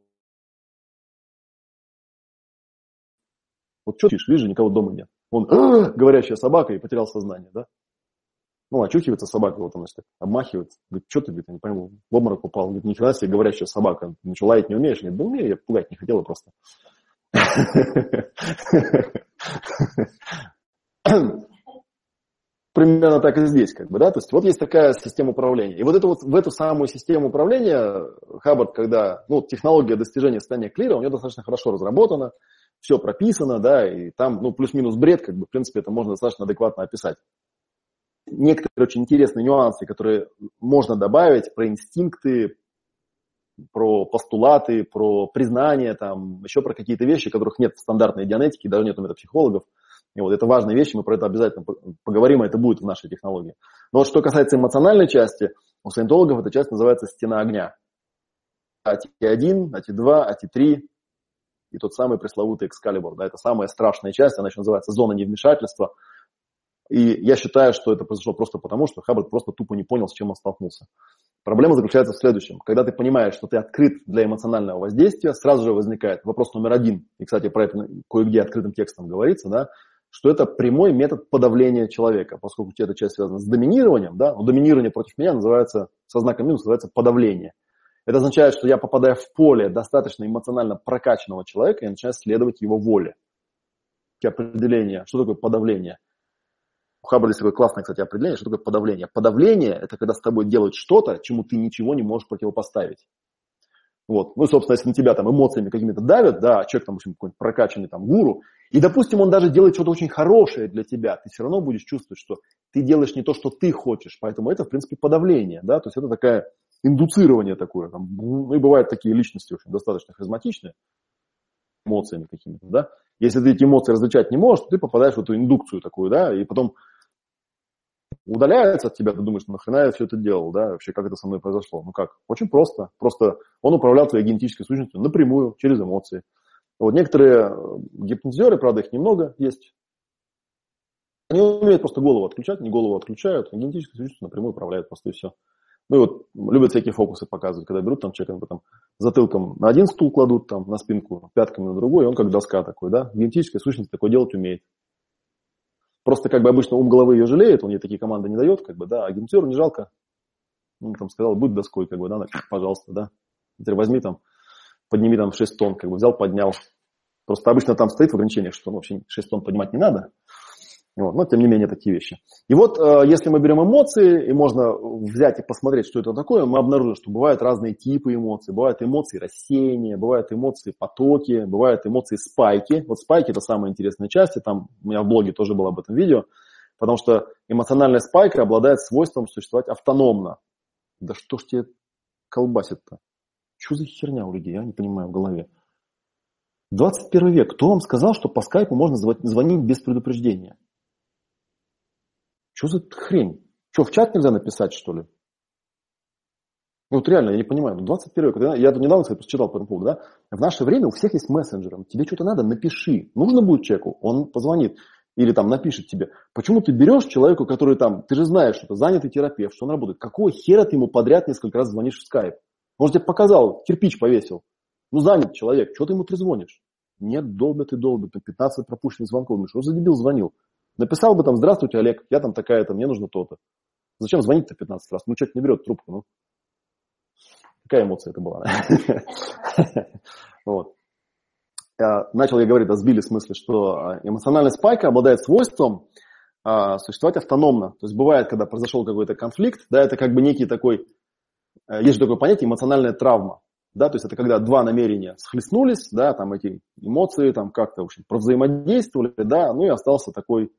Вот что чишь, вижу, никого дома нет. Он, говорящая собака, и потерял сознание, да? Ну, очухивается собака, вот она так обмахивается. Говорит, что ты, говорит, я не пойму, в обморок упал. Говорит, ни хрена себе говорящая собака. Ну что, лаять не умеешь? Говорит, да умею, я пугать не хотела просто. Примерно так и здесь, как бы, да, то есть вот есть такая система управления. И вот, это вот в эту самую систему управления Хаббард, когда, ну, технология достижения состояния клира, у него достаточно хорошо разработана, все прописано, да, и там, ну, плюс-минус бред, как бы, в принципе, это можно достаточно адекватно описать. Некоторые очень интересные нюансы, которые можно добавить про инстинкты, про постулаты, про признание, там, еще про какие-то вещи, которых нет в стандартной дианетике, даже нет у метапсихологов. И вот это важные вещи, мы про это обязательно поговорим, и это будет в нашей технологии. Но вот что касается эмоциональной части, у саентологов эта часть называется стена огня. А Ти один, А Ти два, А Ти три и тот самый пресловутый Экскалибур. Да, это самая страшная часть, она еще называется зона невмешательства. И я считаю, что это произошло просто потому, что Хаббард просто тупо не понял, с чем он столкнулся. Проблема заключается в следующем. Когда ты понимаешь, что ты открыт для эмоционального воздействия, сразу же возникает вопрос номер один. И, кстати, про это кое-где открытым текстом говорится, да, что это прямой метод подавления человека, поскольку эта часть связана с доминированием, да, но доминирование против меня называется, со знаком минус называется подавление. Это означает, что я попадаю в поле достаточно эмоционально прокачанного человека и начинаю следовать его воле. Определение, что такое подавление? У Хаббарда есть такое классное, кстати, определение, что такое подавление. Подавление – это когда с тобой делают что-то, чему ты ничего не можешь противопоставить. Вот. Ну, собственно, если на тебя там эмоциями какими-то давят, да, человек там, в общем, какой-нибудь прокачанный там гуру, и, допустим, он даже делает что-то очень хорошее для тебя, ты все равно будешь чувствовать, что ты делаешь не то, что ты хочешь. Поэтому это, в принципе, подавление, да, то есть это такая индуцирование такое. Там, ну, и бывают такие личности очень достаточно харизматичные, эмоциями какими-то, да. Если ты эти эмоции различать не можешь, то ты попадаешь в эту индукцию такую, да, и потом удаляется от тебя, ты думаешь, ну нахрена я все это делал, да, вообще как это со мной произошло? Ну как? Очень просто. Просто он управлял твоей генетической сущностью напрямую, через эмоции. Вот некоторые гипнотизеры, правда, их немного есть, они умеют просто голову отключать, не голову отключают, а генетической сущностью напрямую управляют просто и все. Ну и вот любят всякие фокусы показывать, когда берут там человека, там, затылком на один стул кладут, там, на спинку, пятками на другой, и он как доска такой, да, генетическая сущность такое делать умеет. Просто как бы обычно ум головы ее жалеет, он ей такие команды не дает, как бы, да, а гипнотизеру не жалко. Он там сказал, будь доской, как бы, да, пожалуйста, да. Теперь возьми там, подними там шесть тонн, как бы, взял, поднял. Просто обычно там стоит в ограничениях, что ну, вообще шесть тонн поднимать не надо. Вот, но, тем не менее, такие вещи. И вот, если мы берем эмоции, и можно взять и посмотреть, что это такое, мы обнаружим, что бывают разные типы эмоций. Бывают эмоции рассеяния, бывают эмоции потоки, бывают эмоции спайки. Вот спайки – это самая интересная часть, и там у меня в блоге тоже было об этом видео, потому что эмоциональная спайка обладает свойством существовать автономно. Да что ж тебе колбасит-то? Что за херня у людей, я не понимаю в голове. двадцать первый век. Кто вам сказал, что по скайпу можно звонить без предупреждения? Что за хрень? Что, в чат нельзя написать, что ли? Ну, вот реально, я не понимаю. Ну, двадцать первый век. Я тут недавно, кстати, читал по этому поводу, да? В наше время у всех есть мессенджеры. Тебе что-то надо, напиши. Нужно будет человеку, он позвонит. Или там напишет тебе. Почему ты берешь человеку, который там, ты же знаешь, что это занятый терапевт, что он работает. Какого хера ты ему подряд несколько раз звонишь в скайп? Он же тебе показал, кирпич повесил. Ну, занят человек, что ты ему трезвонишь? Нет, долбит и долбит. пятнадцать пропущенных звонков. Думаешь, что за дебил звонил? Написал бы там, здравствуйте, Олег, я там такая-то, мне нужно то-то. Зачем звонить-то пятнадцать раз? Ну, человек не берет трубку, ну. Какая эмоция это была? Вот. Начал я говорить, да, сбили в смысле, что эмоциональная спайка обладает свойством существовать автономно. То есть бывает, когда произошел какой-то конфликт, да, это как бы некий такой, есть же такое понятие эмоциональная травма. Да, то есть это когда два намерения схлестнулись, да, там эти эмоции там как-то, в общем, провзаимодействовали, да, ну и остался такой,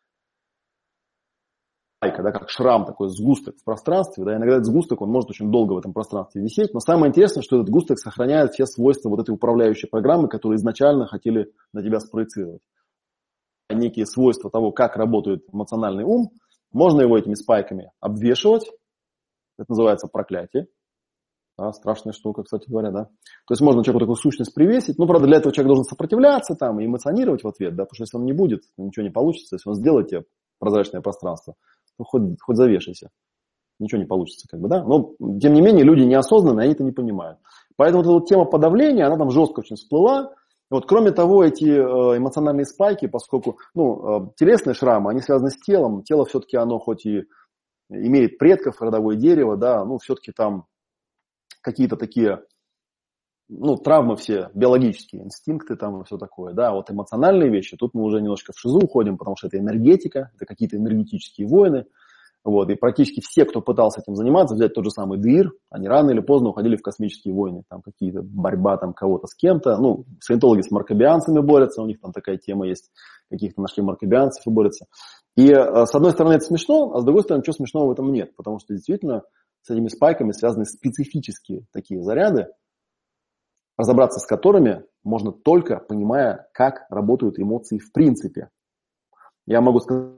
да, как шрам, такой сгусток в пространстве, да, иногда этот сгусток, он может очень долго в этом пространстве висеть, но самое интересное, что этот сгусток сохраняет все свойства вот этой управляющей программы, которые изначально хотели на тебя спроецировать. Некие свойства того, как работает эмоциональный ум, можно его этими спайками обвешивать, это называется проклятие. Да, страшная штука, кстати говоря, да. То есть можно человеку такую сущность привесить. Ну, правда, для этого человек должен сопротивляться там и эмоционировать в ответ, да, потому что если он не будет, ничего не получится. Если он сделает тебе прозрачное пространство, ну, хоть, хоть завешайся. Ничего не получится, как бы, да. Но, тем не менее, люди неосознанные, они это не понимают. Поэтому вот эта вот тема подавления, она там жестко очень всплыла. Вот, кроме того, эти эмоциональные спайки, поскольку, ну, телесные шрамы, они связаны с телом. Тело все-таки, оно хоть и имеет предков, родовое дерево, да, ну, все-таки там какие-то такие, ну, травмы все, биологические, инстинкты там и все такое, да, вот эмоциональные вещи, тут мы уже немножко в шизу уходим, потому что это энергетика, это какие-то энергетические войны, вот, и практически все, кто пытался этим заниматься, взять тот же самый ДИИР, они рано или поздно уходили в космические войны, там какие-то борьба там кого-то с кем-то, ну, саентологи с маркобианцами борются, у них там такая тема есть, каких-то нашли маркобианцев и борются. И с одной стороны это смешно, а с другой стороны ничего смешного в этом нет, потому что действительно с этими спайками связаны специфические такие заряды, разобраться с которыми можно только понимая, как работают эмоции в принципе. Я могу сказать,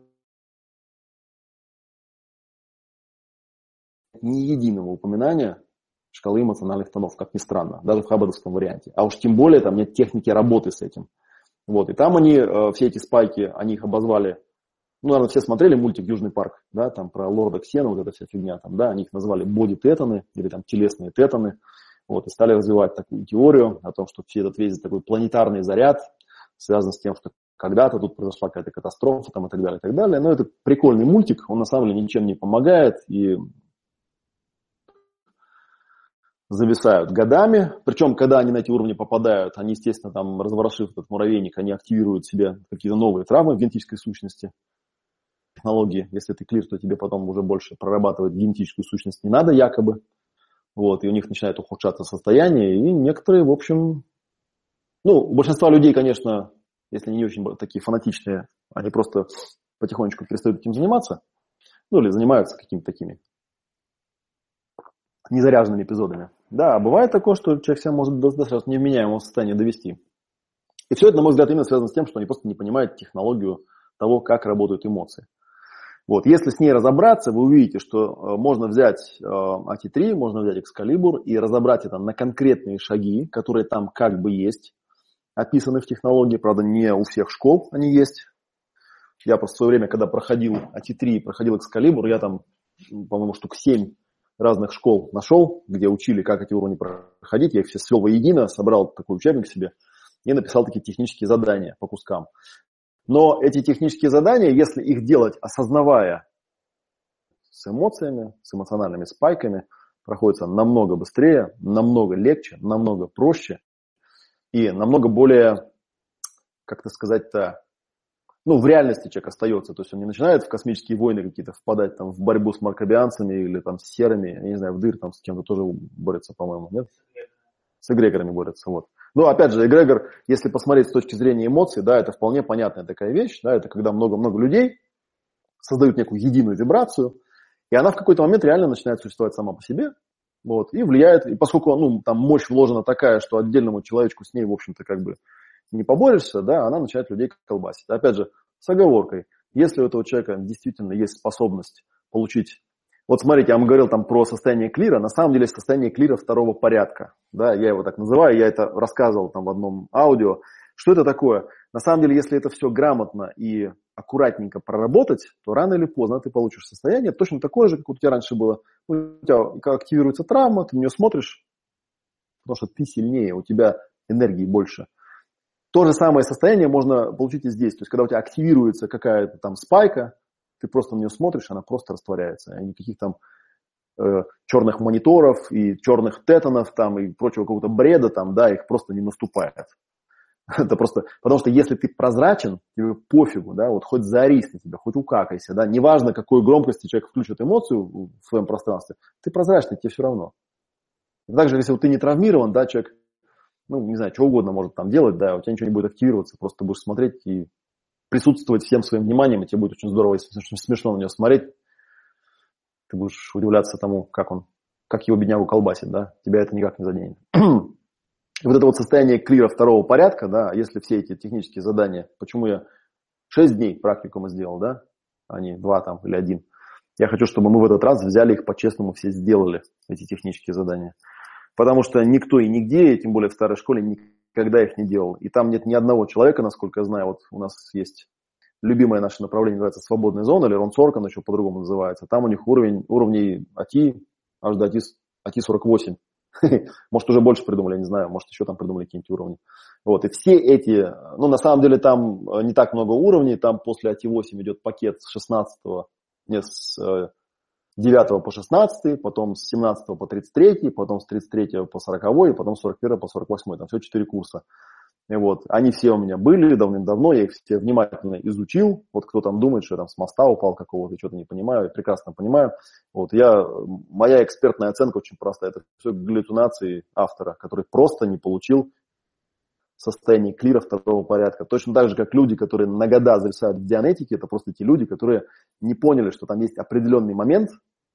ни единого упоминания шкалы эмоциональных тонов, как ни странно, даже в хаббардовском варианте. А уж тем более там нет техники работы с этим. Вот. И там они, все эти спайки, они их обозвали. Ну, наверное, все смотрели мультик «Южный парк», да, там про лорда Ксена, вот эта вся фигня, там, да, они их назвали боди-тетаны или там телесные тетаны, вот, и стали развивать такую теорию о том, что все этот весь такой планетарный заряд связан с тем, что когда-то тут произошла какая-то катастрофа, там, и так далее, и так далее. Но это прикольный мультик, он на самом деле ничем не помогает, и зависают годами, причем, когда они на эти уровни попадают, они, естественно, там, разворошив этот муравейник, они активируют в себе какие-то новые травмы в генетической сущности. Технологии, если ты клир, то тебе потом уже больше прорабатывать генетическую сущность не надо якобы. вот, и у них начинает ухудшаться состояние, и некоторые, в общем, ну, у большинства людей, конечно, если они не очень такие фанатичные, они просто потихонечку перестают этим заниматься, ну, или занимаются какими-то такими незаряженными эпизодами. Да, а бывает такое, что человек себя может до достаточно невменяемого состояния довести. И все это, на мой взгляд, именно связано с тем, что они просто не понимают технологию того, как работают эмоции. Вот. Если с ней разобраться, вы увидите, что можно взять э, эй ти три, можно взять Excalibur и разобрать это на конкретные шаги, которые там как бы есть, описаны в технологии, правда, не у всех школ они есть. Я просто в свое время, когда проходил эй ти три, проходил Excalibur, я там, по-моему, штук семь разных школ нашел, где учили, как эти уровни проходить. Я их все свел воедино, собрал такой учебник себе и написал такие технические задания по кускам. Но эти технические задания, если их делать, осознавая с эмоциями, с эмоциональными спайками, проходятся намного быстрее, намного легче, намного проще и намного более, как-то сказать-то, ну, в реальности человек остается. То есть он не начинает в космические войны какие-то впадать там, в борьбу с маркобианцами или там, с серыми, я не знаю, в дыр там с кем-то тоже борется, по-моему, нет? С эгрегорами борется, вот. Но, опять же, эгрегор, если посмотреть с точки зрения эмоций, да, это вполне понятная такая вещь, да, это когда много-много людей создают некую единую вибрацию, и она в какой-то момент реально начинает существовать сама по себе, вот, и влияет, и поскольку, ну, там мощь вложена такая, что отдельному человечку с ней, в общем-то, как бы не поборешься, да, она начинает людей колбасить. Опять же, с оговоркой, если у этого человека действительно есть способность получить. Вот смотрите, я вам говорил там про состояние клира, на самом деле состояние клира второго порядка, да, я его так называю, я это рассказывал там в одном аудио. Что это такое? На самом деле, если это все грамотно и аккуратненько проработать, то рано или поздно ты получишь состояние точно такое же, как у тебя раньше было. У тебя активируется травма, ты на нее смотришь, потому что ты сильнее, у тебя энергии больше. То же самое состояние можно получить и здесь. То есть, когда у тебя активируется какая-то там спайка, ты просто на нее смотришь, она просто растворяется. И никаких там э, черных мониторов и черных тетанов там, и прочего какого-то бреда там, да, их просто не наступает. Это просто, потому что если ты прозрачен, тебе пофигу, да, вот хоть заорись на тебя, хоть укакайся, да, неважно, какой громкости человек включит эмоцию в своем пространстве, ты прозрачный, тебе все равно. Также, если вот ты не травмирован, да, человек, ну, не знаю, что угодно может там делать, да, у тебя ничего не будет активироваться, просто ты будешь смотреть и присутствовать всем своим вниманием, и тебе будет очень здорово, если очень смешно на него смотреть. Ты будешь удивляться тому, как он, как его беднягу колбасит, да, тебя это никак не заденет. И вот это вот состояние клира второго порядка, да, если все эти технические задания, почему я шесть дней практикума сделал, да, а не два там или один. Я хочу, чтобы мы в этот раз взяли их по-честному, все сделали, эти технические задания. Потому что никто и нигде, тем более в старой школе, никогда их не делал. И там нет ни одного человека, насколько я знаю, вот у нас есть любимое наше направление, называется «Свободная зона», или Рон Соркан еще по-другому называется. Там у них уровень, уровней эй ти аж до эй ти сорок восемь. Может, уже больше придумали, я не знаю, может, еще там придумали какие-нибудь уровни. Вот, и все эти, ну, на самом деле, там не так много уровней, там после эй ти восемь идет пакет с шестнадцатого, нет, с девятого по шестнадцатый, потом с семнадцатого по тридцать третий, потом с тридцать третьего по сороковой, и потом с сорок первого по сорок восьмой, там все четыре курса. И вот, они все у меня были давным-давно, я их все внимательно изучил. Вот кто там думает, что я там с моста упал какого-то, что-то не понимаю, я прекрасно понимаю. Вот я, моя экспертная оценка очень простая. Это все галлюцинации автора, который просто не получил состояние клира второго порядка. Точно так же, как люди, которые на года зависают в дианетике, это просто те люди, которые не поняли, что там есть определенный момент,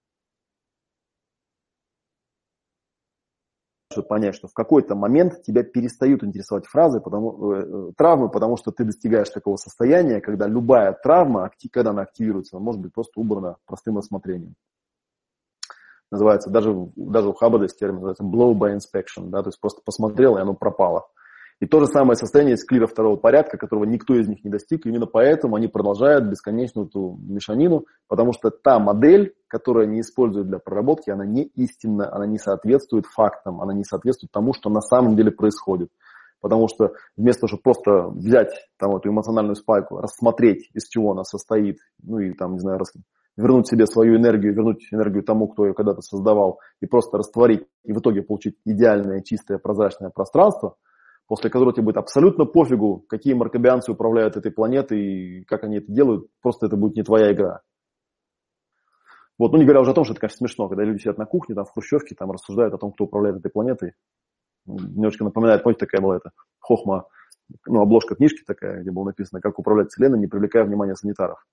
чтобы понять, что в какой-то момент тебя перестают интересовать фразы, потому, э, травмы, потому что ты достигаешь такого состояния, когда любая травма, когда она активируется, она может быть просто убрана простым рассмотрением. Называется, даже, даже у Хаббарда есть термин, называется blow by inspection, да, то есть просто посмотрел, и оно пропало. И то же самое состояние есть клира второго порядка, которого никто из них не достиг. И именно поэтому они продолжают бесконечную эту мешанину, потому что та модель, которую они используют для проработки, она не истинна, она не соответствует фактам, она не соответствует тому, что на самом деле происходит. Потому что вместо того, чтобы просто взять там эту эмоциональную спайку, рассмотреть, из чего она состоит, ну и там, не знаю, рас... вернуть себе свою энергию, вернуть энергию тому, кто ее когда-то создавал, и просто растворить, и в итоге получить идеальное, чистое, прозрачное пространство, после которого тебе будет абсолютно пофигу, какие маркобианцы управляют этой планетой и как они это делают, просто это будет не твоя игра. Вот, ну не говоря уже о том, что это, конечно, смешно, когда люди сидят на кухне, там в хрущевке, там рассуждают о том, кто управляет этой планетой. Немножко напоминает, помните, такая была эта хохма, ну, обложка книжки такая, где было написано, как управлять Вселенной, не привлекая внимания санитаров.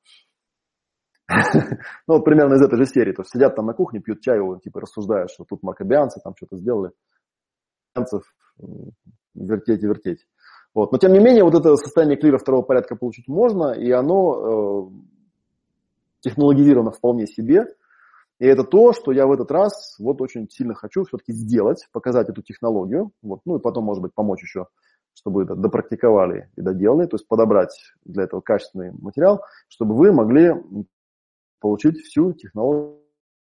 Ну, вот примерно из этой же серии. То есть сидят там на кухне, пьют чай, типа рассуждают, что тут макабеанцы там что-то сделали. Вертеть и вертеть. Вот. Но, тем не менее, вот это состояние клира второго порядка получить можно, и оно э, технологизировано вполне себе. И это то, что я в этот раз вот очень сильно хочу все-таки сделать, показать эту технологию. Вот. Ну и потом, может быть, помочь еще, чтобы это допрактиковали и доделали. То есть подобрать для этого качественный материал, чтобы вы могли получить всю технологию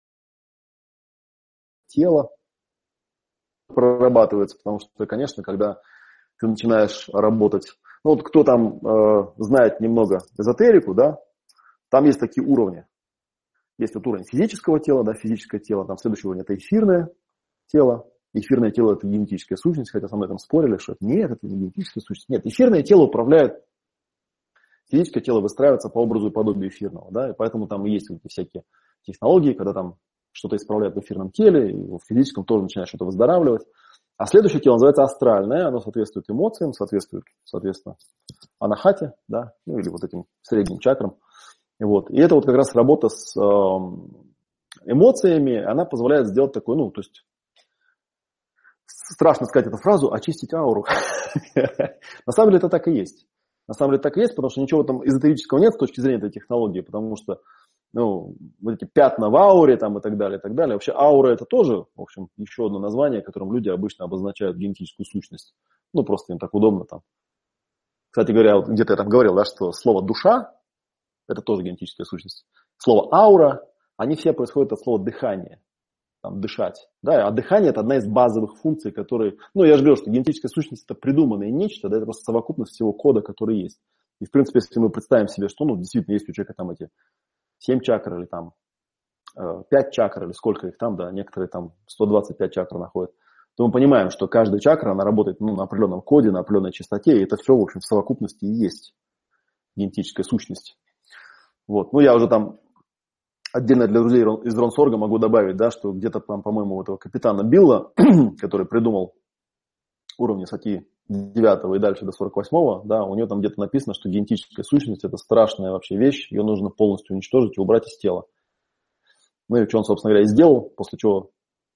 тела, прорабатывается, потому что, конечно, когда ты начинаешь работать, ну вот кто там э, знает немного эзотерику, да, там есть такие уровни. Есть вот уровень физического тела, да, физическое тело, там следующий уровень это эфирное тело. Эфирное тело это генетическая сущность, хотя со мной там спорили, что нет, это не генетическая сущность. Нет, эфирное тело управляет, физическое тело выстраивается по образу и подобию эфирного, да, и поэтому там есть вот эти всякие технологии, когда там что-то исправляет в эфирном теле, и в физическом тоже начинает что-то выздоравливать. А следующее тело называется астральное, оно соответствует эмоциям, соответствует, соответственно, анахате, да, ну или вот этим средним чакрам. Вот. И это вот как раз работа с э, эмоциями, она позволяет сделать такой, ну, то есть, страшно сказать эту фразу, очистить ауру. На самом деле это так и есть. На самом деле так и есть, потому что ничего там эзотерического нет с точки зрения этой технологии, потому что ну, вот эти пятна в ауре там и так далее, и так далее. Вообще аура это тоже, в общем, еще одно название, которым люди обычно обозначают генетическую сущность. Ну, просто им так удобно там. Кстати говоря, вот где-то я там говорил, да, что слово душа это тоже генетическая сущность. Слово аура, они все происходят от слова дыхание. Там, дышать. Да, а дыхание это одна из базовых функций, которые... Ну, я же говорю, что генетическая сущность это придуманное нечто, да, это просто совокупность всего кода, который есть. И, в принципе, если мы представим себе, что, ну, действительно есть у человека там эти семь чакр или там пять чакр или сколько их там, да, некоторые там сто двадцать пять чакр находят, то мы понимаем, что каждая чакра, она работает ну, на определенном коде, на определенной частоте, и это все, в общем, в совокупности и есть генетическая сущность. Вот. Ну, я уже там отдельно для друзей из Ронсорга могу добавить, да, что где-то там, по-моему, у этого капитана Билла, который придумал уровни Сати девятого и дальше до сорок восьмого, да, у него там где-то написано, что генетическая сущность это страшная вообще вещь, ее нужно полностью уничтожить и убрать из тела. Ну и что он, собственно говоря, и сделал, после чего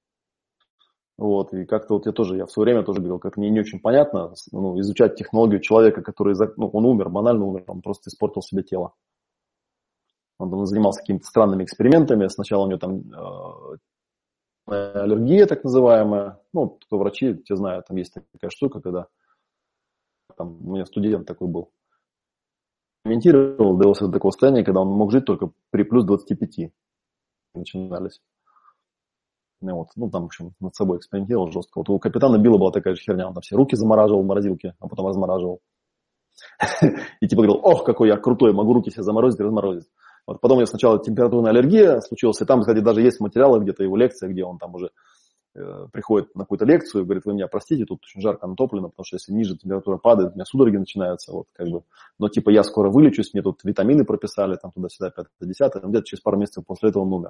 вот, и как-то вот я тоже, я в свое время тоже говорил, как мне не очень понятно, ну, изучать технологию человека, который, ну, он умер, банально умер, он просто испортил себе тело. Он там занимался какими-то странными экспериментами, сначала у него там э, аллергия так называемая, ну, кто врачи, те знают, там есть такая штука, когда там, у меня студент такой был, комментировал, довелся до такого состояния, когда он мог жить только при плюс двадцати пяти начинались. Ну, вот, ну, там, в общем, над собой экспериментировал жестко. Вот у капитана Билла была такая же херня, он там все руки замораживал в морозилке, а потом размораживал. И типа говорил, ох, какой я крутой, могу руки себе заморозить и разморозить. Вот потом у него сначала температурная аллергия случилась, и там, кстати, даже есть материалы где-то, его лекция, где он там уже э, приходит на какую-то лекцию и говорит, вы меня простите, тут очень жарко натоплено, потому что если ниже температура падает, у меня судороги начинаются, вот как бы, но типа я скоро вылечусь, мне тут витамины прописали, там туда-сюда, пятое-десятое, где-то через пару месяцев после этого он умер.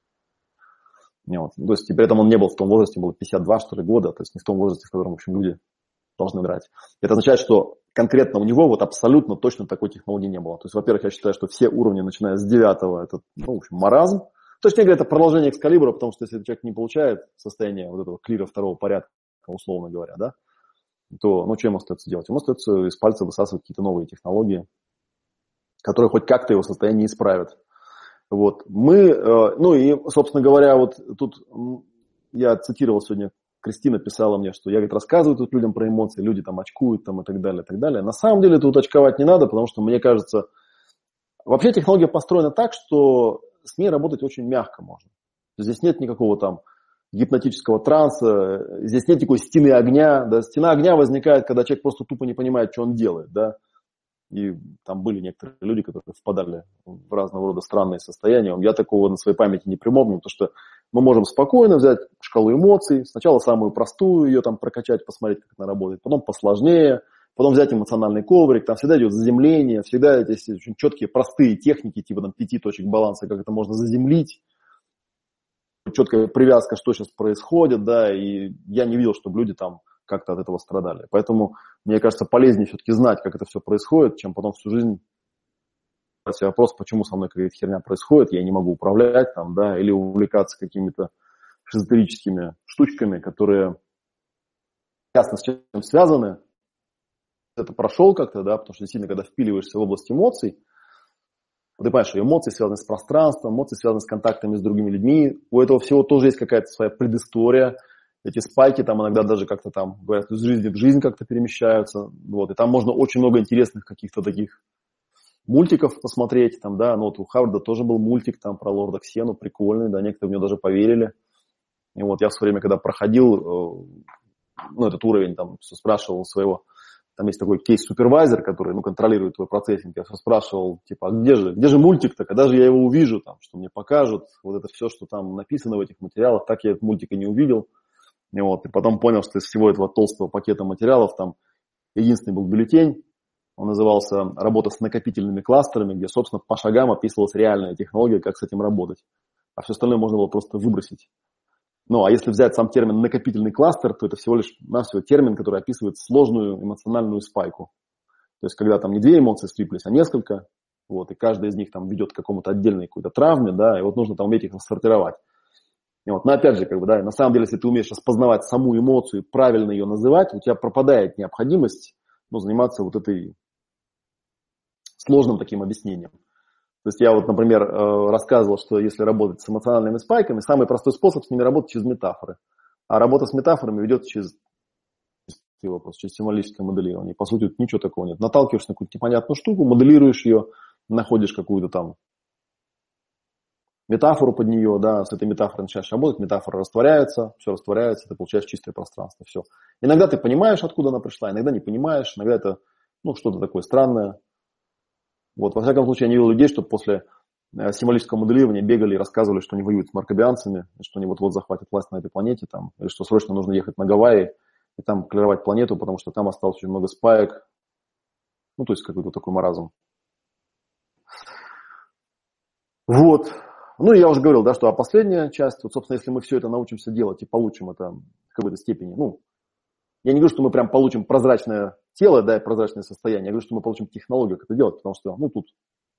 Вот. То есть при этом он не был в том возрасте, было пятьдесят два, что ли, года, то есть не в том возрасте, в котором, в общем, люди должны умирать. Это означает, что конкретно у него вот абсолютно точно такой технологии не было. То есть, во-первых, я считаю, что все уровни, начиная с девятого, это, ну, в общем, маразм. Точнее говоря, это продолжение экскалибра, потому что если человек не получает состояние вот этого клира второго порядка, условно говоря, да, то, ну, что ему остается делать? Ему остается из пальца высасывать какие-то новые технологии, которые хоть как-то его состояние исправят. Вот. Мы, ну и, собственно говоря, вот тут я цитировал сегодня, Кристина писала мне, что я, говорит, рассказываю тут людям про эмоции, люди там очкуют там, и так далее, и так далее. На самом деле тут очковать не надо, потому что, мне кажется, вообще технология построена так, что с ней работать очень мягко можно. Здесь нет никакого там гипнотического транса, здесь нет такой стены огня. Да? Стена огня возникает, когда человек просто тупо не понимает, что он делает, да. И там были некоторые люди, которые впадали в разного рода странные состояния. Я такого на своей памяти не припомню, потому что мы можем спокойно взять шкалу эмоций, сначала самую простую ее там прокачать, посмотреть, как она работает, потом посложнее, потом взять эмоциональный коврик, там всегда идет заземление, всегда эти очень четкие, простые техники, типа там пяти точек баланса, как это можно заземлить. четкая привязка, что сейчас происходит, да, и я не видел, чтобы люди там как-то от этого страдали. Поэтому, мне кажется, полезнее все-таки знать, как это все происходит, чем потом всю жизнь задавать себе вопрос, почему со мной какая-то херня происходит, я не могу управлять там, да, или увлекаться какими-то эзотерическими штучками, которые ясно с чем связаны. Это прошел как-то, да, потому что действительно, когда впиливаешься в область эмоций, ты понимаешь, что эмоции связаны с пространством, эмоции связаны с контактами с другими людьми. У этого всего тоже есть какая-то своя предыстория. Эти спайки там иногда даже как-то там, говорят, из жизни в жизнь как-то перемещаются. Вот. И там можно очень много интересных каких-то таких мультиков посмотреть. Там, да. Ну, вот у Хаварда тоже был мультик там про лорда Ксену, прикольный, да, некоторые в него даже поверили. И вот я в свое время, когда проходил, ну, этот уровень, там, все спрашивал своего, там есть такой кейс-супервайзер, который, ну, контролирует твой процессинг. Я все спрашивал, типа, а где же, где же мультик-то, когда же я его увижу, там, что мне покажут, вот это все, что там написано в этих материалах, так я этот мультик и не увидел. И вот, и потом понял, что из всего этого толстого пакета материалов там единственный был бюллетень, он назывался «Работа с накопительными кластерами», где, собственно, по шагам описывалась реальная технология, как с этим работать. А все остальное можно было просто выбросить. Ну, а если взять сам термин «накопительный кластер», то это всего лишь навсего термин, который описывает сложную эмоциональную спайку. То есть, когда там не две эмоции слиплись, а несколько, вот, и каждая из них там ведет к какому-то отдельной какой-то травме, да, и вот нужно там уметь их рассортировать. И вот, но опять же, как бы, да, на самом деле, если ты умеешь распознавать саму эмоцию и правильно ее называть, у тебя пропадает необходимость, ну, заниматься вот этой сложным таким объяснением. То есть я вот, например, рассказывал, что если работать с эмоциональными спайками, самый простой способ с ними работать через метафоры. А работа с метафорами ведет через, вопрос, через символическое моделирование. По сути, ничего такого нет. Наталкиваешься на какую-то непонятную штуку, моделируешь ее, находишь какую-то там метафору под нее, да, с этой метафорой начинаешь работать, метафора растворяется, все растворяется, ты получаешь чистое пространство, все. Иногда ты понимаешь, откуда она пришла, иногда не понимаешь, иногда это, ну, что-то такое странное. Вот, во всяком случае, я не видел людей, чтобы после символического моделирования бегали и рассказывали, что они воюют с маркобианцами, что они вот-вот захватят власть на этой планете, там, или что срочно нужно ехать на Гавайи и там клировать планету, потому что там осталось очень много спаек. Ну, то есть какой-то такой маразм. Вот. Ну, и я уже говорил, да, что а последняя часть, вот, собственно, если мы все это научимся делать и получим это в какой-то степени, ну, я не говорю, что мы прям получим прозрачное тело, да, и прозрачное состояние, я говорю, что мы получим технологию, как это делать, потому что, ну, тут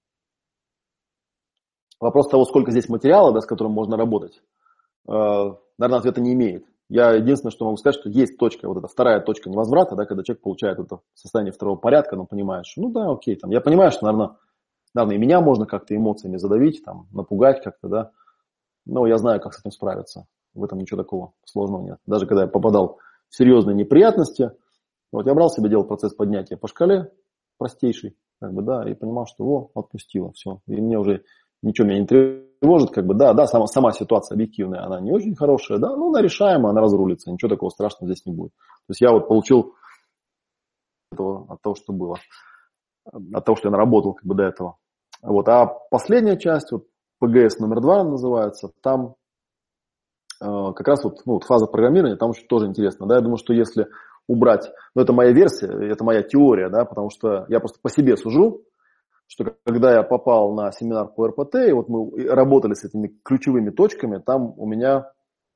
вопрос того, сколько здесь материала, да, с которым можно работать, э, наверное, ответа не имеет. Я единственное, что могу сказать, что есть точка, вот эта вторая точка невозврата, да, когда человек получает это состояние второго порядка, ну, понимаешь, ну, да, окей, там, я понимаю, что, наверное, наверное, и меня можно как-то эмоциями задавить, там, напугать как-то, да, но я знаю, как с этим справиться, в этом ничего такого сложного нет. Даже когда я попадал в серьезные неприятности, вот я брал себе, делал процесс поднятия по шкале, простейший, как бы, да, и понимал, что, о, отпустило, все, и мне уже ничего меня не тревожит, как бы, да, да, сама, сама ситуация объективная, она не очень хорошая, да, но она решаемая, она разрулится, ничего такого страшного здесь не будет. То есть я вот получил этого, от того, что было, от того, что я наработал, как бы, до этого. Вот, а последняя часть, вот, пэ гэ эс номер два называется, там э, как раз вот, ну, вот фаза программирования, там очень тоже интересно, да, я думаю, что если убрать, ну, это моя версия, это моя теория, да, потому что я просто по себе сужу, что когда я попал на семинар по эр пэ тэ, и вот мы работали с этими ключевыми точками, там у меня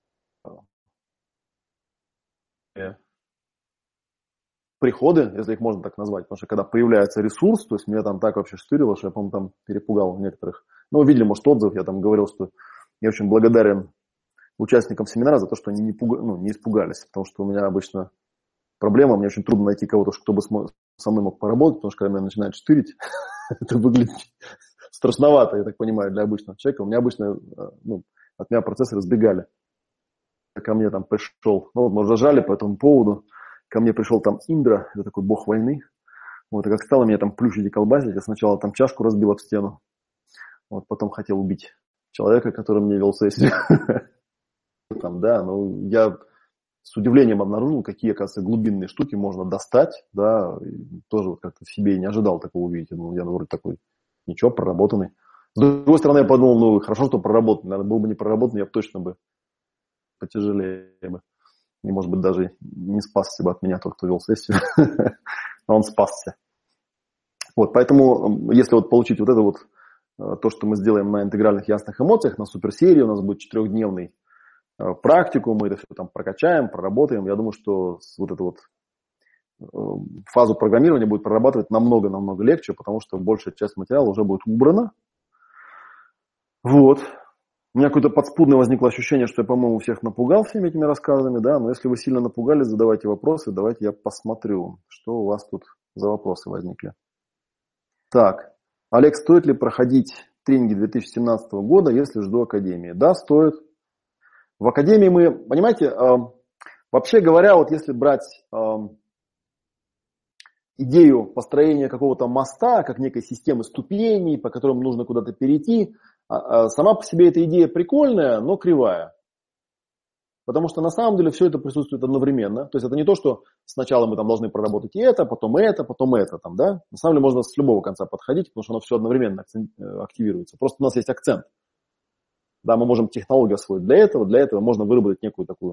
приходы, если их можно так назвать, потому что когда появляется ресурс, то есть меня там так вообще штырило, что я, по-моему, там перепугал некоторых. Ну, видели, может, отзыв, я там говорил, что я очень благодарен участникам семинара за то, что они не, пуга... ну, не испугались, потому что у меня обычно проблема, мне очень трудно найти кого-то, кто бы со мной мог поработать, потому что когда меня начинает штырить, это выглядит страшновато, я так понимаю, для обычного человека. У меня обычно, ну, от меня процессы разбегали. Ко мне там пришел, ну, вот мы ржали по этому поводу, ко мне пришел там Индра, это такой бог войны. Вот, и как стало меня там плющить и колбасить, я сначала там чашку разбил об стену, вот, потом хотел убить человека, который мне вел сессию. Там, да, ну, я с удивлением обнаружил, какие, оказывается, глубинные штуки можно достать, да, и тоже вот как-то в себе и не ожидал такого увидеть. Ну, я, вроде такой, ничего, проработанный. С другой стороны, я подумал, ну, хорошо, что проработанный, наверное, был бы не проработанный, я бы точно бы потяжелее бы. И, может быть, даже не спасся бы от меня тот, кто вел сессию. Но он спасся. Вот, поэтому, если вот получить вот это вот то, что мы сделаем на интегральных ясных эмоциях, на суперсерии, у нас будет четырехдневный практику, мы это все там прокачаем, проработаем. Я думаю, что вот эту вот фазу программирования будет прорабатывать намного-намного легче, потому что большая часть материала уже будет убрана. Вот. У меня какое-то подспудное возникло ощущение, что я, по-моему, всех напугал всеми этими рассказами, да, но если вы сильно напугались, задавайте вопросы, давайте я посмотрю, что у вас тут за вопросы возникли. Так, Олег, стоит ли проходить тренинги две тысячи семнадцатого года, если жду академии? Да, стоит. В академии мы, понимаете, э, вообще говоря, вот если брать э, идею построения какого-то моста, как некой системы ступеней, по которым нужно куда-то перейти, сама по себе эта идея прикольная, но кривая. Потому что на самом деле все это присутствует одновременно. То есть это не то, что сначала мы там должны проработать и это, потом это, потом это. Там, да? На самом деле можно с любого конца подходить, потому что оно все одновременно активируется. Просто у нас есть акцент. Да, мы можем технологию освоить для этого, для этого можно выработать некую такую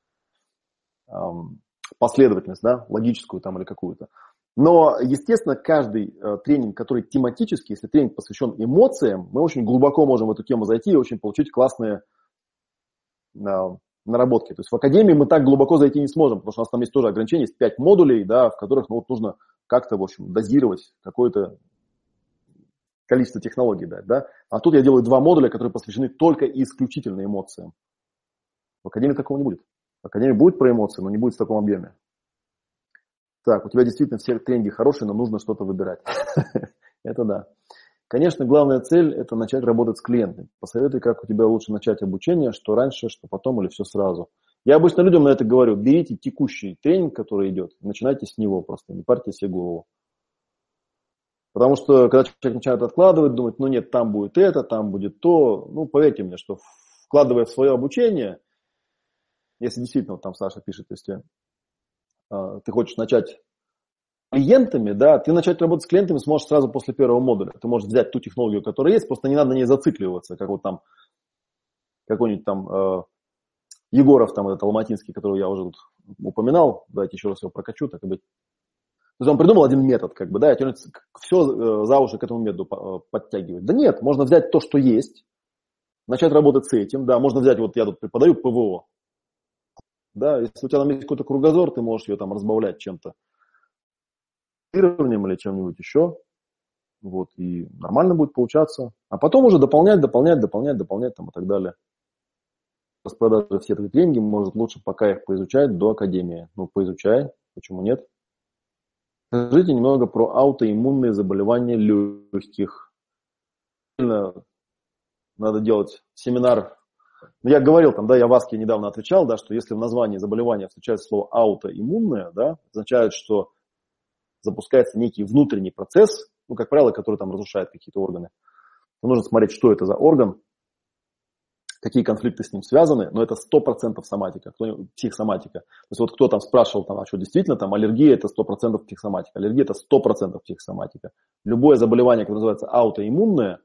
эм, последовательность, да, логическую там или какую-то. Но, естественно, каждый э, тренинг, который тематический, если тренинг посвящен эмоциям, мы очень глубоко можем в эту тему зайти и очень получить классные э, наработки. То есть в академии мы так глубоко зайти не сможем, потому что у нас там есть тоже ограничения, есть пять модулей, да, в которых ну, вот нужно как-то, в общем, дозировать какое-то количество технологий дать. Да? А тут я делаю два модуля, которые посвящены только и исключительно эмоциям. В академии такого не будет. В академии будет про эмоции, но не будет в таком объеме. Так, у тебя действительно все тренинги хорошие, но нужно что-то выбирать. Это да. Конечно, главная цель – это начать работать с клиентами. Посоветуй, как у тебя лучше начать обучение, что раньше, что потом или все сразу. Я обычно людям на это говорю, берите текущий тренинг, который идет, начинайте с него просто, не парьте себе голову. Потому что, когда человек начинает откладывать, думать, ну нет, там будет это, там будет то, ну, поверьте мне, что вкладывая в свое обучение, если действительно, вот там Саша пишет, если ты хочешь начать с клиентами, да, ты начать работать с клиентами сможешь сразу после первого модуля. Ты можешь взять ту технологию, которая есть, просто не надо на ней зацикливаться, как вот там какой-нибудь там э, Егоров, там этот алматинский, которого я уже тут упоминал, давайте еще раз его прокачу, так и быть. То есть он придумал один метод, как бы, да, и все за уши к этому методу подтягивать. Да нет, можно взять то, что есть, начать работать с этим, да, можно взять, вот я тут преподаю ПВО, да, если у тебя там есть какой-то кругозор, ты можешь ее там разбавлять чем-то, или чем-нибудь еще, вот, и нормально будет получаться. А потом уже дополнять, дополнять, дополнять, дополнять там и так далее. Распродажи все эти деньги, может лучше пока их поизучать до академии. Ну, поизучай, почему нет? Скажите немного про аутоиммунные заболевания легких. Надо делать семинар. Я говорил там, да, я в АСКе недавно отвечал, да, что если в названии заболевания встречается слово аутоиммунное, да, означает, что запускается некий внутренний процесс, ну, как правило, который там разрушает какие-то органы. Но нужно смотреть, что это за орган, какие конфликты с ним связаны, но это сто процентов соматика, психосоматика. То есть вот кто там спрашивал, там, а что действительно там аллергия это сто процентов психосоматика, аллергия это сто процентов психосоматика. Любое заболевание, которое называется аутоиммунное,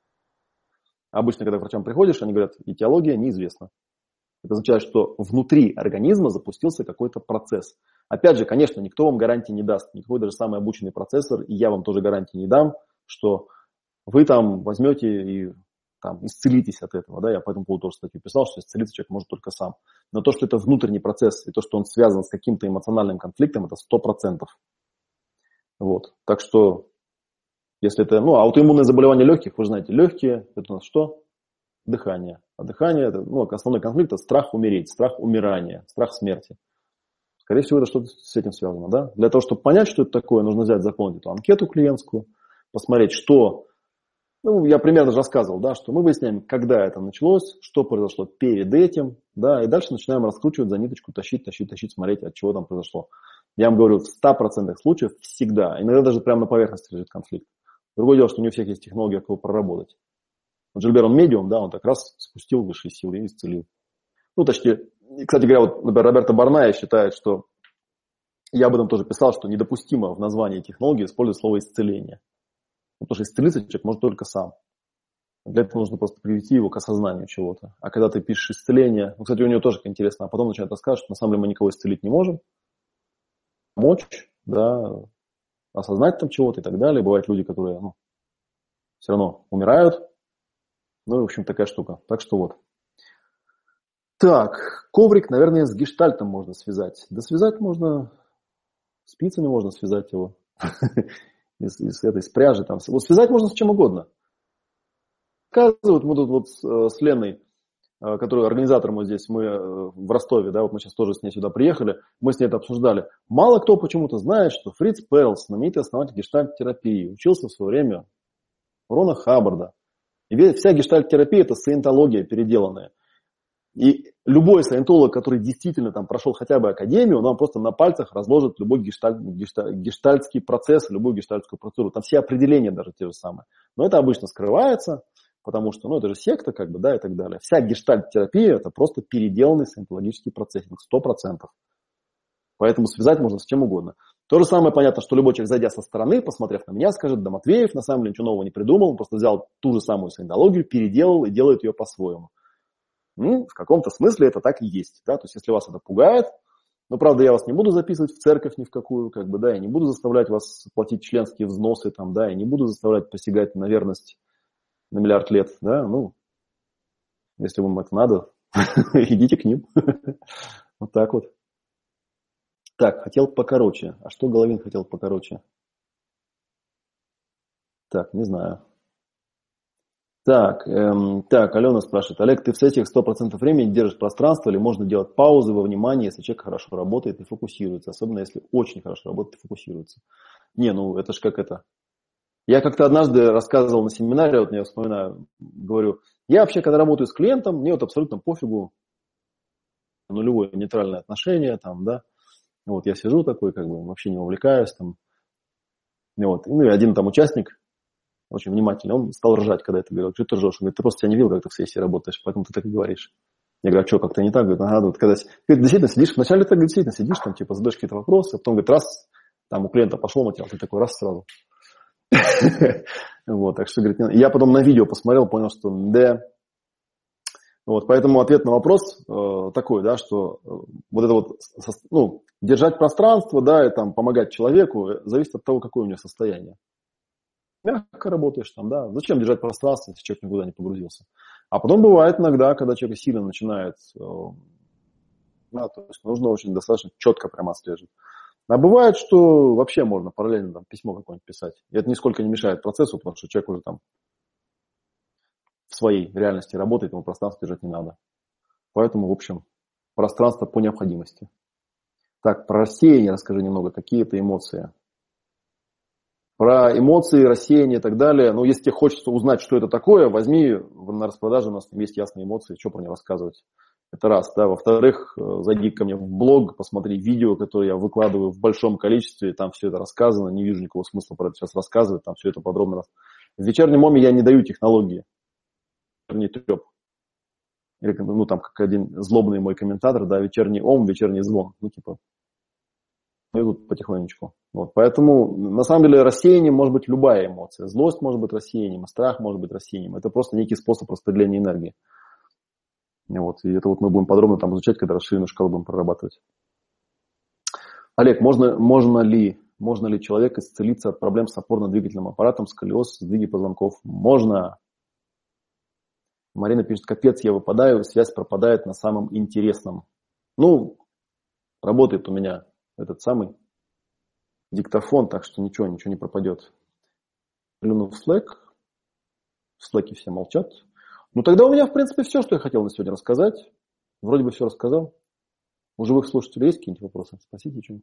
обычно, когда к врачам приходишь, они говорят, этиология неизвестна. Это означает, что внутри организма запустился какой-то процесс. Опять же, конечно, никто вам гарантии не даст, никакой даже самый обученный процессор, и я вам тоже гарантии не дам, что вы там возьмете и там, исцелитесь от этого. Да? Я по этому поводу тоже статью писал, что исцелиться человек может только сам. Но то, что это внутренний процесс, и то, что он связан с каким-то эмоциональным конфликтом, это сто процентов. Вот. Так что, если это, ну, аутоиммунное заболевание легких, вы же знаете, легкие, это у нас что? Дыхание. А дыхание, это, ну, основной конфликт, это страх умереть, страх умирания, страх смерти. Скорее всего, это что-то с этим связано, да? Для того, чтобы понять, что это такое, нужно взять, заполнить эту анкету клиентскую, посмотреть, что, ну, я примерно же рассказывал, да, что мы выясняем, когда это началось, что произошло перед этим, да, и дальше начинаем раскручивать за ниточку, тащить, тащить, тащить, смотреть, от чего там произошло. Я вам говорю, в ста процентах случаев всегда, иногда даже прямо на поверхности лежит конфликт. Другое дело, что не у всех есть технология, как его проработать. Вот Жильбер, он медиум, да, он как раз спустил высшие силы и исцелил. Ну, точнее, кстати говоря, вот, например, Роберто Барная считает, что, я об этом тоже писал, что недопустимо в названии технологии использовать слово исцеление. Потому что исцелиться человек может только сам. Для этого нужно просто привести его к осознанию чего-то. А когда ты пишешь исцеление, ну, кстати, у него тоже интересно, а потом начинает рассказывать, что на самом деле мы никого исцелить не можем. Помочь, да, осознать там чего-то и так далее. Бывают люди, которые, ну, все равно умирают. Ну, в общем, такая штука. Так что вот. Так, коврик, наверное, с гештальтом можно связать. Да связать можно, спицами можно связать его. Из, из этой, из пряжи там. Вот связать можно с чем угодно. Рассказывают, мы тут вот с, с Леной, которую организатором вот здесь, мы в Ростове, да, вот мы сейчас тоже с ней сюда приехали, мы с ней это обсуждали. Мало кто почему-то знает, что Фриц Перлс, знаменитый основатель гештальт-терапии, учился в свое время у Рона Хаббарда. И вся гештальт-терапия – это саентология переделанная. И любой саентолог, который действительно там прошел хотя бы академию, он вам просто на пальцах разложит любой гештальт, гештальт, гештальтский процесс, любую гештальтскую процедуру. Там все определения даже те же самые. Но это обычно скрывается, потому что, ну, это же секта, как бы, да, и так далее. Вся гештальт-терапия – это просто переделанный саентологический процессинг, сто процентов. Поэтому связать можно с чем угодно. То же самое понятно, что любой человек, зайдя со стороны, посмотрев на меня, скажет: да Матвеев на самом деле ничего нового не придумал, он просто взял ту же самую саентологию, переделал и делает ее по-своему. Ну, в каком-то смысле это так и есть. Да? То есть, если вас это пугает, но, правда, я вас не буду записывать в церковь ни в какую, как бы, да, я не буду заставлять вас платить членские взносы, там, да, я не буду заставлять посягать на верность на миллиард лет, да, ну, если вам это надо, идите к ним. Вот так вот. Так, хотел покороче. А что Головин хотел покороче? Так, не знаю. Так, эм, так, Алена спрашивает: Олег, ты в сессиях сто процентов времени держишь пространство или можно делать паузы во внимании, если человек хорошо работает и фокусируется, особенно если очень хорошо работает и фокусируется? Не, ну это ж как это. Я как-то однажды рассказывал на семинаре, вот я вспоминаю, говорю, я вообще, когда работаю с клиентом, мне вот абсолютно пофигу, нулевое нейтральное отношение, там, да, вот я сижу такой, как бы вообще не увлекаюсь, там, и вот, ну и один там участник, очень внимательный, он стал ржать, когда это говорил. Что ты ржешь? Он говорит: ты просто себя не видел, как ты в сессии работаешь, поэтому ты так и говоришь. Я говорю: а что, как-то не так? Говорит: ага, вот когда ты действительно сидишь, вначале ты действительно сидишь, там, типа, задаешь какие-то вопросы, а потом, говорит, раз, там у клиента пошел материал, ты такой раз сразу. Вот, так что, говорит, я потом на видео посмотрел, понял, что да. Вот, поэтому ответ на вопрос такой, да, что вот это вот, ну, держать пространство, да, и там помогать человеку, зависит от того, какое у него состояние. Мягко работаешь там, да. Зачем держать пространство, если человек никуда не погрузился? А потом бывает иногда, когда человек сильно начинает, да, то есть нужно очень достаточно четко прямо отслеживать. А бывает, что вообще можно параллельно там письмо какое-нибудь писать. И это нисколько не мешает процессу, потому что человек уже там в своей реальности работает, ему пространство держать не надо. Поэтому, в общем, пространство по необходимости. Так, про рассеяние расскажи немного. Какие это эмоции? Про эмоции, рассеяние и так далее. Ну, если тебе хочется узнать, что это такое, возьми на распродаже, у нас есть ясные эмоции, что про них рассказывать. Это раз, да. Во-вторых, зайди ко мне в блог, посмотри видео, которые я выкладываю в большом количестве, там все это рассказано, не вижу никакого смысла про это сейчас рассказывать, там все это подробно. В вечернем оме я не даю технологии. Вечерний треп. Или, ну, там, как один злобный мой комментатор, да, вечерний ом, вечерний звон. Ну, типа, идут потихонечку. Вот. Поэтому, на самом деле, рассеянием может быть любая эмоция. Злость может быть рассеянием, страх может быть рассеянием. Это просто некий способ распределения энергии. Вот. И это вот мы будем подробно там изучать, когда расширенную шкалу будем прорабатывать. Олег, можно, можно, ли, можно ли человек исцелиться от проблем с опорно-двигательным аппаратом, сколиоз, сдвиги позвонков? Можно. Марина пишет: капец, я выпадаю, связь пропадает на самом интересном. Ну, работает у меня этот самый диктофон, так что ничего, ничего не пропадет. Плюну в Slack. В Slack все молчат. Ну, тогда у меня, в принципе, все, что я хотел на сегодня рассказать. Вроде бы все рассказал. У живых слушателей есть какие-нибудь вопросы? Спросите что-нибудь.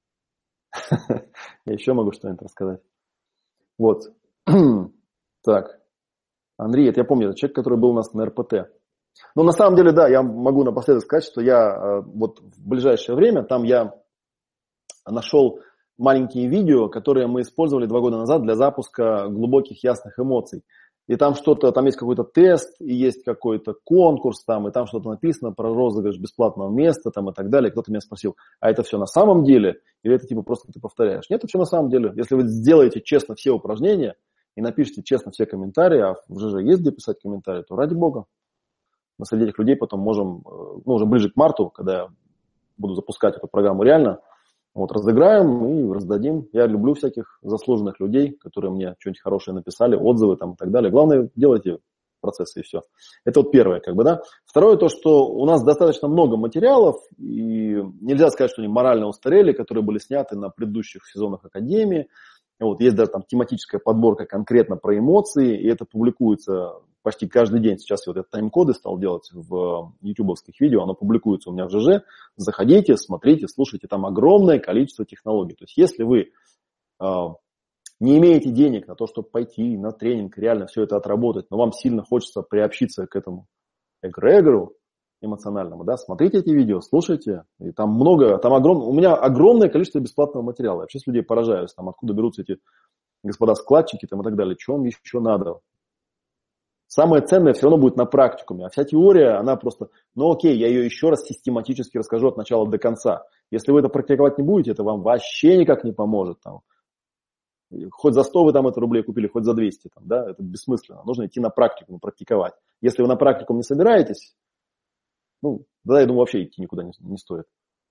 Я еще могу что-нибудь рассказать. Вот. Так. Андрей, это я помню, это человек, который был у нас на эр пэ тэ. Но на самом деле, да, я могу напоследок сказать, что я вот в ближайшее время, там я нашел маленькие видео, которые мы использовали два года назад для запуска глубоких ясных эмоций. И там что-то, там есть какой-то тест, и есть какой-то конкурс, там, и там что-то написано про розыгрыш бесплатного места, там, и так далее. Кто-то меня спросил: а это все на самом деле? Или это типа просто ты повторяешь? Нет, это все на самом деле. Если вы сделаете честно все упражнения и напишите честно все комментарии, а в ЖЖ есть где писать комментарии, то ради бога. Мы среди этих людей потом можем, ну, уже ближе к марту, когда я буду запускать эту программу реально, Вот, разыграем и раздадим. Я люблю всяких заслуженных людей, которые мне что-нибудь хорошее написали, отзывы там и так далее. Главное, делайте процессы и все. Это вот первое, как бы, да. Второе, то, что у нас достаточно много материалов, и нельзя сказать, что они морально устарели, которые были сняты на предыдущих сезонах Академии. Вот, есть даже там тематическая подборка конкретно про эмоции, и это публикуется почти каждый день. Сейчас я вот это тайм-коды стал делать в ютубовских видео, оно публикуется у меня в ЖЖ. Заходите, смотрите, слушайте, там огромное количество технологий. То есть если вы э, не имеете денег на то, чтобы пойти на тренинг, реально все это отработать, но вам сильно хочется приобщиться к этому эгрегору эмоциональному, да, смотрите эти видео, слушайте, и там много, там огромное, у меня огромное количество бесплатного материала. Я вообще с людей поражаюсь, там откуда берутся эти господа складчики там и так далее, что вам еще надо. Самое ценное все равно будет на практикуме, а вся теория, она просто, ну окей, я ее еще раз систематически расскажу от начала до конца. Если вы это практиковать не будете, это вам вообще никак не поможет. Там. Хоть за сто вы там это рублей купили, хоть за двести, там, да, это бессмысленно. Нужно идти на практикум, практиковать. Если вы на практикум не собираетесь, ну, да, я думаю, вообще идти никуда не, не стоит.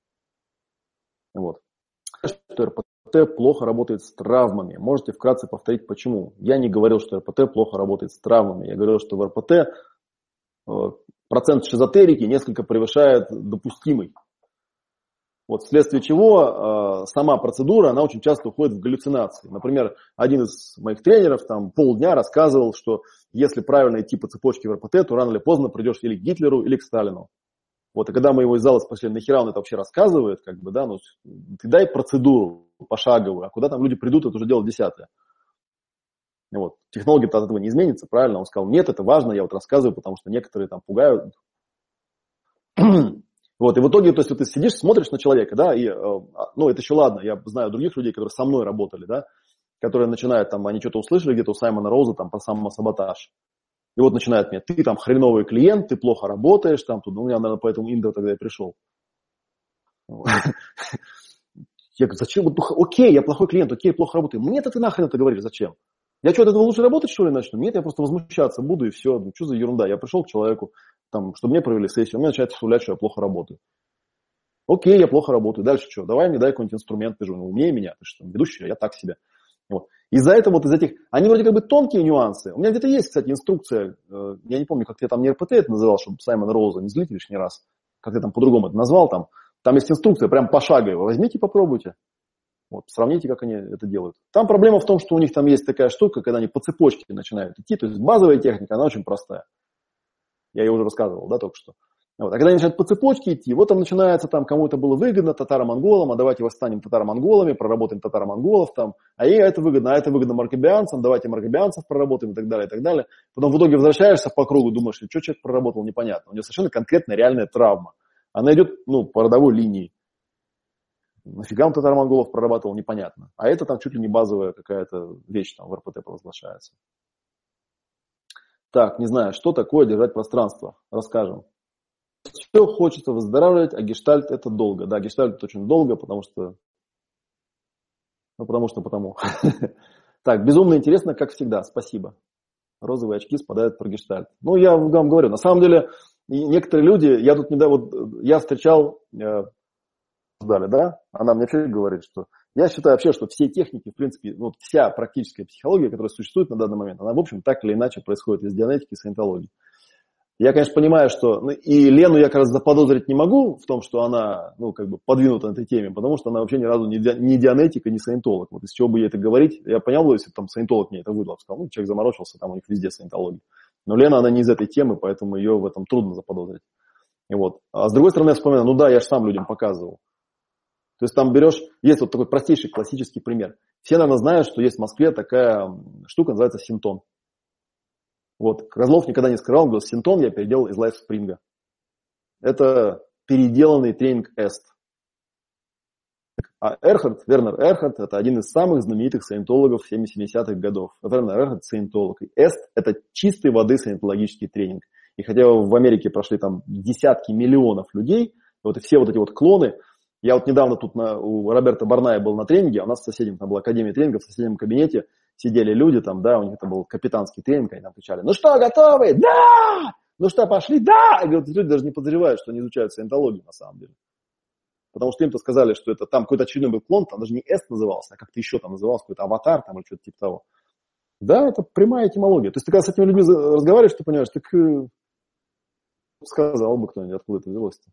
Вот. Что РПТ плохо работает с травмами. Можете вкратце повторить, почему? Я не говорил, что РПТ плохо работает с травмами. Я говорил, что в РПТ э, процент шизотерики несколько превышает допустимый. Вот, вследствие чего э, сама процедура, она очень часто уходит в галлюцинации. Например, один из моих тренеров там полдня рассказывал, что если правильно идти по цепочке в РПТ, то рано или поздно придешь или к Гитлеру, или к Сталину. Вот, и когда мы его из зала спросили, нахера он это вообще рассказывает, как бы, да, ну, ты дай процедуру пошаговую, а куда там люди придут, это уже дело десятое. Вот, технология-то от этого не изменится, правильно? Он сказал, нет, это важно, я вот рассказываю, потому что некоторые там пугают. Вот, и в итоге, то есть, вот ты сидишь, смотришь на человека, да, и, ну, это еще ладно, я знаю других людей, которые со мной работали, да, которые начинают, там, они что-то услышали где-то у Саймона Роуза, там, про самосаботаж. И вот начинает мне, ты там хреновый клиент, ты плохо работаешь, там, тут, ну, у меня, наверное, поэтому Индо тогда и пришел. Вот. Я говорю, зачем? Вот, окей, я плохой клиент, окей, плохо работаю. Мне-то ты нахрен это говоришь, зачем? Я что, от этого лучше работать, что ли, начну? Нет, я просто возмущаться буду, и все. Ну, что за ерунда? Я пришел к человеку, там, чтобы мне провели сессию, он мне начинает вставлять, что я плохо работаю. Окей, я плохо работаю. Дальше что? Давай мне дай какой-нибудь инструмент, ты же умнее меня, ты что, ведущий, я так себе. Вот. Из-за этого, вот из этих, они вроде как бы тонкие нюансы. У меня где-то есть, кстати, инструкция, я не помню, как ты там не РПТ это называл, чтобы Саймон Роуза не злить лишний раз, как ты там по-другому это назвал, там, там есть инструкция, прям пошагово, возьмите, попробуйте, вот, сравните, как они это делают. Там проблема в том, что у них там есть такая штука, когда они по цепочке начинают идти, то есть базовая техника, она очень простая. Я ее уже рассказывал, да, только что. Вот. А когда они начинают по цепочке идти, вот там начинается, там кому-то было выгодно татаро-монголам, а давайте восстанем татаро-монголами, проработаем татаро-монголов там, а ей это выгодно, а это выгодно маркобианцам, давайте маркобианцев проработаем и так далее, и так далее. Потом в итоге возвращаешься по кругу, думаешь, что человек проработал, непонятно. У него совершенно конкретная реальная травма. Она идет, ну, по родовой линии. Нафига он татаро-монголов прорабатывал, непонятно. А это там чуть ли не базовая какая-то вещь там в РПТ провозглашается. Так, не знаю, что такое держать пространство. Расскажем. Все хочется выздоравливать, а гештальт это долго. Да, гештальт это очень долго, потому что... Ну, потому что потому. Так, безумно интересно, как всегда. Спасибо. Розовые очки спадают про гештальт. Ну, я вам говорю, на самом деле, некоторые люди... Я тут недавно... Вот, я встречал... Далее, да? Она мне вообще говорит, что... Я считаю вообще, что все техники, в принципе, ну, вся практическая психология, которая существует на данный момент, она, в общем, так или иначе происходит из генетики и саентологии. Я, конечно, понимаю, что... Ну, и Лену я как раз заподозрить не могу в том, что она, ну, как бы подвинута на этой теме, потому что она вообще ни разу не, ди... не дианетика, не саентолог. Вот из чего бы ей это говорить, я понял, если там саентолог мне это выдал, сказал, ну, человек заморочился, там у них везде саентология. Но Лена, она не из этой темы, поэтому ее в этом трудно заподозрить. И вот. А с другой стороны, я вспоминаю, ну да, я же сам людям показывал. То есть там берешь, есть вот такой простейший классический пример. Все, наверное, знают, что есть в Москве такая штука, называется синтон. Вот, Козлов никогда не скрывал, он говорил, синтон я переделал из лайфспринга. Это переделанный тренинг эст. А Эрхард, Вернер Эрхард, это один из самых знаменитых саентологов семидесятых годов. Вернер Эрхард саентолог. И эст это чистой воды саентологический тренинг. И хотя в Америке прошли там десятки миллионов людей, вот и все вот эти вот клоны. Я вот недавно тут на, у Роберта Барная был на тренинге, а у нас в соседнем, там была академия тренингов, в соседнем кабинете сидели люди, там, да, у них это был капитанский тренинг, они там кричали, ну что, готовы? Да! Ну что, пошли? Да! И говорят, люди даже не подозревают, что они изучают саентологию на самом деле. потому что им-то сказали, что это там какой-то очередной был клон, там даже не S назывался, а как-то еще там назывался, какой-то аватар там или что-то типа того. Да, это прямая этимология. То есть ты когда с этими людьми разговариваешь, ты понимаешь, так сказал бы кто-нибудь, откуда это взялось-то.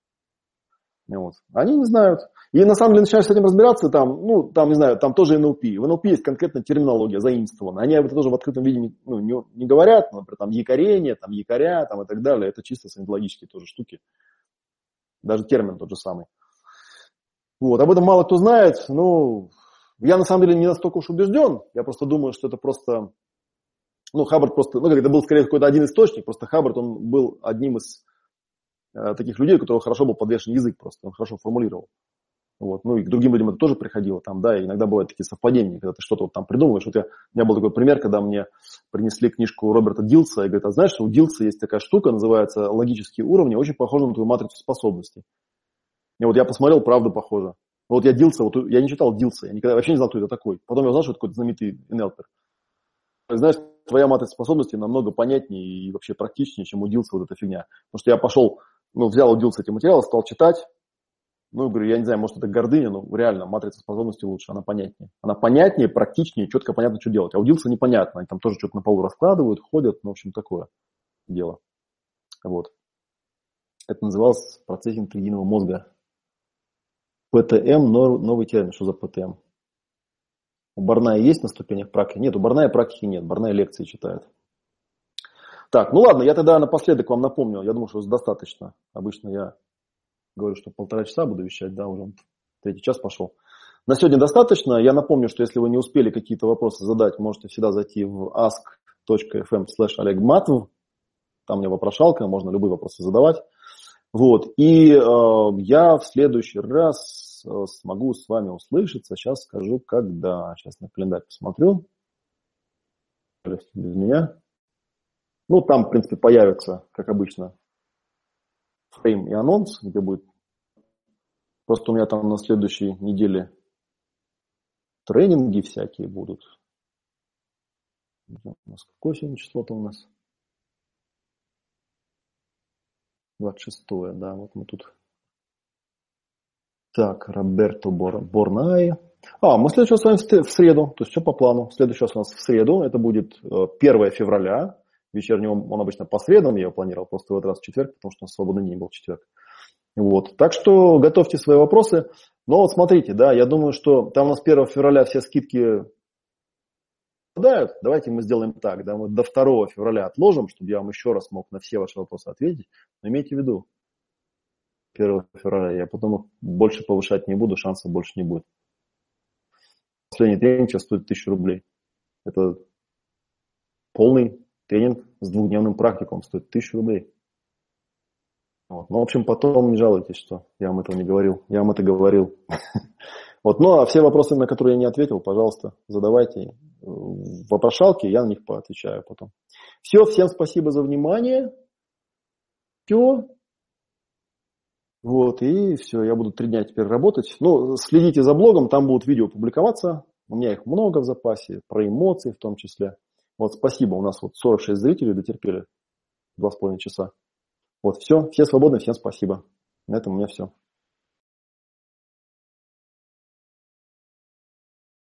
Вот. Они не знают. И на самом деле начинаешь с этим разбираться, там, ну, там, не знаю, там тоже эн эл пи. В эн эл пи есть конкретная терминология, заимствованная. Они об этом тоже в открытом виде не, ну, не, не говорят, например, там якорение, там якоря, там и так далее. Это чисто саентологические тоже штуки. Даже термин тот же самый. Вот. Об этом мало кто знает. Ну, я на самом деле не настолько уж убежден. Я просто думаю, что это просто... Ну, Хаббард просто... Ну, как это был скорее какой-то один источник. Просто Хаббард, он был одним из таких людей, у которых хорошо был подвешен язык просто, он хорошо формулировал. Вот. Ну и к другим людям это тоже приходило, там, да, и иногда бывают такие совпадения, когда ты что-то вот там придумываешь. Вот я, у меня был такой пример, когда мне принесли книжку Роберта Дилса, и говорят, а знаешь, что у Дилса есть такая штука, называется логические уровни, очень похожа на твою матрицу способностей. И вот я посмотрел, правда похоже. Вот я Дилса, вот я не читал Дилса, я никогда вообще не знал, кто это такой. Потом я узнал, что это какой-то знаменитый эн эл пер. Знаешь, твоя матрица способностей намного понятнее и вообще практичнее, чем у Дилса вот эта фигня. Потому что я пошел, ну, взял у Дилса эти материалы, стал читать. Ну, говорю, я не знаю, может, это гордыня, но реально матрица способностей лучше, она понятнее. Она понятнее, практичнее, четко понятно, что делать. А у Дилса непонятно, они там тоже что-то на полу раскладывают, ходят, ну, в общем, такое дело. Вот. Это называлось процессинг единого мозга. пэ тэ эм, новый термин. Что за пэ тэ эм? У Барная есть на ступенях практики? Нет, у Барная практики нет. Барная лекции читает. Так, ну ладно, я тогда напоследок вам напомню. Я думаю, что достаточно. Обычно я говорю, что полтора часа буду вещать, да, уже третий час пошел. На сегодня достаточно. Я напомню, что если вы не успели какие-то вопросы задать, можете всегда зайти в ask точка эф эм слэш олег матов. Там у меня вопрошалка, можно любые вопросы задавать. Вот. И э, я в следующий раз э, смогу с вами услышаться. Сейчас скажу, когда. Сейчас на календарь посмотрю. Без меня. Ну, там, в принципе, появится, как обычно, фрейм и анонс, где будет. Просто у меня там на следующей неделе тренинги всякие будут. У нас какое сегодня число-то у нас? двадцать шестое, да, вот мы тут. Так, Роберто Бор, Борнай. А, мы в следующий раз с вами в среду, то есть все по плану. В следующий раз у нас в среду, это будет первое февраля. Вечерний он, он обычно по средам, я его планировал, просто в этот раз в четверг, потому что у нас свободный день был в четверг. Вот. Так что готовьте свои вопросы. Но вот смотрите, да, я думаю, что там у нас первого февраля все скидки попадают. Давайте мы сделаем так, да, мы до второго февраля отложим, чтобы я вам еще раз мог на все ваши вопросы ответить. Но имейте в виду, первого февраля я потом их больше повышать не буду, шансов больше не будет. Последний тренинг сейчас стоит тысячу рублей. Это полный тренинг с двухдневным практикумом стоит тысячу рублей. Вот. Ну, в общем, потом не жалуйтесь, что я вам этого не говорил. Я вам это говорил. Вот. Ну, а все вопросы, на которые я не ответил, пожалуйста, задавайте в вопрошалке, я на них поотвечаю потом. Все, всем спасибо за внимание. Все. Вот, и все, я буду три дня теперь работать. Ну, следите за блогом, там будут видео публиковаться. У меня их много в запасе, про эмоции в том числе. Вот, спасибо, у нас вот сорок шесть зрителей дотерпели два с половиной часа. Вот, все, все свободны, всем спасибо. На этом у меня все.